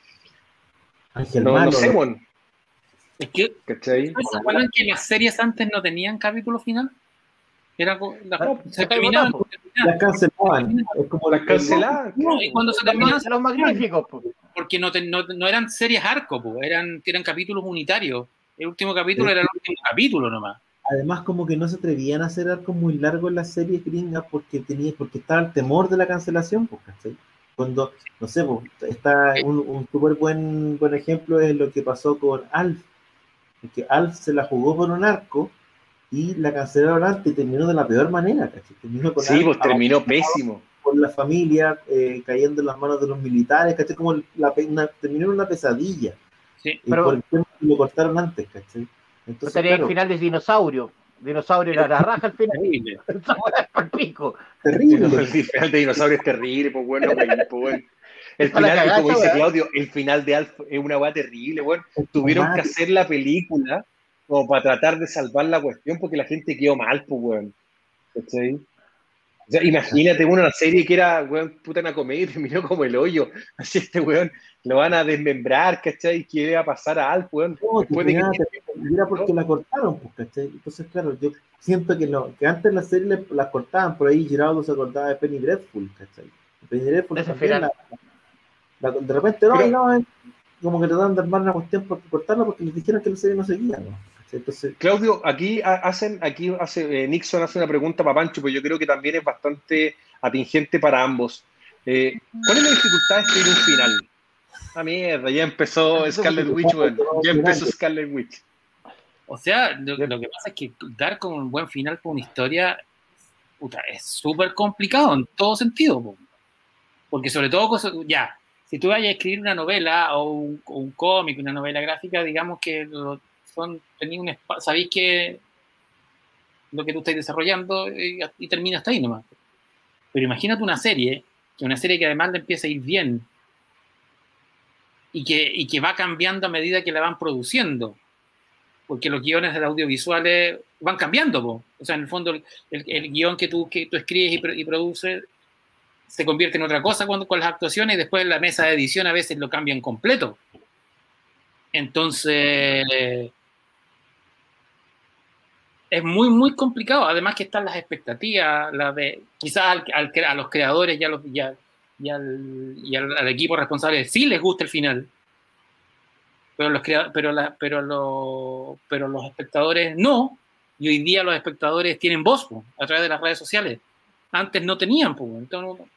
Ángel no, no Malo. sé, weón, Es que, ¿cachai? ¿se acuerdan que las series antes no tenían capítulo final? Era co- la- No, se no, terminaban. no, Las cancelaban. Es como Las el- canceladas, No, claro. y cuando se Los, terminaban, mag- los magníficos, pues. porque no, te- no, no eran series arco, po, eran, eran capítulos unitarios. El último capítulo era el último capítulo nomás. Además, como que no se atrevían a hacer arcos muy largos en las series gringas porque tenía, porque estaba el temor de la cancelación, pues, ¿cachai? Cuando, no sé, pues, está un, un súper buen, buen ejemplo es lo que pasó con Alf, porque Alf se la jugó por un arco y la cancelaron antes y terminó de la peor manera, ¿cachai? Terminó con Sí, Alf pues terminó abandonado pésimo. por la familia, eh, cayendo en las manos de los militares, ¿cachai? Como la, pe- una, terminó en una pesadilla. Sí. Y Pero- por el tema que lo cortaron antes, ¿cachai? No Entonces, tenía claro, el final de dinosaurio. Dinosaurio era la raja al final. Terrible. Esa weá es pa'l pico. Sí, no, terrible. el final de dinosaurio es terrible, pues bueno, pues, pues, bueno. El final, como dice Claudio, el final de Alf es una weá terrible, weón. Tuvieron que hacer la película como para tratar de salvar la cuestión porque la gente quedó mal, pues, weón. ¿Cachai? O sea, imagínate, bueno, una serie que era, weón, puta una comedia y terminó como el hoyo. Así este weón lo van a desmembrar, ¿cachai? ¿Qué le va a pasar a Alf, weón? No, Después de que... era porque la cortaron, pues, ¿cachai? Entonces, claro, yo siento que, no, que antes las series las cortaban, por ahí Giraudo se acordaba de Penny Dreadful, ¿cachai? Penny Dreadful también la, la, de repente, no, Pero, no, como que trataban de armar una cuestión por cortarla porque les dijeron que la serie no seguía, ¿no? Entonces, Claudio, aquí hacen, aquí hace eh, Nixon hace una pregunta para Pancho, pero yo creo que también es bastante atingente para ambos. Eh, ¿Cuál es la dificultad de escribir un final? Ah, mierda, ya empezó Scarlet Witch, bueno, ya empezó Scarlet Witch. O sea, lo, lo que pasa es que dar como un buen final con una historia, puta, es súper complicado en todo sentido, po. Porque sobre todo, ya, si tú vayas a escribir una novela o un, o un cómic, una novela gráfica, digamos que lo, son, un espacio, sabéis que lo que tú estás desarrollando y, y termina hasta ahí nomás. Pero imagínate una serie, que una serie que además le empieza a ir bien y que, y que va cambiando a medida que la van produciendo, porque los guiones de audiovisuales van cambiando, po. O sea, en el fondo el, el, el guión que tú, que tú escribes y, y produces se convierte en otra cosa cuando, con las actuaciones y después en la mesa de edición a veces lo cambian completo. Entonces es muy, muy complicado. Además que están las expectativas, la de, quizás al, al, a los creadores y, a los, y, a, y, al, y al, al equipo responsable sí les gusta el final, pero los, pero, la, pero, lo, pero los espectadores no, y hoy día los espectadores tienen voz, pues, a través de las redes sociales. Antes no tenían, pues. Entonces,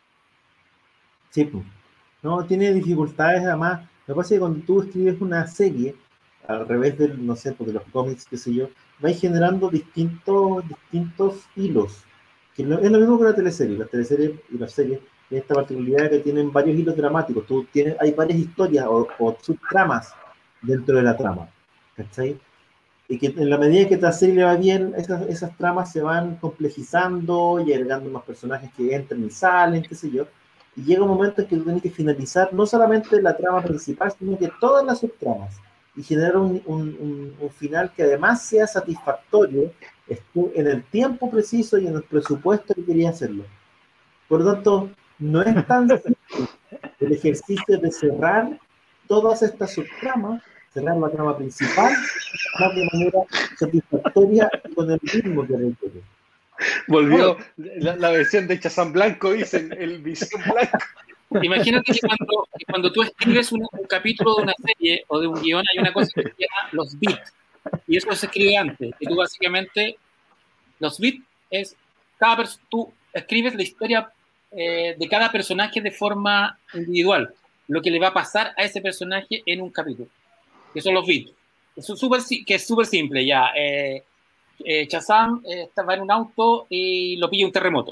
sí, pues. No, tiene dificultades además. Lo que pasa es que cuando tú escribes una serie, al revés de, no sé, porque los cómics, qué sé yo, vais generando distintos, distintos hilos. Que no, es lo mismo que una teleserie. Las teleseries y las series tienen esta particularidad que tienen varios hilos dramáticos. Tú tienes, hay varias historias o, o subtramas dentro de la trama, ¿cachai? Y que en la medida que la serie le va bien, esas, esas tramas se van complejizando y agregando más personajes que entran y salen, qué sé yo. Y llega un momento en que tú tienes que finalizar no solamente la trama principal, sino que todas las subtramas. Y generar un, un, un, un final que además sea satisfactorio en el tiempo preciso y en el presupuesto que quería hacerlo. Por lo tanto, no es tan simple el ejercicio de cerrar todas estas subtramas, cerrar la trama principal de manera satisfactoria y con el ritmo que requiere. Volvió la, la versión de Chazán Blanco, dicen, el visión blanco. Imagínate que cuando, que cuando tú escribes un, un capítulo de una serie o de un guión, hay una cosa que se llama los bits, y eso se escribe antes, que tú básicamente, los bits es, cada tú escribes la historia eh, de cada personaje de forma individual, lo que le va a pasar a ese personaje en un capítulo, que son los bits. Eso es super, que es súper simple ya. Eh, eh, Shazam eh, va en un auto y lo pilla un terremoto.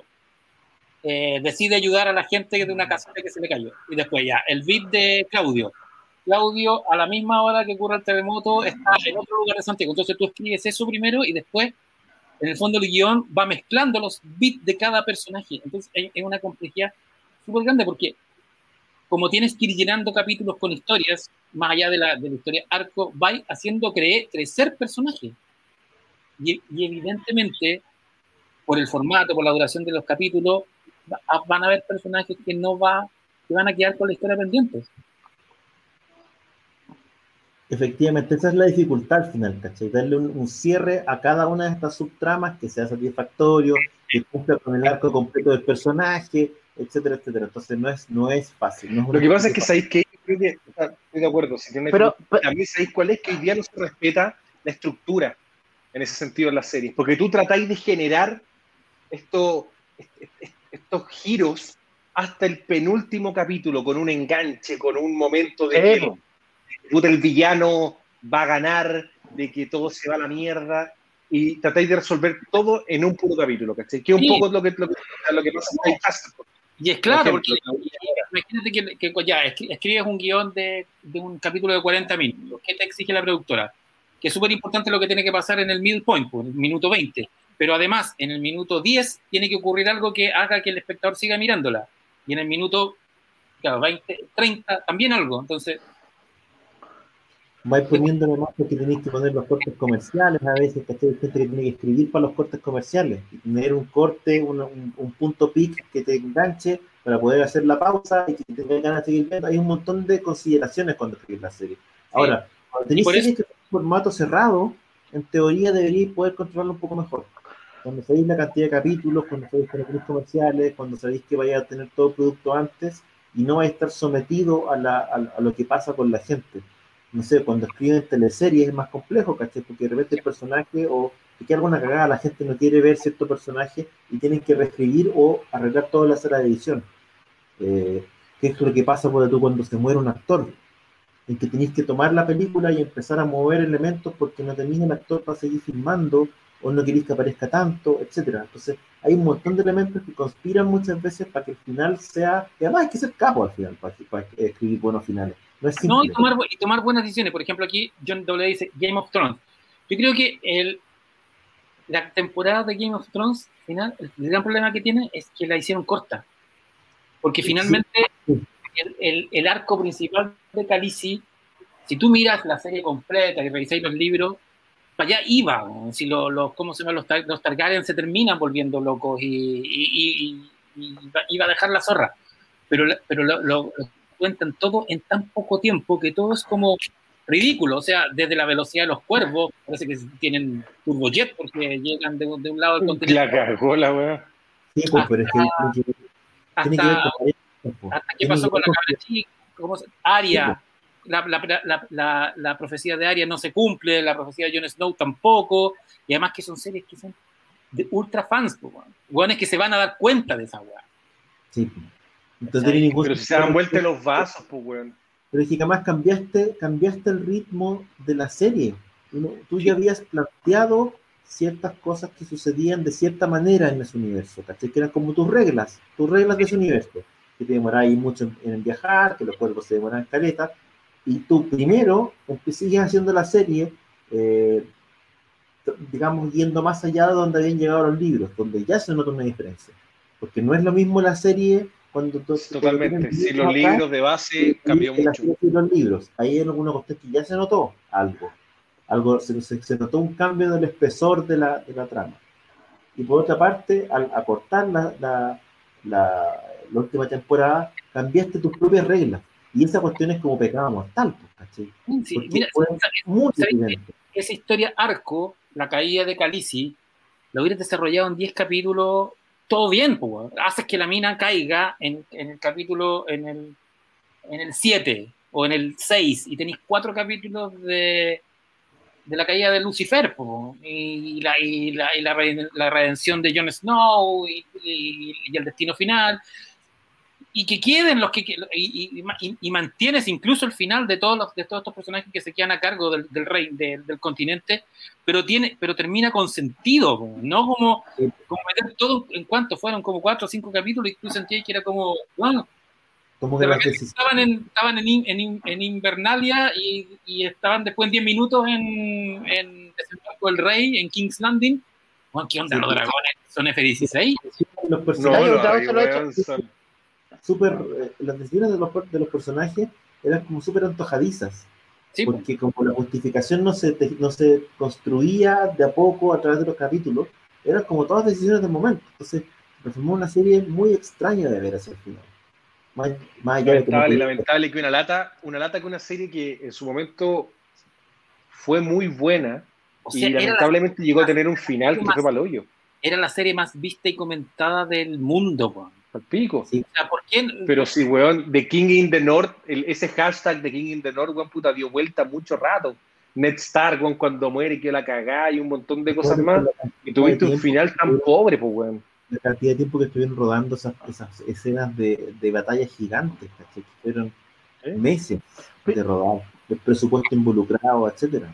Eh, decide ayudar a la gente de una casita que se le cayó. Y después ya, el beat de Claudio. Claudio, a la misma hora que ocurre el terremoto, está en otro lugar de Santiago. Entonces tú escribes eso primero y después, en el fondo, el guión va mezclando los beats de cada personaje. Entonces es una complejidad súper grande porque como tienes que ir llenando capítulos con historias, más allá de la, de la historia arco, vais haciendo cre crecer personajes. Y, y evidentemente, por el formato, por la duración de los capítulos, va, van a haber personajes que no va, que van a quedar con la historia pendientes. Efectivamente, esa es la dificultad al final, ¿cachai? Darle un, un cierre a cada una de estas subtramas que sea satisfactorio, que cumpla con el arco completo del personaje, etcétera, etcétera. Entonces no es, no es fácil. No es Lo que pasa es que sabéis que creo que estoy de acuerdo. Si tiene, pero, pero también sabéis cuál es, que hoy día no se respeta la estructura en ese sentido en las series, porque tú tratáis de generar esto, estos giros hasta el penúltimo capítulo con un enganche, con un momento de que puta, el villano va a ganar, de que todo se va a la mierda, y tratáis de resolver todo en un puro capítulo, ¿cachai? Que es un sí. poco lo que, lo que, lo que pasa en Task Force. Y es claro, porque imagínate que, que ya escribes un guión de, de un capítulo de cuarenta minutos. ¿Qué te exige la productora? Que es súper importante lo que tiene que pasar en el middle point, en el minuto veinte. Pero además, en el minuto diez tiene que ocurrir algo que haga que el espectador siga mirándola. Y en el minuto claro, veinte, treinta, también algo. Entonces, vais poniéndole más porque tenéis que poner los cortes comerciales a veces, ¿cachai? Hay gente que tiene que escribir para los cortes comerciales y tener un corte, un, un, un punto pic que te enganche para poder hacer la pausa y que tengas ganas de seguir viendo. Hay un montón de consideraciones cuando escribís la serie. Ahora, sí, cuando tenéis series que son en formato cerrado, en teoría deberíais poder controlarlo un poco mejor. Cuando sabéis la cantidad de capítulos, cuando sabéis que no comerciales, cuando sabéis que vais a tener todo el producto antes y no vais a estar sometido a, la, a, a lo que pasa con la gente. No sé, cuando escriben teleseries es más complejo, ¿cachai? Porque de repente el personaje o que alguna cagada, la gente no quiere ver cierto personaje y tienen que reescribir o arreglar toda la sala de edición. Eh, ¿Qué es lo que pasa por tú cuando se muere un actor? En que tenéis que tomar la película y empezar a mover elementos porque no tenéis el actor para seguir filmando o no queréis que aparezca tanto, etcétera. Entonces, hay un montón de elementos que conspiran muchas veces para que el final sea... Y además hay que ser capo al final para, para escribir buenos finales. No, es no y, tomar, y tomar buenas decisiones. Por ejemplo, aquí John W. dice Game of Thrones. Yo creo que el, la temporada de Game of Thrones, final, el, el gran problema que tiene es que la hicieron corta. Porque finalmente sí. el, el, el arco principal de Khaleesi, si tú miras la serie completa y revisáis los libros, para allá iba. Si lo, lo, ¿cómo se llama? Los, los Targaryen se terminan volviendo locos y, y, y, y iba a dejar la zorra. Pero, pero lo, lo, lo cuentan todo en tan poco tiempo que todo es como ridículo. O sea, desde la velocidad de los cuervos, parece que tienen turbojet porque llegan de, de un lado del continente. La cagó la weá. Sí, pues, pero es que hasta, tiene que ver con esto, hasta qué pasó con la cabra chica, Arya. La, la, la, la, la profecía de Arya no se cumple, la profecía de Jon Snow tampoco, y además que son series que son de ultra fans, weones que se van a dar cuenta de esa weá. Sí, entonces, sí, ningún pero si se dan vuelta los vasos, pues weón. Pero es que jamás cambiaste, cambiaste el ritmo de la serie. Uno, tú ya habías planteado ciertas cosas que sucedían de cierta manera en ese universo, ¿cachai? Que eran como tus reglas, tus reglas de ese universo. Que te demorabas mucho en, en viajar, que los cuerpos se demoran en caleta. Y tú primero sigues haciendo la serie, eh, digamos, yendo más allá de donde habían llegado los libros, donde ya se nota una diferencia. Porque no es lo mismo la serie cuando... tú Totalmente, si los acá, libros de base cambió mucho. Los libros, ahí hay alguna cuestión que ya se notó algo. algo se, se, se notó un cambio del espesor de la, de la trama. Y por otra parte, al acortar la, la, la, la última temporada, cambiaste tus propias reglas. Y esa cuestión es como pecado mortal, ¿cachai? Sí, mira, muy esa historia arco, la caída de Khaleesi, lo hubieras desarrollado en diez capítulos, todo bien, pues. Haces que la mina caiga en, en el capítulo, en el en el siete o en el seis, y tenéis cuatro capítulos de, de la caída de Lucifer, pues, y, la, y, la, y la, la redención de Jon Snow, y, y, y el destino final. Y que queden los que y, y, y, y mantienes incluso el final de todos los de todos estos personajes que se quedan a cargo del, del rey de, del continente, pero tiene pero termina con sentido, no como, como meter todo en cuanto fueron como cuatro o cinco capítulos y tú sentías que era como bueno, como que de repente estaban en estaban en, en, en Invernalia y, y estaban después en diez minutos en en Desembarco del Rey en King's Landing. Bueno, ¿qué onda sí, los dragones? ¿Son F dieciséis? Los personajes no, no, super, eh, las decisiones de los, de los personajes eran como súper antojadizas, sí, porque como la justificación no se, no se construía de a poco a través de los capítulos, eran como todas decisiones del momento. Entonces transformó una serie muy extraña de ver hacia el final. Más, más allá lamentable, de lamentable que una lata, una lata que una serie que en su momento fue muy buena, o sea, y lamentablemente llegó a tener un final que más, fue para el hoyo. Era la serie más vista y comentada del mundo, weón. Al pico. Sí. O sea, ¿por qué? Pero sí, weón, The King in the North, el, ese hashtag The King in the North, weón, puta, dio vuelta mucho rato. Ned Stark, weón, cuando muere, que la cagá y un montón de cosas más. Y tuviste un final tan pobre, pues, weón. La cantidad de tiempo que estuvieron rodando esas, esas escenas de, de batallas gigantes, ¿cachai? Que fueron ¿Eh? meses de rodar, el presupuesto involucrado, etcétera.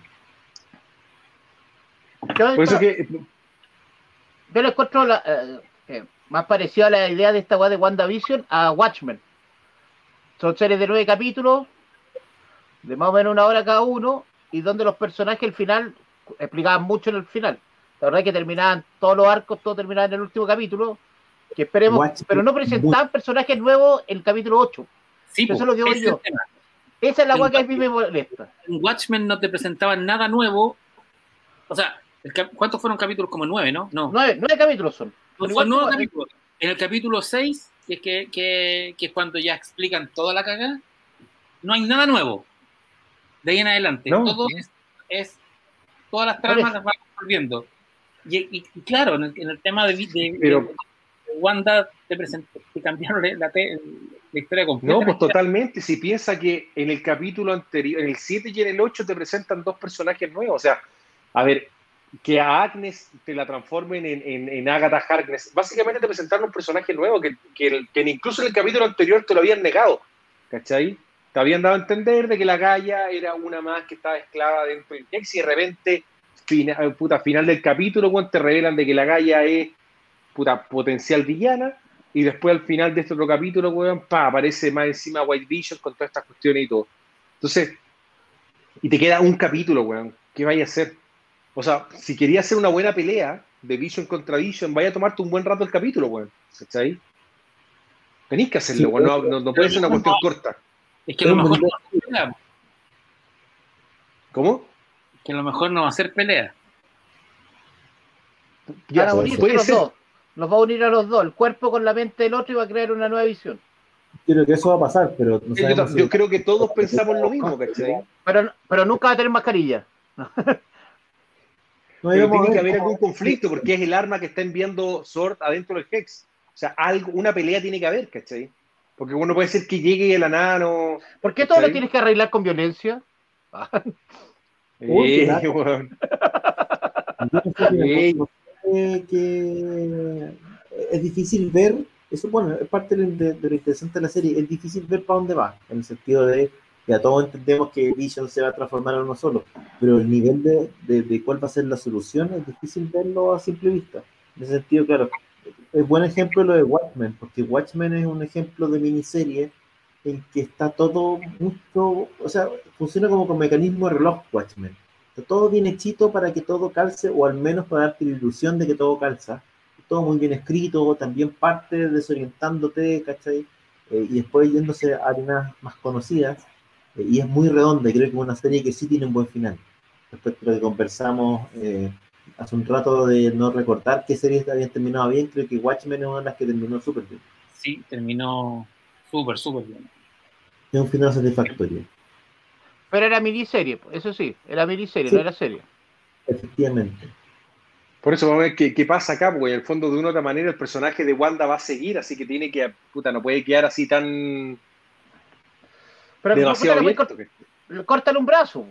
Por eso que... Yo le encuentro la... Eh, eh, más parecido a la idea de esta weá de WandaVision a Watchmen. Son series de nueve capítulos, de más o menos una hora cada uno, y donde los personajes al final explicaban mucho en el final. La verdad es que terminaban todos los arcos, todo terminaban en el último capítulo, que esperemos, Watchmen, pero no presentaban personajes nuevos en el capítulo ocho. Sí, Eso po, es lo que voy ese yo. es el tema. Esa es la En weá que a mí Watchmen- me molesta. En Watchmen no te presentaban nada nuevo. O sea, el cap- ¿cuántos fueron capítulos? Como nueve, ¿no? No. Nueve, nueve capítulos son. Son Son igual nueve como- capítulos. En el capítulo seis, que, que, que, que es cuando ya explican toda la cagada, no hay nada nuevo. De ahí en adelante. No. Todo es, es- todas las Por tramas eso. las van volviendo. Y, y- y claro, en el, en el tema de, de- Pero- de Wanda te, presentó, te cambiaron la, te- la historia completa. No, pues totalmente. Si piensa que en el capítulo anterior, en el siete y en el ocho te presentan dos personajes nuevos. O sea, a ver, que a Agnes te la transformen en, en, en Agatha Harkness. Básicamente te presentaron un personaje nuevo que, que, el- que incluso en el capítulo anterior te lo habían negado. ¿Cachai? Te habían dado a entender de que la Gaia era una más que estaba esclava dentro del Hex y de repente, final, puta, final del capítulo, bueno, te revelan de que la Gaia es puta, potencial villana, y después al final de este otro capítulo, weón, pa, aparece más encima White Vision con todas estas cuestiones y todo. Entonces, y te queda un capítulo, weón, ¿qué vaya a hacer? O sea, si querías hacer una buena pelea de Vision contra Vision, vaya a tomarte un buen rato el capítulo, weón, ¿cachai? Tenéis que hacerlo, Sí, weón, no, no, no puede ser una cuestión corta. Es que a lo Es un mejor no buen- va a ser pelea. ¿Cómo? Que a lo mejor no va a ser pelea. Ya, Van a puede unirse ser. puede los ser. dos. Los va a unir a los dos. El cuerpo con la mente del otro y va a crear una nueva visión. Creo que eso va a pasar, pero no Yo, sabemos si- yo creo que todos pensamos lo mismo, ¿cachai? Pero, pero nunca va a tener mascarilla. No, Pero íbamos a tiene que ver haber cómo- algún conflicto, porque es el arma que está enviando Sword adentro del Hex. O sea, algo, una pelea tiene que haber, ¿cachai? Porque uno puede ser que llegue y de la nada no... ¿Por qué todo lo ¿cachai? tienes que arreglar con violencia? Uy, qué Eh, lata. weón. Yo no sé, mira, Ey. no sé que es difícil ver, eso bueno, es parte de, de- de lo interesante de la serie, es difícil ver para dónde va, en el sentido de, ya todos entendemos que Vision se va a transformar en uno solo, pero el nivel de, de, de cuál va a ser la solución es difícil verlo a simple vista. En ese sentido, claro, es buen ejemplo lo de Watchmen, porque Watchmen es un ejemplo de miniserie en que está todo mucho, o sea, funciona como con mecanismo de reloj Watchmen. Está todo bien hechito para que todo calce, o al menos para darte la ilusión de que todo calza. Todo muy bien escrito, también parte desorientándote, ¿cachai? Eh, y después yéndose a arenas más conocidas. Eh, y es muy redonda, y creo que es una serie que sí tiene un buen final. Respecto a lo que conversamos eh, hace un rato de no recordar qué series habían terminado bien, creo que Watchmen es una de las que terminó súper bien. Sí, terminó súper, súper bien. Es un final satisfactorio, Pero era miniserie, pues, eso sí, era miniserie, Sí. no era serie. efectivamente. Por eso vamos a ver qué, qué pasa acá, porque en el fondo de una u otra manera el personaje de Wanda va a seguir, así que tiene que, puta, no puede quedar así tan Pero demasiado puta, le abierto. voy a cort- córtale un brazo.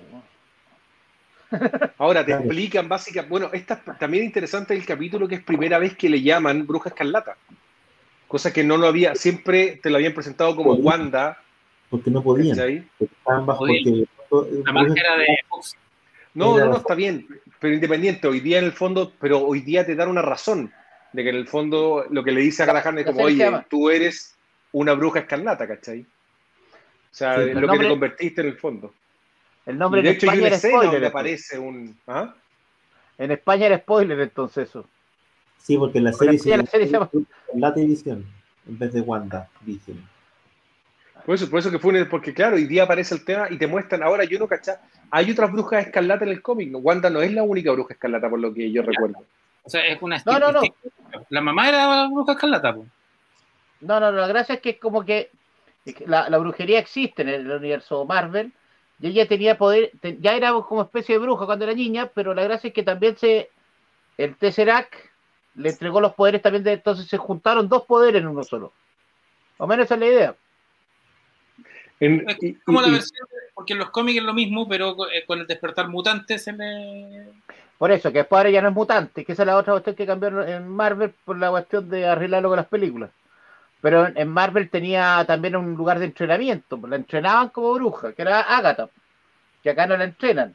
Ahora te Claro. explican básicamente, bueno, esta también es interesante el capítulo que es primera vez que le llaman Bruja Escarlata, cosa que no lo había, siempre te lo habían presentado como Wanda, Porque no podían. ¿cachai? Porque estaban bajo Podían. porque- La marca era de Fox. No, Era no, no, la- está bien, pero independiente, hoy día en el fondo, pero hoy día te dan una razón, de que en el fondo lo que le dice a Agatha Harkness es La como, serie se oye, llama- tú eres una bruja escarlata, ¿cachai? O sea, Sí, es el lo que nombre- te convertiste en el fondo. El Y nombre de en hecho hay España una era escena spoiler. donde esto. aparece un... ¿Ah? En España era spoiler entonces eso. Sí, porque la Porque serie se la llama serie se llama- La División en vez de Wanda Vision. Por eso, por eso que fue un... Porque claro, hoy día aparece el tema y te muestran, ahora yo no cachá, hay otras brujas escarlata en el cómic, ¿no? Wanda no es la única bruja escarlata por lo que yo recuerdo. O sea, es una No, no, no. La mamá era Bruja Escarlata, po. No, no, no, la gracia es que es como que es que la, la brujería existe en el universo Marvel y ella tenía poder, te- ya era como especie de bruja cuando era niña, pero la gracia es que también se el Tesseract le entregó los poderes también de, entonces se juntaron dos poderes en uno solo. O menos esa es la idea. En- Es y- como y- la y- versión, porque en los cómics es lo mismo, pero eh, con el despertar mutante se le... Por eso, que después ahora ya no es mutante, que esa es la otra cuestión que cambiaron en Marvel por la cuestión de arreglarlo con las películas. Pero en en Marvel tenía también un lugar de entrenamiento, pues la entrenaban como bruja, que era Agatha, que acá no la entrenan.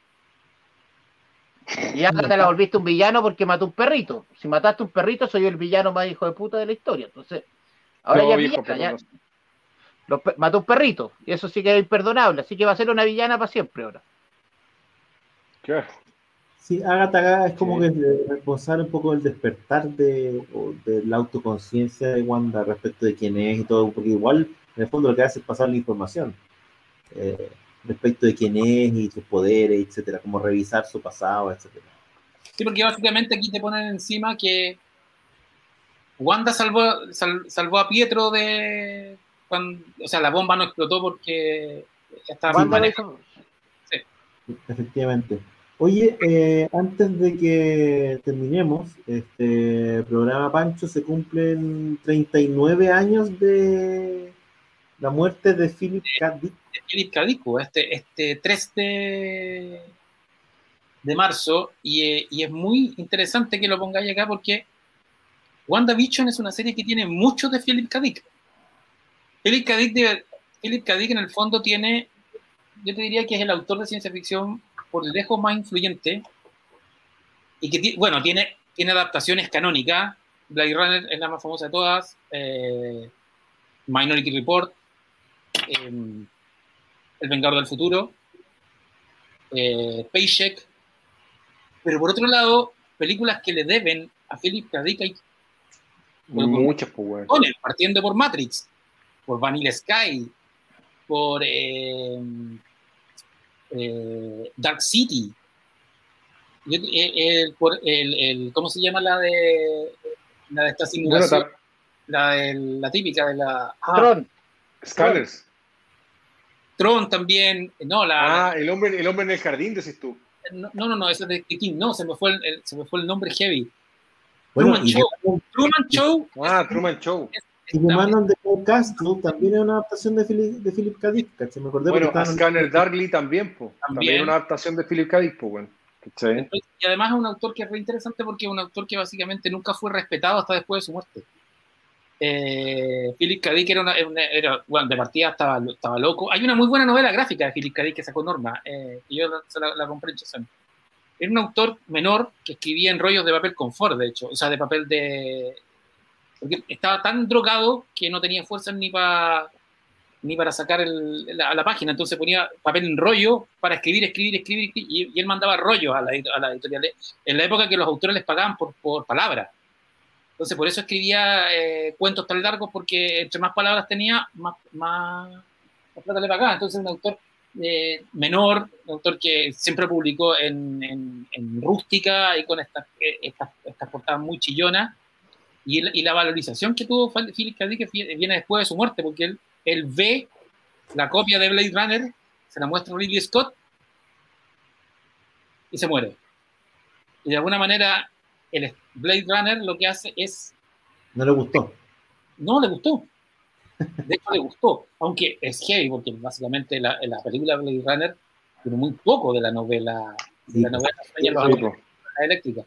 Y Agatha la volviste un villano porque mató un perrito. Si mataste un perrito, soy yo el villano más hijo de puta de la historia. Entonces, ahora no, ya es viejo, villana, perdón, ya- no. los pe- mató un perrito, y eso sí que es imperdonable, así que va a ser una villana para siempre ahora. Claro. Sí, Agatha es como Sí. que es responsable un poco del despertar de, o de la autoconciencia de Wanda respecto de quién es y todo, porque igual En el fondo lo que hace es pasar la información eh, respecto de quién es y sus poderes, etcétera, como revisar su pasado, etcétera. Sí, porque básicamente aquí te ponen encima que Wanda salvó, sal, salvó a Pietro de... Cuando, o sea, la bomba no explotó porque estaba... Wanda lo mal. hizo. Sí. Efectivamente. Oye, eh, antes de que terminemos este programa, Pancho, se cumplen treinta y nueve años de la muerte de Philip K. Dick. De Philip K. Dick, este, este tres de, de marzo, y, y es muy interesante que lo pongáis acá porque WandaVision es una serie que tiene mucho de Philip K. Dick. Philip K. Dick, de, Philip K. Dick en el fondo tiene, yo te diría que es el autor de ciencia ficción por lejos más influyente, y que, bueno, tiene, tiene adaptaciones canónicas. Blade Runner es la más famosa de todas, eh, Minority Report, eh, El Vengador del Futuro, eh, Paycheck, pero por otro lado, películas que le deben a Philip K. Dick hay muchas, pues, bueno. Partiendo por Matrix, por Vanilla Sky, por eh, eh, Dark City, el, el, por el, el, ¿cómo se llama la de la de esta simulación? Bueno, la, de, la típica de la ah, Tron. Scanners. Tron también, no, la... Ah, el hombre, el hombre en el jardín, decís tú. No, no, no, ese es de King, no, se me fue el, el, se me fue el nombre heavy. Bueno, Truman Show. De... Truman Show. Ah, Truman Show. Es, es, y The Man on the Castle también es una adaptación de Philip, de Philip K. Dick, ¿cachai? Me acordé. Bueno, a Scanner Darkly también, po. También. También una adaptación de Philip K. Dick, po, bueno. Entonces, y además es un autor que es re interesante porque es un autor que básicamente nunca fue respetado hasta después de su muerte. Eh, Philip K. Dick era, una, era, era bueno, de partida estaba, estaba loco. Hay una muy buena novela gráfica de Philip K. Dick que sacó Norma, eh, y yo la, la, la compré en Chazán. Era un autor menor que escribía en rollos de papel confort, de hecho, o sea, de papel de... Porque estaba tan drogado que no tenía fuerzas ni para ni para sacar el, la, la página, entonces ponía papel en rollo para escribir, escribir, escribir, escribir y, y él mandaba rollos a la, a la editorial, en la época que los autores les pagaban por, por palabras. Entonces por eso escribía eh, cuentos tan largos, porque entre más palabras tenía, más, más, más plata le pagaba. Entonces un autor eh, menor, un autor que siempre publicó en, en, en rústica y con estas, estas, estas portadas muy chillonas, y, y la valorización que tuvo Philip K. Dick viene después de su muerte, porque él él ve la copia de Blade Runner, se la muestra a Ridley Scott y se muere. Y de alguna manera el Blade Runner lo que hace es... No le gustó. No le gustó. De hecho le gustó, aunque es heavy, porque básicamente la, la película Blade Runner tiene muy poco de la novela de la novela sí, los sí, ovejas eléctricas.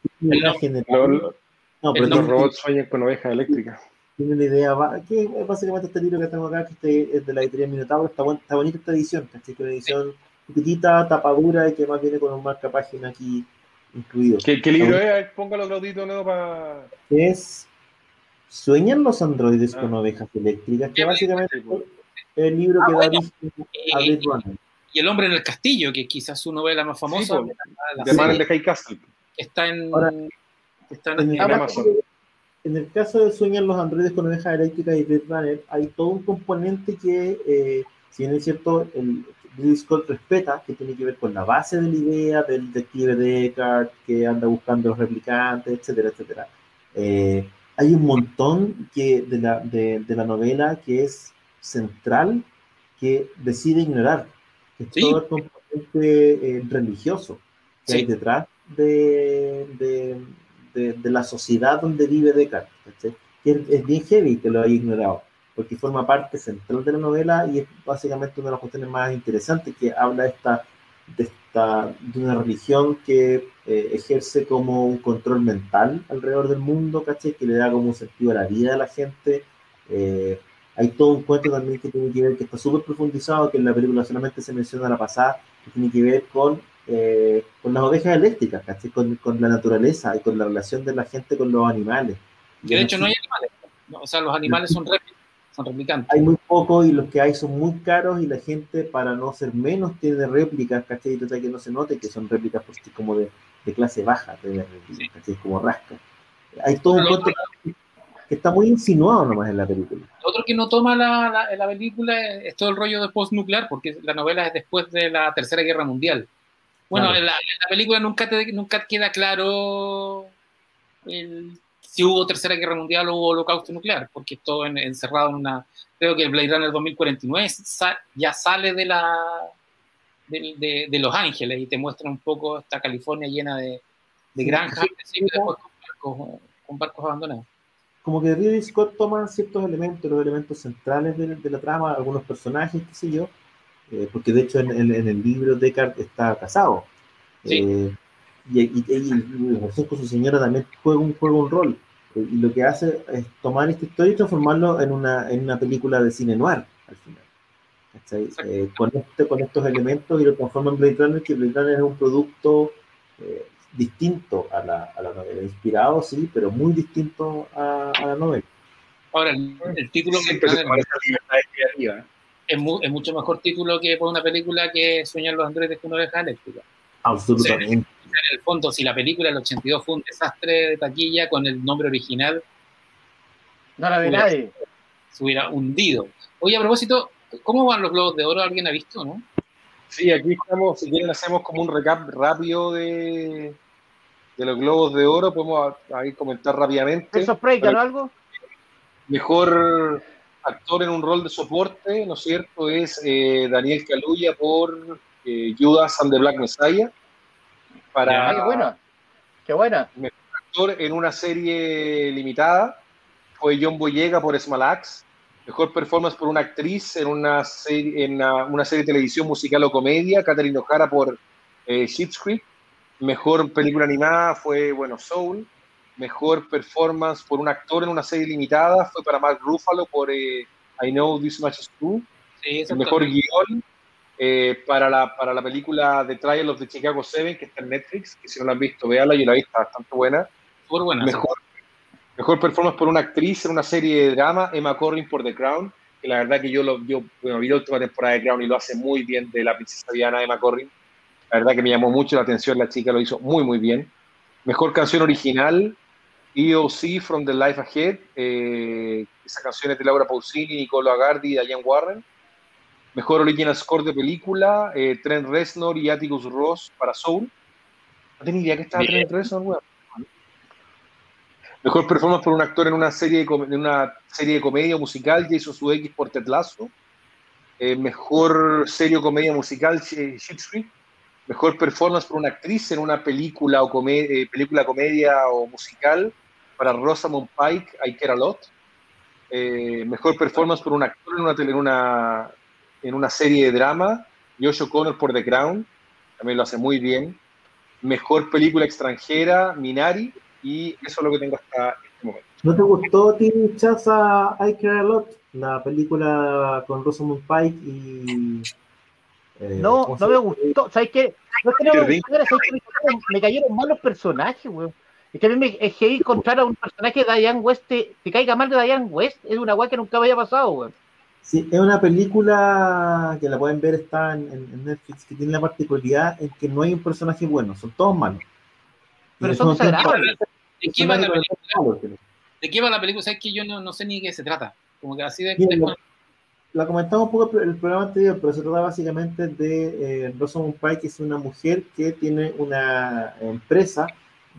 No, pero los robots sueñan con ovejas eléctricas. Tiene una idea, que es básicamente este libro que tengo acá, que este es de la editorial Minotauro, está, buen, está bonita esta edición, ¿sí? Que es una edición chiquitita, tapadura y que más viene con un marca página aquí incluido. ¿Qué, qué libro es? Póngalo, Claudito, ¿no? Para... Es ¿Sueñan los androides ah. con ovejas eléctricas? Que sí, básicamente sí, es el libro ah, que bueno. da origen a Blade Runner. Y El hombre en el castillo, que quizás su novela más famosa. Sí, de Man in the High Castle. Está en, Ahora, está en, en, en Amazon. En el caso de Sueñan los androides con ovejas eléctricas y Blade Runner, hay todo un componente que, eh, si bien es cierto, el Ridley Scott respeta, que tiene que ver con la base de la idea del detective Deckard, que anda buscando los replicantes, etcétera, etcétera. Eh, hay un montón que de, la, de, de la novela que es central, que decide ignorar, que es sí. todo el componente eh, religioso que sí. hay detrás de... de De, de la sociedad donde vive Deckard, ¿sí? Que es, es bien heavy que lo haya ignorado, porque forma parte central de la novela y es básicamente una de las cuestiones más interesantes, que habla de esta, de, esta, de una religión que eh, ejerce como un control mental alrededor del mundo, ¿cachai? Que le da como un sentido a la vida de la gente. Eh, hay todo un cuento también que tiene que ver, que está súper profundizado, que en la película solamente se menciona la pasada, que tiene que ver con Eh, con las ovejas eléctricas, ¿cachai? Con, con la naturaleza y con la relación de la gente con los animales. Que de hecho no hay animales, ¿no? O sea, los animales son, repl son replicantes. Hay muy pocos y los que hay son muy caros y la gente, para no ser menos, tiene réplicas, ¿cachai? Y trata que no se note que son réplicas porque como de, de clase baja, de réplicas, ¿cachai? Como rasca. Hay todo un cuento que está muy insinuado nomás en la película. Lo otro, que no toma la, la, la película es todo el rollo de post-nuclear, porque la novela es después de la Tercera Guerra Mundial. Bueno, claro. en, la, en la película nunca, te, nunca queda claro el, si hubo Tercera Guerra Mundial o hubo holocausto nuclear, porque es todo en, encerrado en una... Creo que el Blade Runner dos mil cuarenta y nueve sa, ya sale de la de, de, de Los Ángeles y te muestra un poco esta California llena de, de granjas sí, sí, y después con barcos, con barcos abandonados. Como que Ridley Scott toma ciertos elementos, los elementos centrales de, de la trama, algunos personajes, qué sé yo, eh, porque de hecho en, en, en el libro Deckard está casado. Sí. Eh, y, y, y, y la relación con su señora también juega un, juega un rol. Eh, y lo que hace es tomar esta historia y transformarlo en una, en una película de cine noir, al final. Eh, con, este, con estos elementos y lo transforma en Blade Runner, que Blade Runner es un producto eh, distinto a la, a la novela, inspirado sí, pero muy distinto a, a la novela. Ahora, el, el título sí, que es, es, mu, es mucho mejor título que por una película que Sueñan los androides con una oveja eléctrica. Absolutamente. O sea, en el fondo, si la película del ochenta y dos fue un desastre de taquilla con el nombre original, no la ve nadie. Se hubiera hundido. Oye, a propósito, ¿cómo van los Globos de Oro? ¿Alguien ha visto, no? Sí, aquí estamos, si quieren hacemos como un recap rápido de, de los Globos de Oro, podemos ahí comentar rápidamente. ¿Eso Spraygan o algo? Mejor actor en un rol de soporte, ¿no es cierto? Es eh, Daniel Kaluuya por eh, Judas and the Black Messiah. Para ah, qué buena, qué buena. Mejor actor en una serie limitada fue John Boyega por Small Axe. Mejor performance por una actriz en una serie, en una, una serie de televisión musical o comedia, Catherine O'Hara por eh, Schitt's Creek. Mejor película animada fue, bueno, Soul. Mejor performance por un actor en una serie limitada fue para Mark Ruffalo por eh, I Know This Much Is True. Sí, el mejor guión eh, para, la, para la película The Trial of the Chicago Seven, que está en Netflix, que si no la han visto, véanla, yo la he visto, está bastante buena. Muy buena. Mejor, mejor performance por una actriz en una serie de drama, Emma Corrin por The Crown, que la verdad que yo, lo, yo bueno, vi la última temporada de Crown y lo hace muy bien, de la princesa Diana, Emma Corrin. La verdad que me llamó mucho la atención, la chica lo hizo muy, muy bien. Mejor canción original, E O C From the Life Ahead, eh, esa canción es de Laura Pausini, Niccolo Agardi y Diane Warren. Mejor original score de película, eh, Trent Reznor y Atticus Ross para Soul. No tenía idea que estaba Bien. Trent Reznor, weón. Mejor performance por un actor en una serie de, en una serie de comedia musical, Jason Sudeikis por Ted Lasso. Eh, mejor serie o comedia musical, Schitt's Creek. Mejor performance por una actriz en una película o comedia, eh, película, comedia o musical para Rosamund Pike, I Care a Lot. Eh, mejor performance por un actor en una, tele, en, una, en una serie de drama, Josh O'Connor por The Crown, también lo hace muy bien. Mejor película extranjera, Minari, y eso es lo que tengo hasta este momento. ¿No te gustó, Tim Chaza, I Care a Lot? La película con Rosamund Pike y... Eh, no, no me gustó. ¿Sabes qué? No es que no me gustara, ¿sabes qué? Me cayeron, me cayeron mal los personajes, weón. Es que a mí me es que encontrar a un personaje de Diane West, te, te caiga mal de Diane West, es una weá que nunca me había pasado, weón. Sí, es una película que la pueden ver, está en, en Netflix, que tiene la particularidad en que no hay un personaje bueno, son todos malos. Pero son desagradables. ¿De qué va la película? ¿De qué va la película? ¿Sabes que yo no, no sé ni de qué se trata? Como que así de... Bien, la, la comentamos un poco en el programa anterior, pero se trata básicamente de eh, Rosamund Pike, que es una mujer que tiene una empresa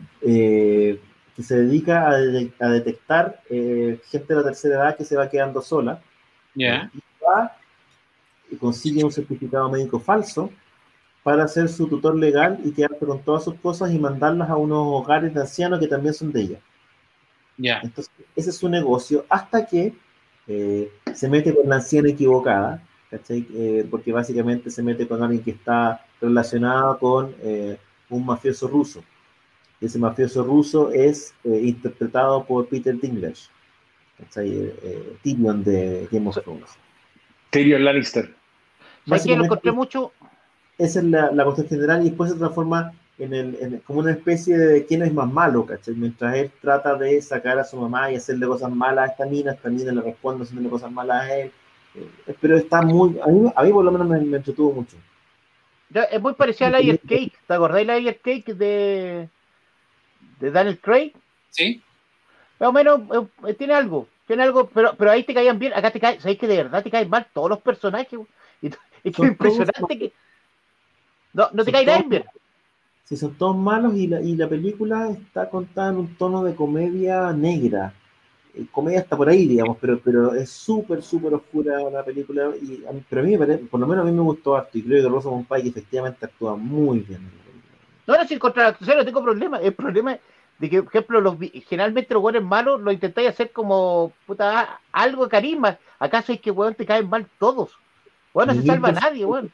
eh, que se dedica a, de, a detectar eh, gente de la tercera edad que se va quedando sola. Yeah. Y va y consigue un certificado médico falso para ser su tutor legal y quedarse con todas sus cosas y mandarlas a unos hogares de ancianos que también son de ella. Yeah. Entonces, ese es su negocio hasta que eh, se mete con la anciana equivocada, ¿cachai? Eh, porque básicamente se mete con alguien que está relacionado con eh, un mafioso ruso. Ese mafioso ruso es eh, interpretado por Peter Dinklage, ¿cachai? Eh, Tyrion de Game of Thrones. Tyrion Lannister. ¿Sabes qué? Lo encontré mucho. Esa es la, la cuestión general y después se transforma en el, en, como una especie de quién es más malo, ¿cachai? Mientras él trata de sacar a su mamá y hacerle cosas malas a esta mina, esta mina le responde haciéndole cosas malas a él. Eh, pero está muy... A mí, a mí por lo menos me, me entretuvo mucho. Ya, es muy parecida a Layer Cake. ¿Te acordáis de Layer Cake de, de Daniel Craig? Sí. más o menos eh, tiene algo, tiene algo, pero, pero ahí te caían bien, acá te caen, sabes que de verdad te caen mal todos los personajes, güey. Y, y que Son impresionante todos, que no, no te son cae todos nadie bien. Sí, son todos malos y la, y la película está contada en un tono de comedia negra. Eh, comedia está por ahí, digamos, pero, pero es súper, súper oscura la película. Y, a mí- pero a mí, me parece- por lo menos a mí me gustó harto y creo que Rosamund Pike efectivamente actúa muy bien en la película. No, no, sin contra la actuación no tengo problema. El problema es de que, por ejemplo, los, vi- generalmente los buenos malos lo intentáis hacer como puta, algo de carisma. ¿Acaso es que weón te caen mal todos? Bueno, no se Mil salva a por ciento. nadie, weón.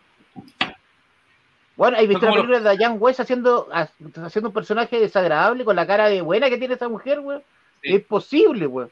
Bueno, ¿has Son visto la como los, película de Diane West haciendo, haciendo un personaje desagradable con la cara de buena que tiene esa mujer, weón? sí, Es posible, weón.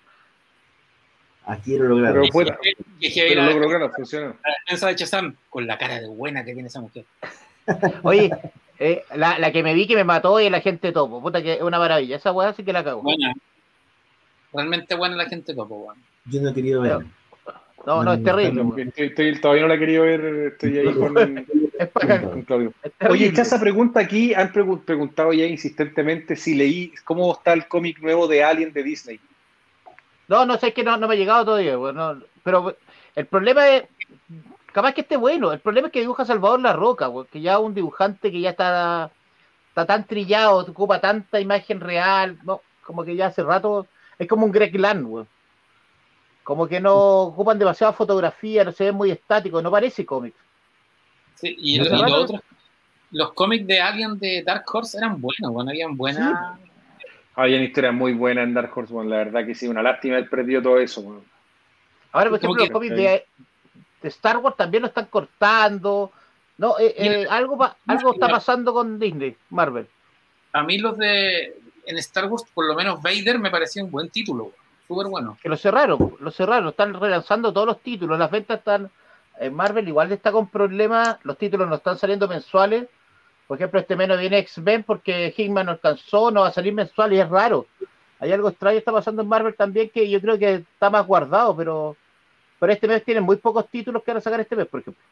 Aquí lo lograron. Pero, que, pueda, que, que, que pero la, logro que no funciona. la defensa de Shazam con la cara de buena que tiene esa mujer. Oye, eh, la, la que me vi que me mató es la gente topo. Puta que es una maravilla. Esa weá sí que la cago. Buena, realmente buena la gente topo, weón. Yo no he querido verla. No, no, es terrible, weón. Estoy, estoy, todavía no la he querido ver, estoy ahí con, Es para con Claudio. es terrible. Oye, esa pregunta aquí, han pregun- preguntado ya insistentemente si leí, ¿cómo está el cómic nuevo de Alien de Disney? No, no sé, es que no, no me ha llegado todavía, weón. No, pero el problema es, capaz que esté bueno. El problema es que dibuja Salvador La Roca, weón, que ya un dibujante que ya está, está tan trillado, ocupa tanta imagen real, no, como que ya hace rato, es como un Greg Land, weón. Como que no ocupan demasiada fotografía, no se ve muy estático, no parece cómic. Sí, y, No, y claro. los otros, los cómics de Alien de Dark Horse eran buenos, bueno, habían buenas. Sí. Había una historia muy buena en Dark Horse, bueno, la verdad que sí, una lástima haber perdido todo eso. Bueno. Ahora, por Como ejemplo, que- los cómics de, de Star Wars también lo están cortando. No, eh, Mira, eh, algo, pa- algo está mira, pasando con Disney, Marvel. a mí los de en Star Wars, por lo menos Vader me parecía un buen título, súper bueno. Que lo cerraron, lo cerraron, están relanzando todos los títulos, las ventas están, en Marvel igual está con problemas, los títulos no están saliendo mensuales, por ejemplo este mes no viene X-Men porque Hickman no alcanzó, no va a salir mensual y es raro, hay algo extraño está pasando en Marvel también que yo creo que está más guardado, pero, pero este mes tienen muy pocos títulos que van a sacar este mes, por ejemplo.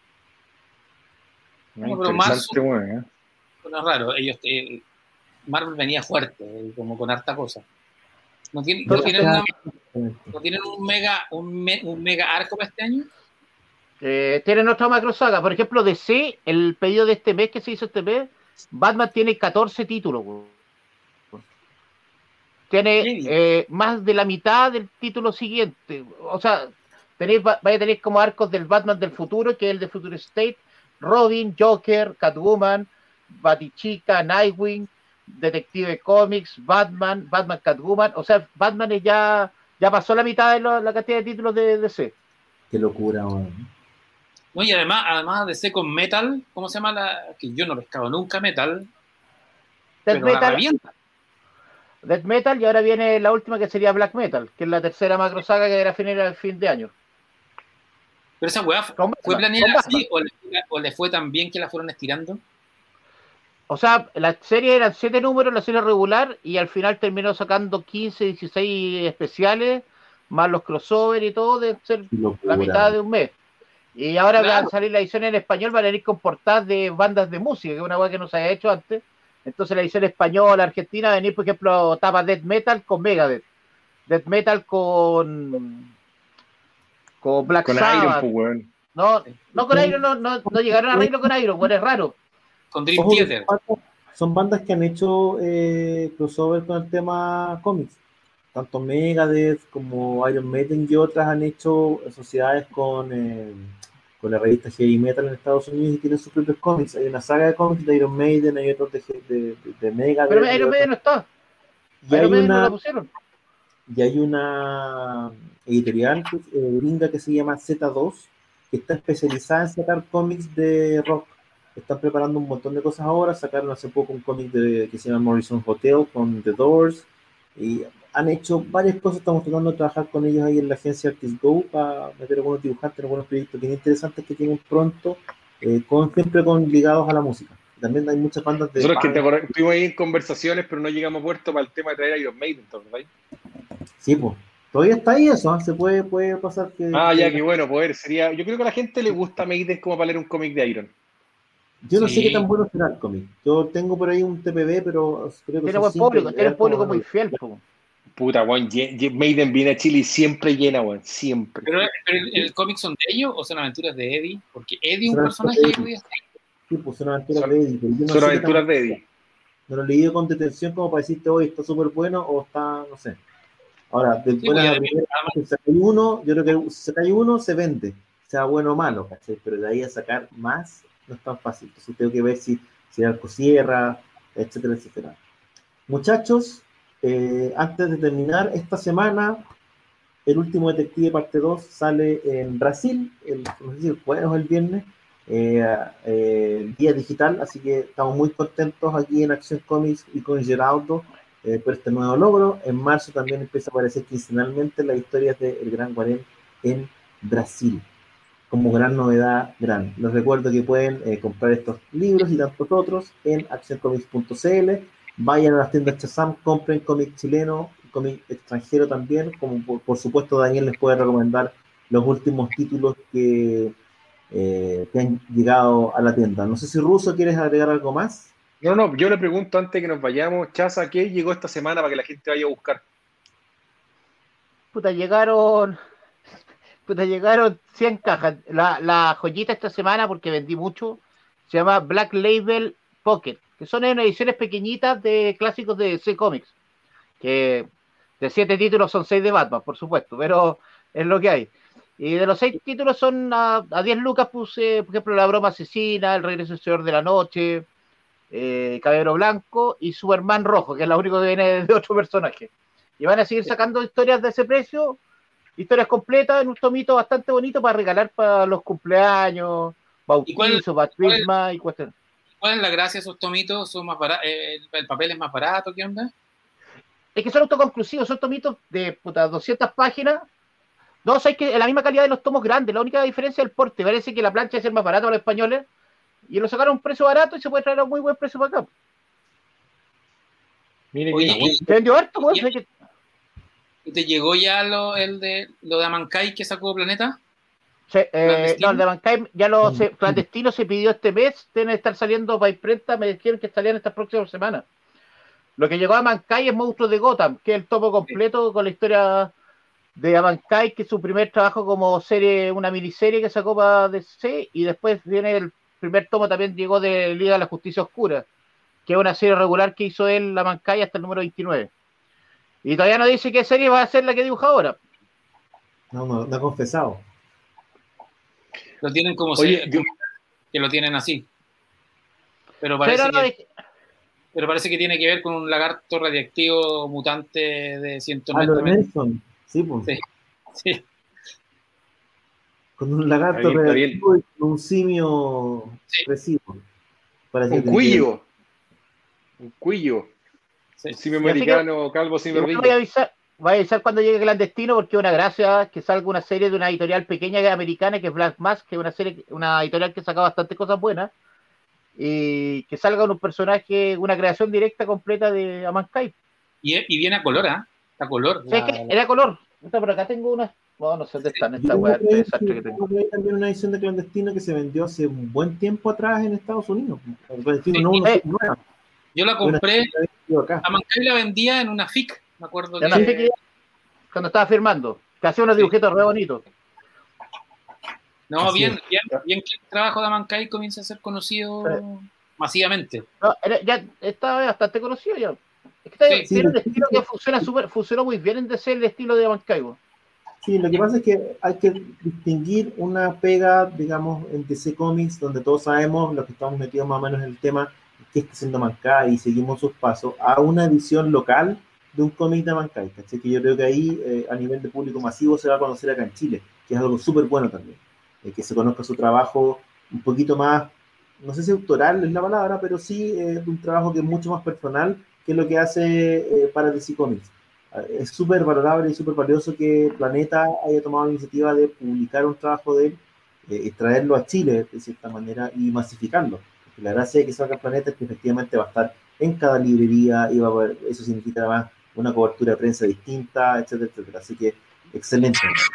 Bueno, pero Interesante, marzo, bueno, ¿eh? no es raro, ellos, eh, Marvel venía fuerte, eh, como con harta cosa. ¿No tienen, no tienen, una- no tienen un mega un, me- un mega arco para este año? Eh, tienen otra macro saga, por ejemplo D C, el pedido de este mes que se hizo este mes, Batman tiene catorce títulos, güey. Tiene eh, más de la mitad del título siguiente. O sea, tenéis, vaya a tener como arcos del Batman del futuro, que es el de Future State, Robin, Joker, Catwoman, Batichica, Nightwing, Detective Comics, Batman, Batman Catwoman. O sea, Batman es ya, ya pasó la mitad de lo, la cantidad de títulos de D C. Qué locura, bueno. No, y además, además de ser con Metal, ¿cómo se llama la? Que yo no he pescado nunca Metal, Death pero la Metal, revienta. Death Metal y ahora viene la última que sería Black Metal, que es la tercera macro saga que era final al fin de año. Pero esa weá fue, Con ¿fue Batman, planeada con así o le, o le fue tan bien que la fueron estirando? O sea, la serie eran siete números, la serie regular, y al final terminó sacando quince, dieciséis especiales, más los crossover y todo, de ser Qué locura. la mitad de un mes. Y ahora Claro. van a salir la edición en español, van a ir con portadas de bandas de música, que es una cosa que no se había hecho antes. Entonces la edición española, argentina, va a venir, por ejemplo, tapa Death Metal con Megadeth, Death Metal con con Black Con Iron, Sabbath. pues, weón. No, no con Iron, no, no, no llegaron a arreglo con Iron, bueno, es raro. Con Dream Ojo que Theater. son bandas- son bandas que han hecho eh, crossover con el tema cómics. Tanto Megadeth como Iron Maiden y otras han hecho sociedades con, eh, con la revista Heavy Metal en Estados Unidos y tienen sus propios cómics. Hay una saga de cómics de Iron Maiden, hay otros de, de, de, de Megadeth. Pero y Iron Maiden no está. y hay Iron Maiden no una la pusieron. y hay una editorial eh, gringa que se llama Z dos, que está especializada en sacar cómics de rock. Están preparando un montón de cosas ahora. Sacaron hace poco un cómic de, que se llama Morrison Hotel con The Doors. Y han hecho varias cosas. Estamos tratando de trabajar con ellos ahí en la agencia Artist Go para meter algunos dibujantes en algunos proyectos bien interesantes que tienen pronto, eh, con, siempre con, ligados a la música. También hay muchas bandas de... Nosotros que te acordás, estuvimos ahí en conversaciones, pero no llegamos a puerto para el tema de traer a Iron Maiden, ¿verdad? Sí, pues. Todavía está ahí eso, ¿eh? Se puede, puede pasar que... Ah, ya, que... qué bueno, poder. Sería... Yo creo que a la gente le gusta Maiden como para leer un cómic de Iron. Yo no Sí. sé qué tan bueno será el cómic. Yo tengo por ahí un T P B, pero creo que Tiene son buen simples, público, tiene un es como- público muy fiel. Po. Puta, weón, Maiden viene a Chile y siempre llena, weón, siempre. ¿Pero, pero el, el cómic son de ellos o son aventuras de Eddie? Porque Eddie es un personaje que podía ser. Sí, pues son aventuras de Eddie. No son aventuras de Eddie. No lo he leído con detención como para decirte, hoy está súper bueno o está, no sé. Ahora, de Sí, buena pues, la primera, si sacáis uno, yo creo que si sacáis uno, se vende, sea bueno o malo, ¿cachai? Pero de ahí a sacar más no es tan fácil. Entonces tengo que ver si, si el arco cierra, etcétera, etcétera. Muchachos, eh, antes de terminar, esta semana, el último Detective parte dos sale en Brasil, el, no sé si el jueves o el viernes, eh, eh, día digital, así que estamos muy contentos aquí en Acción Comics y con Geraldo eh, por este nuevo logro. En marzo también empieza a aparecer quincenalmente las historias de El Gran Guarén en Brasil, como gran novedad, gran. Les recuerdo que pueden eh, comprar estos libros y tantos otros en acción comics punto c l. Vayan a las tiendas Shazam, compren cómic chileno, cómic extranjero también, como por, por supuesto Daniel les puede recomendar los últimos títulos que, eh, que han llegado a la tienda. No sé si Russo quieres agregar algo más. No, no, yo le pregunto antes que nos vayamos, Chaza, ¿qué llegó esta semana para que la gente vaya a buscar? Puta, llegaron... Puta, llegaron cien cajas. La, la joyita esta semana, porque vendí mucho, se llama Black Label Pocket, que son ediciones pequeñitas de clásicos de D C Comics, que de siete títulos son seis de Batman, por supuesto, pero es lo que hay. Y de los seis títulos son a, a diez lucas puse, por ejemplo, La Broma Asesina, El Regreso del Señor de la Noche, eh, Caballero Blanco y Superman Rojo, que es la única que viene de otro personaje. Y van a seguir sacando historias de ese precio, historias completas en un tomito bastante bonito para regalar para los cumpleaños, bautizos, bautismo y cuestiones. ¿Cuál es la gracia de esos tomitos? ¿Son más baratos? ¿El, ¿El papel es más barato? ¿Qué onda? Es que son autoconclusivos, son tomitos de puta, doscientas páginas. No, o sea, es que la misma calidad de los tomos grandes, la única diferencia es el porte. Parece que la plancha es el más barato para los españoles y lo sacaron a un precio barato y se puede traer a un muy buen precio para acá. Mire, Oye, que... ¿Te vendió harto? Pues, que... ¿Y te llegó ya lo, el de, lo de Amankai que sacó Planeta? Se, eh, no, el de Mankind ya lo se, clandestino se pidió este mes, tiene que estar saliendo para imprenta, me dijeron que estarían estas próximas semanas. Lo que llegó a Mankind es Monstruos de Gotham, que es el tomo completo sí. Con la historia de Mankind, que es su primer trabajo como serie, una miniserie que sacó para D C, y después viene el primer tomo, también llegó de Liga de la Justicia Oscura, que es una serie regular que hizo él, la Mankind, hasta el número veintinueve. Y todavía no dice qué serie va a ser la que dibuja ahora. No, no, no ha confesado. Lo tienen como Oye, serie, que lo tienen así. Pero parece, pero, no, que, es... pero parece que tiene que ver con un lagarto radiactivo mutante de ciento noventa ah, metros. Sí, pues. Sí, sí. Con un lagarto bien, radiactivo y con un simio sí. recibo. Un cuillo. Un cuillo. Sí. Un simio americano, que, calvo, simio voy a avisar. Voy a avisar cuando llegue Clandestino, porque es una gracia que salga una serie de una editorial pequeña que es americana, que es Black Mask, que es una serie, una editorial que saca bastantes cosas buenas, y que salga un personaje, una creación directa completa de Amankai. Y, y viene a color, ¿ah? ¿eh? A color. La, es que era color. Por acá tengo una. No, no sé dónde están esta weá de desastre que tengo. Hay también una edición de Clandestino que se vendió hace un buen tiempo atrás en Estados Unidos. Sí, no, no, eh, no yo la compré. Amankai la vendía en una F I C. Me acuerdo que... que cuando estaba firmando, que hacía unos dibujitos sí. re bonitos. No, así bien, bien, bien que el trabajo de Amankai comienza a ser conocido sí. masivamente. No, era, ya estaba bastante conocido ya. Es que sí, tiene sí, un estilo sí, que funciona super, funcionó muy bien en D C, el estilo de Amankai. Sí, lo que pasa es que hay que distinguir una pega, digamos, en D C Comics, donde todos sabemos, los que estamos metidos más o menos en el tema, qué está haciendo Amankai y seguimos sus pasos, a una edición local de un cómic de Amankai, ¿cachai? Que yo creo que ahí eh, a nivel de público masivo se va a conocer acá en Chile, que es algo súper bueno también, eh, que se conozca su trabajo un poquito más, no sé si autoral es la palabra, pero sí eh, un trabajo que es mucho más personal que lo que hace eh, para D C Comics. Eh, es súper valorable y súper valioso que Planeta haya tomado la iniciativa de publicar un trabajo de él, eh, traerlo a Chile de cierta manera y masificarlo. Porque la gracia de que salga Planeta es que efectivamente va a estar en cada librería y va a haber, eso significa además una cobertura de prensa distinta, etcétera, etcétera. Así que, excelente.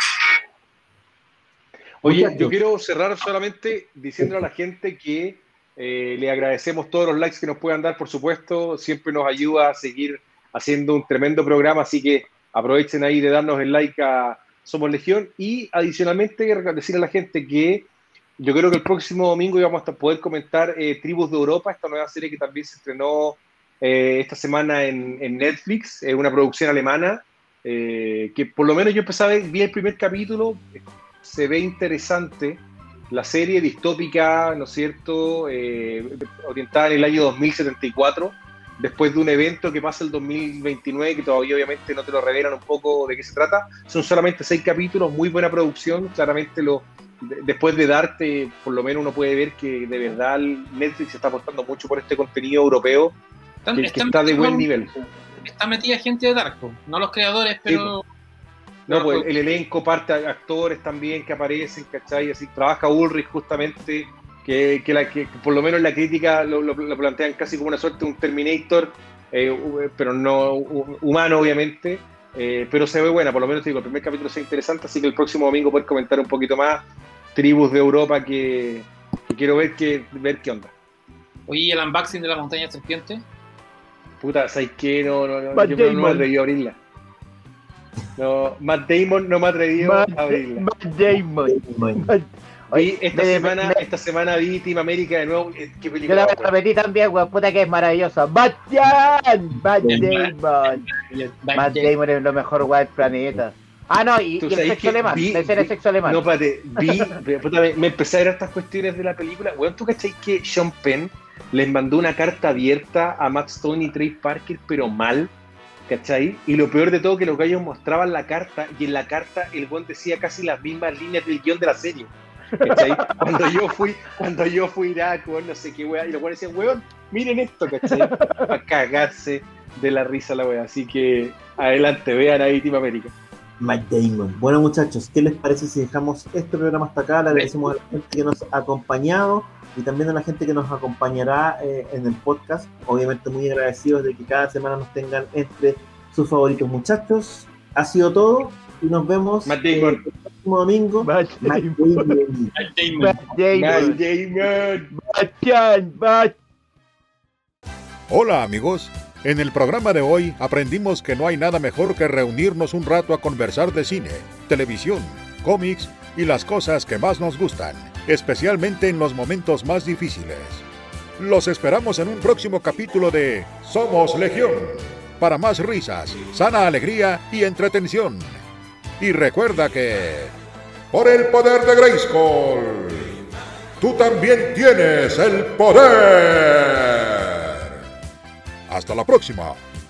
Oye, Muchas yo quiero cerrar solamente diciendo a la gente que eh, le agradecemos todos los likes que nos puedan dar, por supuesto, siempre nos ayuda a seguir haciendo un tremendo programa, así que aprovechen ahí de darnos el like a Somos Legión. Y adicionalmente decirle a la gente que yo creo que el próximo domingo vamos a poder comentar eh, Tribus de Europa, esta nueva serie que también se estrenó eh, esta semana en, en Netflix, es eh, una producción alemana, eh, que por lo menos yo empecé a ver, vi el primer capítulo, se ve interesante. La serie distópica, ¿no es cierto?, eh, orientada en el año dos mil setenta y cuatro, después de un evento que pasa el dos mil veintinueve, que todavía obviamente no te lo revelan un poco de qué se trata. Son solamente seis capítulos, muy buena producción, claramente lo, de, después de Darte, por lo menos uno puede ver que de verdad Netflix está apostando mucho por este contenido europeo, están, que, que está de buen nivel. Está metida gente de Dark, no los creadores, pero... Sí. No, pues el elenco, parte de actores también que aparecen, ¿cachai? Así trabaja Ulrich justamente, que, que, la, que por lo menos la crítica lo, lo, lo plantean casi como una suerte de un Terminator, eh, pero no humano obviamente, eh, pero se ve buena, por lo menos te digo, el primer capítulo es interesante, así que el próximo domingo poder comentar un poquito más Tribus de Europa, que, que quiero ver, que, ver qué onda. Oye, ¿el unboxing de la montaña serpiente? Puta, ¿sabes qué? No, no, no, yo no me atreví a abrirla. No, Matt Damon no me ha atrevido Matt, a abrirla. Matt Damon. Matt, vi esta, me, semana, me, esta semana vi Team América de nuevo. ¿Qué película? Yo la repetí también, weón, puta que es maravillosa. Matt Damon. Matt Damon. Matt Damon es lo mejor, weón, del planeta. Ah, no, y, y el sexo alemán. Vi, me el sexo alemán. No, pate, vi, puta, me, me empecé a ver estas cuestiones de la película. Weón, ¿tú cachai que Sean Penn les mandó una carta abierta a Matt Stone y Trey Parker, pero mal? ¿Cachai? Y lo peor de todo, que los gallos mostraban la carta, y en la carta el buen decía casi las mismas líneas del guión de la serie. ¿Cachai? Cuando yo fui, cuando yo fui a Irak, no sé qué weá, y los güeyes decían, weón, miren esto, ¿cachai? A cagarse de la risa la weá. Así que adelante, vean ahí Team América. Matt Damon. Bueno, muchachos, ¿qué les parece si dejamos este programa hasta acá? Le agradecemos a la gente que nos ha acompañado y también a la gente que nos acompañará eh, en el podcast. Obviamente muy agradecidos de que cada semana nos tengan entre sus favoritos, muchachos. Ha sido todo y nos vemos Matt Damon. Eh, el próximo domingo. Matt Damon. Matt Damon. Matt Damon. Matt Damon. Matt. Hola amigos, en el programa de hoy aprendimos que no hay nada mejor que reunirnos un rato a conversar de cine, televisión, cómics y las cosas que más nos gustan, especialmente en los momentos más difíciles. Los esperamos en un próximo capítulo de Somos Legión, para más risas, sana alegría y entretención. Y recuerda que, por el poder de Grayskull, tú también tienes el poder. Hasta la próxima.